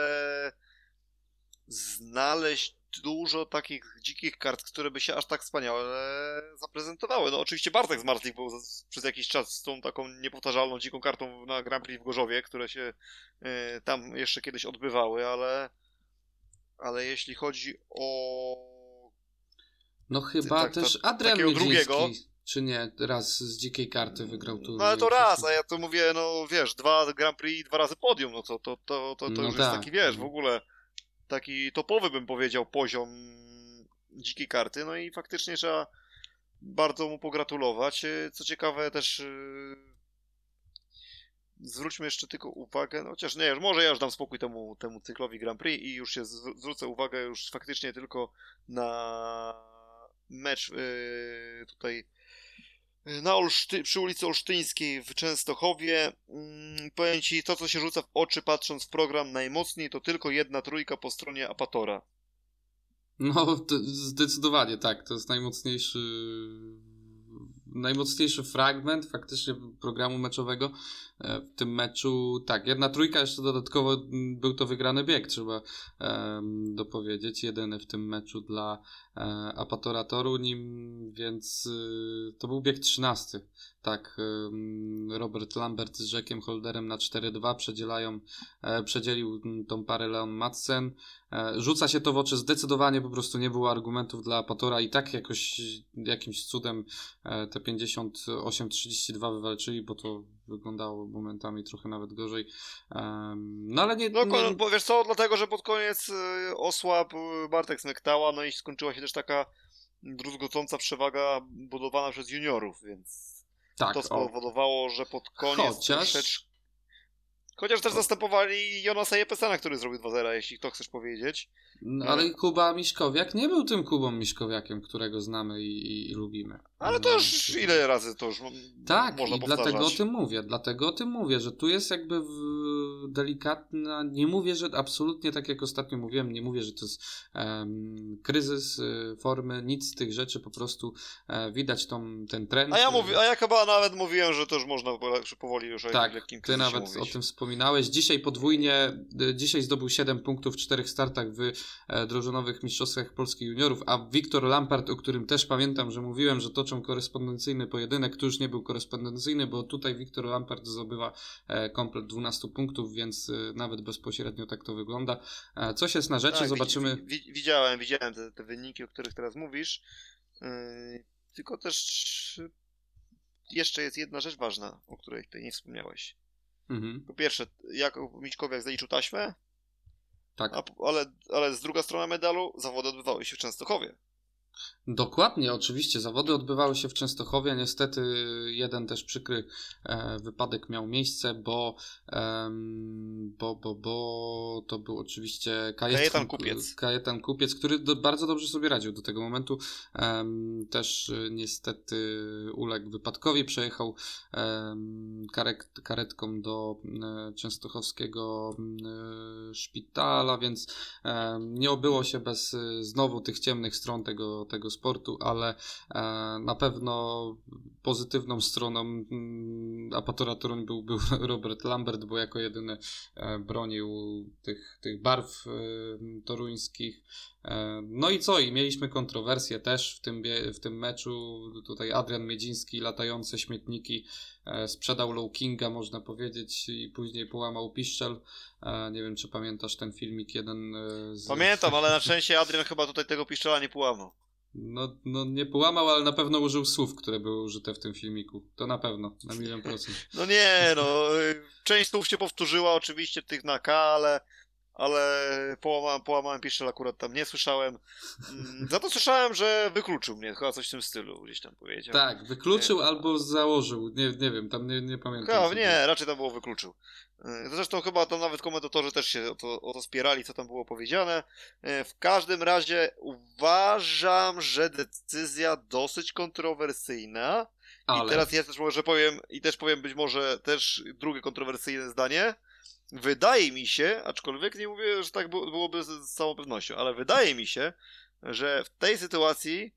znaleźć dużo takich dzikich kart, które by się aż tak wspaniale zaprezentowały. No oczywiście Bartek Zmarzlik był przez jakiś czas z tą taką niepowtarzalną dziką kartą na Grand Prix w Gorzowie, które się tam jeszcze kiedyś odbywały, ale jeśli chodzi o... No chyba też Adrian Miedziński, czy nie? Raz z dzikiej karty wygrał tu. No ale to raz, a ja to mówię, no wiesz, 2 Grand Prix i 2 razy podium, no to już jest taki, wiesz, w ogóle taki topowy, bym powiedział, poziom dzikiej karty, no i faktycznie trzeba bardzo mu pogratulować. Co ciekawe też zwróćmy jeszcze tylko uwagę, no chociaż nie, może ja już dam spokój temu cyklowi Grand Prix i już się zwrócę uwagę już faktycznie tylko na mecz tutaj przy ulicy Olsztyńskiej w Częstochowie. Powiem Ci, to co się rzuca w oczy patrząc w program najmocniej, to tylko 1 trójka po stronie Apatora. No, zdecydowanie tak, to jest najmocniejszy fragment faktycznie programu meczowego. W tym meczu, tak, 1 trójka, jeszcze dodatkowo był to wygrany bieg, trzeba dopowiedzieć, jedyny w tym meczu dla Apatora Toruń, więc to był bieg 13. Tak, Robert Lambert z Jackiem Holderem na 4-2 przedzielił tą parę Leon Madsen. Rzuca się to w oczy, zdecydowanie po prostu nie było argumentów dla Apatora i tak jakimś cudem te 58-32 wywalczyli, bo to wyglądało momentami trochę nawet gorzej. No ale nie... Bo wiesz co, dlatego, że pod koniec osłabł Bartek Smektała, no i skończyła się też taka druzgocąca przewaga budowana przez juniorów, więc tak, to spowodowało, że pod koniec Chociaż też zastępowali Jonasa Jepesana, który zrobił 2-0, jeśli to chcesz powiedzieć. No, ale Kuba Miśkowiak nie był tym Kubą Miśkowiakiem, którego znamy i lubimy. Ale to już ile razy to już tak, można i powtarzać. dlatego o tym mówię, że tu jest jakby delikatna, nie mówię, że absolutnie tak jak ostatnio mówiłem, nie mówię, że to jest kryzys formy, nic z tych rzeczy, po prostu widać ten trend. A ja chyba nawet mówiłem, że to już można powoli już tak, o lekkim ty nawet mówić. o tym wspominałeś. Dzisiaj zdobył 7 punktów w 4 startach w drużynowych mistrzostwach Polski juniorów, a Wiktor Lampard, o którym też pamiętam, że mówiłem, że toczą korespondencyjny pojedynek, tu już nie był korespondencyjny, bo tutaj Wiktor Lampard zdobywa komplet 12 punktów, więc nawet bezpośrednio tak to wygląda. Coś jest na rzeczy, tak, zobaczymy. Widziałem te wyniki, o których teraz mówisz. Tylko też jeszcze jest jedna rzecz ważna, o której tutaj nie wspomniałeś. Po pierwsze, jak Miśkowiak zaliczył taśmę, tak. ale z druga strona medalu zawody odbywały się w Częstochowie. Dokładnie, oczywiście. Zawody odbywały się w Częstochowie. Niestety jeden też przykry wypadek miał miejsce, bo to był oczywiście Kajetan Kupiec, który bardzo dobrze sobie radził do tego momentu. Też niestety uległ wypadkowi, przejechał karetką do częstochowskiego szpitala, więc nie obyło się bez znowu tych ciemnych stron tego sportu, ale na pewno pozytywną stroną apatoraturą był Robert Lambert, bo jako jedyny bronił tych barw toruńskich. No i co? I mieliśmy kontrowersje też w tym meczu. Tutaj Adrian Miedziński, latające śmietniki, sprzedał Low Kinga, można powiedzieć, i później połamał piszczel. Nie wiem, czy pamiętasz ten filmik jeden z... Pamiętam, ale na szczęście Adrian chyba tutaj tego piszczela nie połamał. No nie połamał, ale na pewno użył słów, które były użyte w tym filmiku. To na pewno, na 1,000,000%. No nie, część słów się powtórzyła oczywiście tych na K, ale połamałem piszczel akurat tam nie słyszałem. Za to słyszałem, że wykluczył mnie, chyba coś w tym stylu gdzieś tam powiedział. Tak, wykluczył albo założył, nie wiem, tam nie pamiętam. Raczej tam było wykluczył. Zresztą chyba tam nawet komentatorzy też się o to spierali, co tam było powiedziane. W każdym razie uważam, że decyzja dosyć kontrowersyjna. I teraz ja też może powiem być może też drugie kontrowersyjne zdanie. Wydaje mi się, aczkolwiek nie mówię, że tak byłoby z całą pewnością, ale wydaje mi się, że w tej sytuacji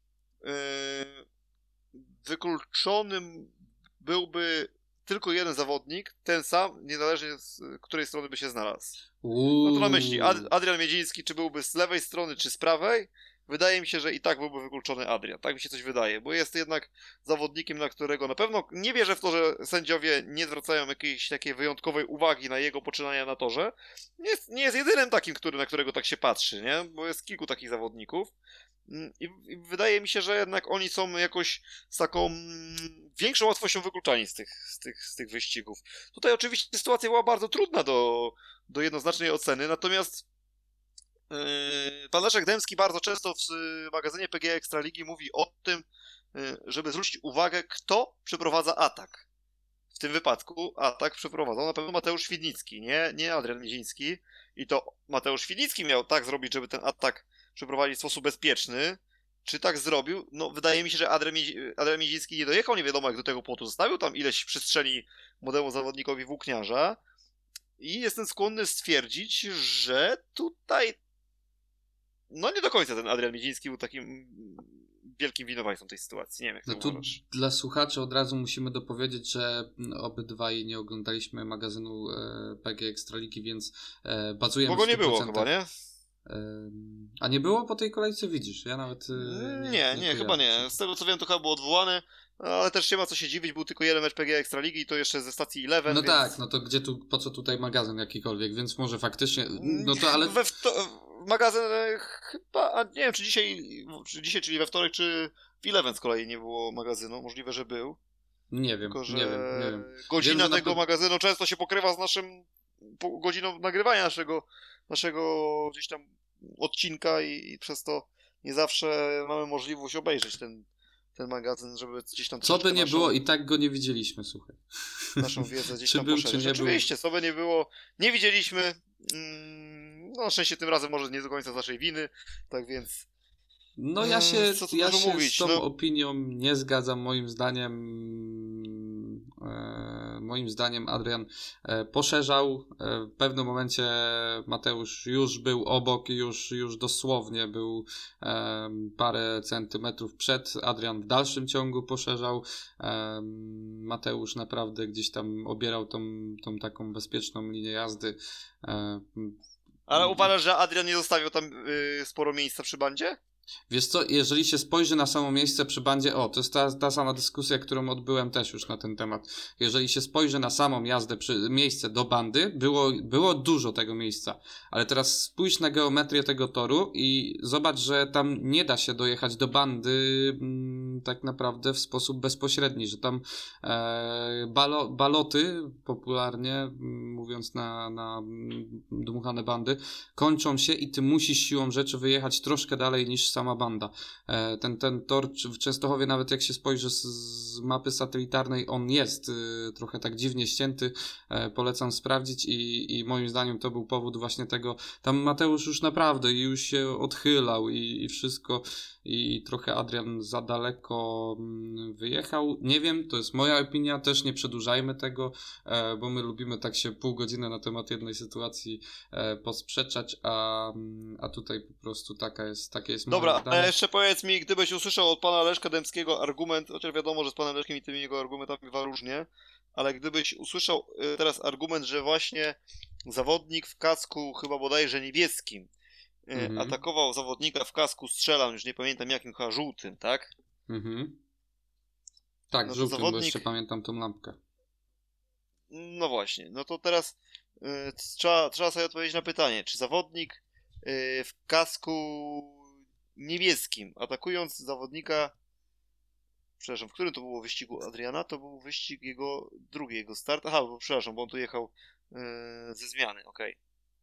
wykluczonym byłby tylko jeden zawodnik, ten sam, niezależnie z której strony by się znalazł. No to na myśli, Adrian Miedziński, czy byłby z lewej strony, czy z prawej, wydaje mi się, że i tak byłby wykluczony Adrian. Tak mi się coś wydaje, bo jest jednak zawodnikiem, na którego na pewno nie wierzę w to, że sędziowie nie zwracają jakiejś takiej wyjątkowej uwagi na jego poczynania na torze. Nie jest jedynym takim, na którego tak się patrzy, nie? Bo jest kilku takich zawodników. I wydaje mi się, że jednak oni są jakoś z taką większą łatwością wykluczani z tych wyścigów. Tutaj oczywiście sytuacja była bardzo trudna do jednoznacznej oceny, natomiast pan Leszek Dębski bardzo często w magazynie PGE Ekstraligi mówi o tym, żeby zwrócić uwagę, kto przeprowadza atak. W tym wypadku atak przeprowadzał na pewno Mateusz Świdnicki, nie Adrian Miedziński. I to Mateusz Świdnicki miał tak zrobić, żeby ten atak przeprowadzić w sposób bezpieczny. Czy tak zrobił? No wydaje mi się, że Adrian Miedziński nie dojechał nie wiadomo jak do tego płotu. Zostawił tam ileś przestrzeni młodemu zawodnikowi włókniarza. I jestem skłonny stwierdzić, że tutaj nie do końca ten Adrian Miedziński był takim wielkim winowajcą tej sytuacji. Nie wiem, jak to uważasz. Dla słuchaczy od razu musimy dopowiedzieć, że obydwaj nie oglądaliśmy magazynu PGE Ekstraligi, więc bazujemy... Bo go nie było chyba, nie? A nie było po tej kolejce, widzisz? Ja nawet... Nie, chyba nie. Z tego co wiem, to chyba był odwołany, ale też nie ma co się dziwić, był tylko jeden mecz PGE Ekstraligi i to jeszcze ze stacji Eleven. No więc... tak, no to po co tutaj magazyn jakikolwiek, więc może faktycznie... No to ale... Magazyn chyba, a nie wiem, czy dzisiaj, czyli we wtorek, czy w Eleven z kolei nie było magazynu. Możliwe, że był. Nie wiem, tylko, nie wiem. Godzina wiem, tego magazynu często się pokrywa z naszym godziną nagrywania naszego gdzieś tam odcinka i przez to nie zawsze mamy możliwość obejrzeć ten magazyn, żeby gdzieś tam Co by nie było, i tak go nie widzieliśmy, słuchaj. Naszą wiedzę gdzieś Czy tam był, czy poszerzyć. nie był? Oczywiście, co by nie było, nie widzieliśmy, no na szczęście tym razem może nie do końca z naszej winy, tak więc... No ja się co tu z dużo mówić, tą no. opinią nie zgadzam. Moim zdaniem Adrian poszerzał. W pewnym momencie Mateusz już był obok, już dosłownie był parę centymetrów przed. Adrian w dalszym ciągu poszerzał. Mateusz naprawdę gdzieś tam obierał tą taką bezpieczną linię jazdy. Ale uważasz, że Adrian nie zostawił tam sporo miejsca przy bandzie? Wiesz co, jeżeli się spojrzy na samo miejsce przy bandzie, to jest ta sama dyskusja, którą odbyłem też już na ten temat. Jeżeli się spojrzy na samą jazdę, miejsce do bandy, było dużo tego miejsca. Ale teraz spójrz na geometrię tego toru i zobacz, że tam nie da się dojechać do bandy tak naprawdę w sposób bezpośredni, że tam baloty, popularnie mówiąc na dmuchane bandy, kończą się i ty musisz siłą rzeczy wyjechać troszkę dalej niż sama banda. Ten tor w Częstochowie, nawet jak się spojrzy z mapy satelitarnej, on jest trochę tak dziwnie ścięty. Polecam sprawdzić i moim zdaniem to był powód właśnie tego. Tam Mateusz już naprawdę już się odchylał i wszystko i trochę Adrian za daleko wyjechał. Nie wiem, to jest moja opinia, też nie przedłużajmy tego, bo my lubimy tak się pół godziny na temat jednej sytuacji posprzeczać, a tutaj po prostu takie jest moje Dobra, zdanie. a jeszcze powiedz mi, gdybyś usłyszał od pana Leszka Dębskiego argument, chociaż wiadomo, że z panem Leszkiem i tymi jego argumentami bywa różnie, ale gdybyś usłyszał teraz argument, że właśnie zawodnik w kasku chyba bodajże niebieskim atakował zawodnika w kasku, strzelał, już nie pamiętam jakim, chyba żółtym, tak? Tak, no żółtym, bo jeszcze pamiętam tą lampkę. No właśnie, no to teraz trzeba sobie odpowiedzieć na pytanie, czy zawodnik w kasku niebieskim, atakując zawodnika, przepraszam, w którym to było wyścigu Adriana? To był wyścig drugi start, bo on tu jechał ze zmiany, okej.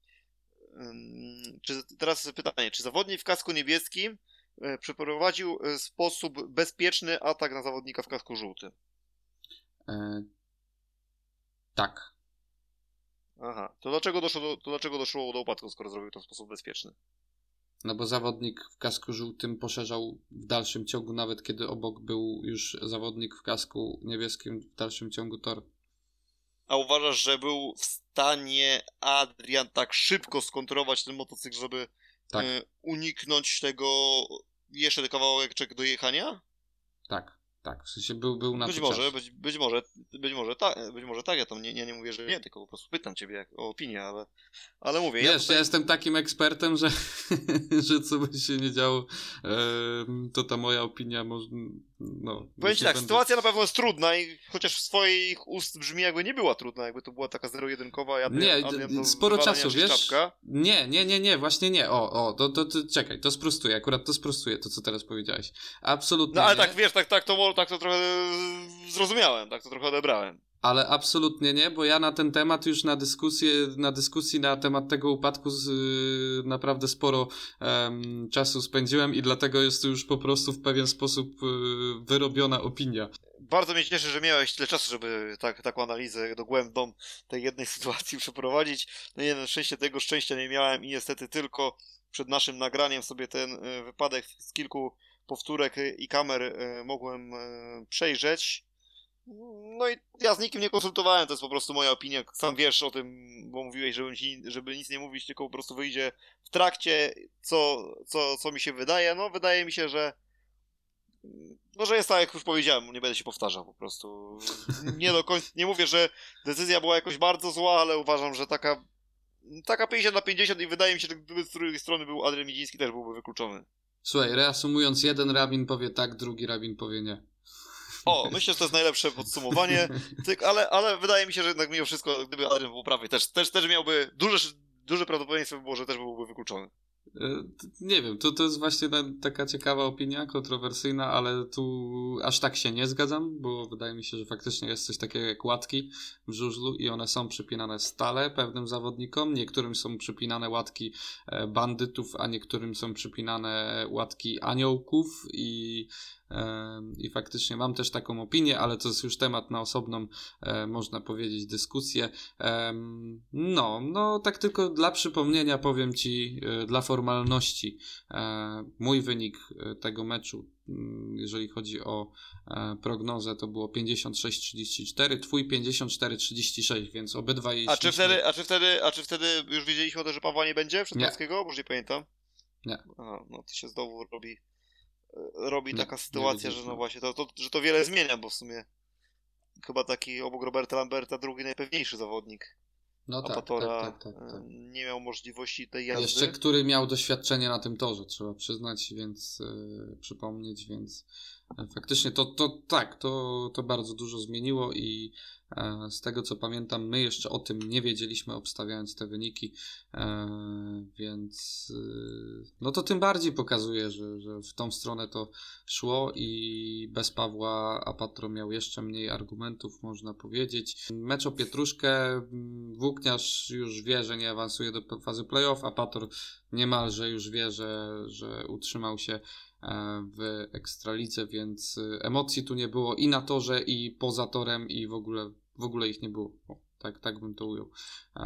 Teraz pytanie, czy zawodnik w kasku niebieskim przeprowadził w sposób bezpieczny atak na zawodnika w kasku żółtym? Tak. Aha, to dlaczego doszło do upadku, skoro zrobił to w sposób bezpieczny? No bo zawodnik w kasku żółtym poszerzał w dalszym ciągu, nawet kiedy obok był już zawodnik w kasku niebieskim w dalszym ciągu tor. A uważasz, że był w stanie Adrian tak szybko skontrolować ten motocykl, żeby uniknąć tego jeszcze kawałek do jechania? Tak. W sensie był na być może tak, ja tam nie mówię, że nie, tylko po prostu pytam ciebie o opinię, ale mówię. Wiesz, ja jestem takim ekspertem, że co by się nie działo, to ta moja opinia może... Powiem ci tak, sytuacja na pewno jest trudna i chociaż w swoich ust brzmi jakby nie była trudna, jakby to była taka zero-jedynkowa, sporo czasu, wiesz? Czapka. Nie, właśnie nie. To czekaj, to sprostuję, akurat to sprostuję, to co teraz powiedziałeś. Absolutnie ale nie. tak, wiesz, tak to trochę zrozumiałem, tak to trochę odebrałem. Ale absolutnie nie, bo ja na ten temat już na dyskusji na temat tego upadku naprawdę sporo czasu spędziłem i dlatego jest to już po prostu w pewien sposób wyrobiona opinia. Bardzo mnie cieszy, że miałeś tyle czasu, żeby taką analizę dogłębną tej jednej sytuacji przeprowadzić. No nie, na szczęście tego szczęścia nie miałem i niestety tylko przed naszym nagraniem sobie ten wypadek z kilku powtórek i kamer mogłem przejrzeć. No i ja z nikim nie konsultowałem, to jest po prostu moja opinia. Sam wiesz o tym, bo mówiłeś, żeby nic nie mówić, tylko po prostu wyjdzie w trakcie, co mi się wydaje. No wydaje mi się, że jest tak, jak już powiedziałem, nie będę się powtarzał po prostu. Nie do końca, nie mówię, że decyzja była jakoś bardzo zła, ale uważam, że taka 50/50 i wydaje mi się, że gdyby z drugiej strony był Adrian Miedziński, też byłby wykluczony. Słuchaj, reasumując, jeden rabin powie tak, drugi rabin powie nie. Myślę, że to jest najlepsze podsumowanie, ale wydaje mi się, że jednak mimo wszystko, gdyby Adrian był prawy, też miałby duże prawdopodobieństwo było, że też byłby wykluczony. Nie wiem, to jest właśnie taka ciekawa opinia, kontrowersyjna, ale tu aż tak się nie zgadzam, bo wydaje mi się, że faktycznie jest coś takiego jak łatki w żużlu i one są przypinane stale pewnym zawodnikom. Niektórym są przypinane łatki bandytów, a niektórym są przypinane łatki aniołków i faktycznie mam też taką opinię, ale to jest już temat na osobną, można powiedzieć, dyskusję. No, tak tylko dla przypomnienia powiem Ci, dla formalności, mój wynik tego meczu, jeżeli chodzi o prognozę, to było 56-34, twój 54-36, więc obydwaj A czy wtedy już wiedzieliśmy o tym, że Pawła nie będzie przed Polskiego? Może nie pamiętam. Nie. Aha, no to się znowu robi Nie, taka sytuacja, że no właśnie, że to wiele zmienia, bo w sumie chyba taki obok Roberta Lamberta drugi najpewniejszy zawodnik. No Apatora nie miał możliwości tej jazdy. Jeszcze który miał doświadczenie na tym torze, trzeba przyznać, więc przypomnieć, więc faktycznie to bardzo dużo zmieniło i z tego co pamiętam, my jeszcze o tym nie wiedzieliśmy, obstawiając te wyniki, więc no to tym bardziej pokazuje, że w tą stronę to szło i bez Pawła Apatro miał jeszcze mniej argumentów, można powiedzieć. Mecz o Pietruszkę, Włókniarz już wie, że nie awansuje do fazy play-off, Apator niemalże już wie, że utrzymał się w Ekstralidze, więc emocji tu nie było i na torze, i poza torem, i w ogóle ich nie było. Tak bym to ujął.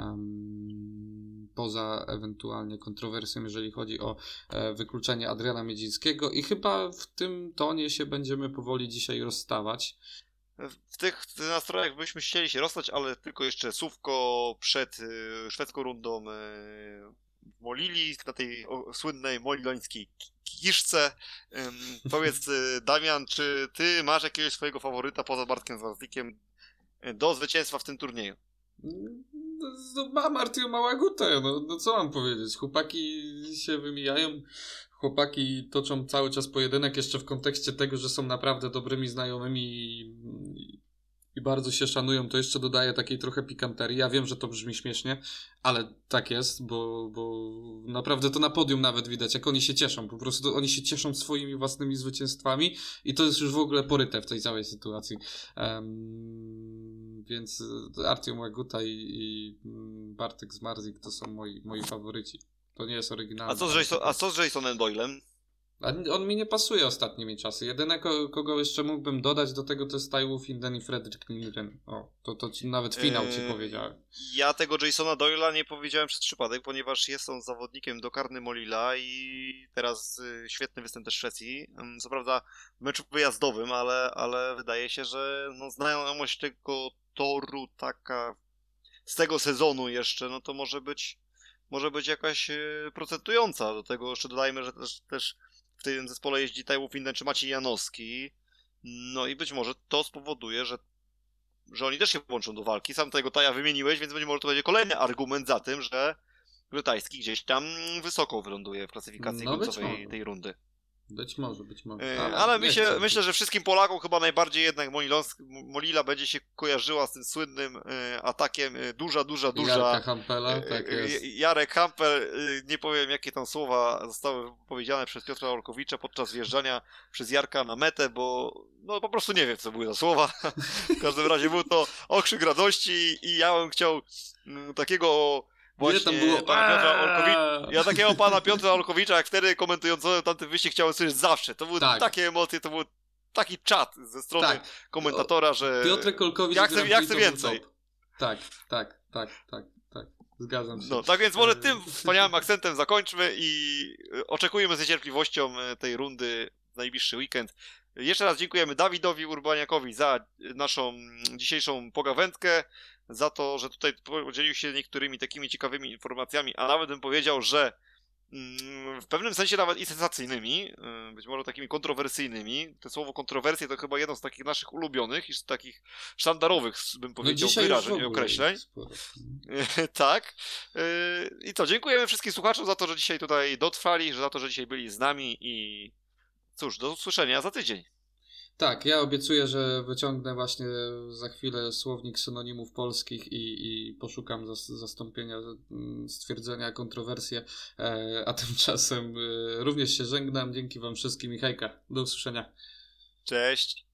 Poza ewentualnie kontrowersją, jeżeli chodzi o wykluczenie Adriana Miedzińskiego i chyba w tym tonie się będziemy powoli dzisiaj rozstawać. W tych nastrojach byśmy chcieli się rozstać, ale tylko jeszcze słówko przed szwedzką rundą w Molili, na tej słynnej molilońskiej kiszce. Powiedz, Damian, czy ty masz jakiegoś swojego faworyta poza Bartkiem Zwartlikiem do zwycięstwa w tym turnieju? Mam Artio Małagutę, no co mam powiedzieć, chłopaki się wymijają, chłopaki toczą cały czas pojedynek, jeszcze w kontekście tego, że są naprawdę dobrymi znajomymi i bardzo się szanują, to jeszcze dodaje takiej trochę pikanterii. Ja wiem, że to brzmi śmiesznie, ale tak jest, bo naprawdę to na podium nawet widać, jak oni się cieszą, po prostu oni się cieszą swoimi własnymi zwycięstwami i to jest już w ogóle poryte w tej całej sytuacji. Więc Artio Młaguta i Bartek Zmarzik to są moi faworyci. To nie jest oryginalne. A co z Jasonem Doylem? On mi nie pasuje ostatnimi czasy. Jedyne, kogo jeszcze mógłbym dodać do tego, to jest Ty Wolfinden i Fredrik Lindgren. To ci nawet finał ci powiedziałem. Ja tego Jasona Doyla nie powiedziałem przez przypadek, ponieważ jest on zawodnikiem do Karny Molila i teraz świetny występ też w Szwecji. Co prawda w meczu wyjazdowym, ale wydaje się, że znajomość tego toru taka z tego sezonu jeszcze, no to może być jakaś procentująca. Do tego jeszcze dodajmy, że też w tym zespole jeździ Ty Wolfinden czy Maciej Janowski. No i być może to spowoduje, że oni też się włączą do walki. Sam tego Taja wymieniłeś, więc być może to będzie kolejny argument za tym, że Tajski gdzieś tam wysoko wyląduje w klasyfikacji końcowej tej rundy. Być może. Ale myślę, że wszystkim Polakom chyba najbardziej jednak Molila będzie się kojarzyła z tym słynnym atakiem duża. Jarka Hampela, tak jest. Jarek Hampel, nie powiem jakie tam słowa zostały powiedziane przez Piotra Olkowicza podczas wjeżdżania przez Jarka na metę, bo no po prostu nie wiem co były za słowa. W każdym razie był to okrzyk radości i ja bym chciał takiego... Właśnie tam było? Ja takiego pana Piotra Olkowicza, jak wtedy komentującego tamten wyścig, chciałem słyszeć zawsze. To były takie emocje, to był taki czat ze strony komentatora, że Piotrek Olkowicz jak chcę więcej. Tak. Zgadzam się. No, tak więc może tym wspaniałym akcentem zakończmy i oczekujemy z niecierpliwością tej rundy w najbliższy weekend. Jeszcze raz dziękujemy Dawidowi Urbaniakowi za naszą dzisiejszą pogawędkę, za to, że tutaj podzielił się niektórymi takimi ciekawymi informacjami, a nawet bym powiedział, że w pewnym sensie nawet i sensacyjnymi, być może takimi kontrowersyjnymi. To słowo kontrowersje to chyba jedno z takich naszych ulubionych i z takich sztandarowych, bym powiedział, wyrażeń i określeń. Tak. I co, dziękujemy wszystkim słuchaczom za to, że dzisiaj tutaj dotrwali, za to, że dzisiaj byli z nami i cóż, do usłyszenia za tydzień. Tak, ja obiecuję, że wyciągnę właśnie za chwilę słownik synonimów polskich i poszukam zastąpienia stwierdzenia kontrowersje, a tymczasem również się żegnam. Dzięki wam wszystkim i hejka. Do usłyszenia. Cześć!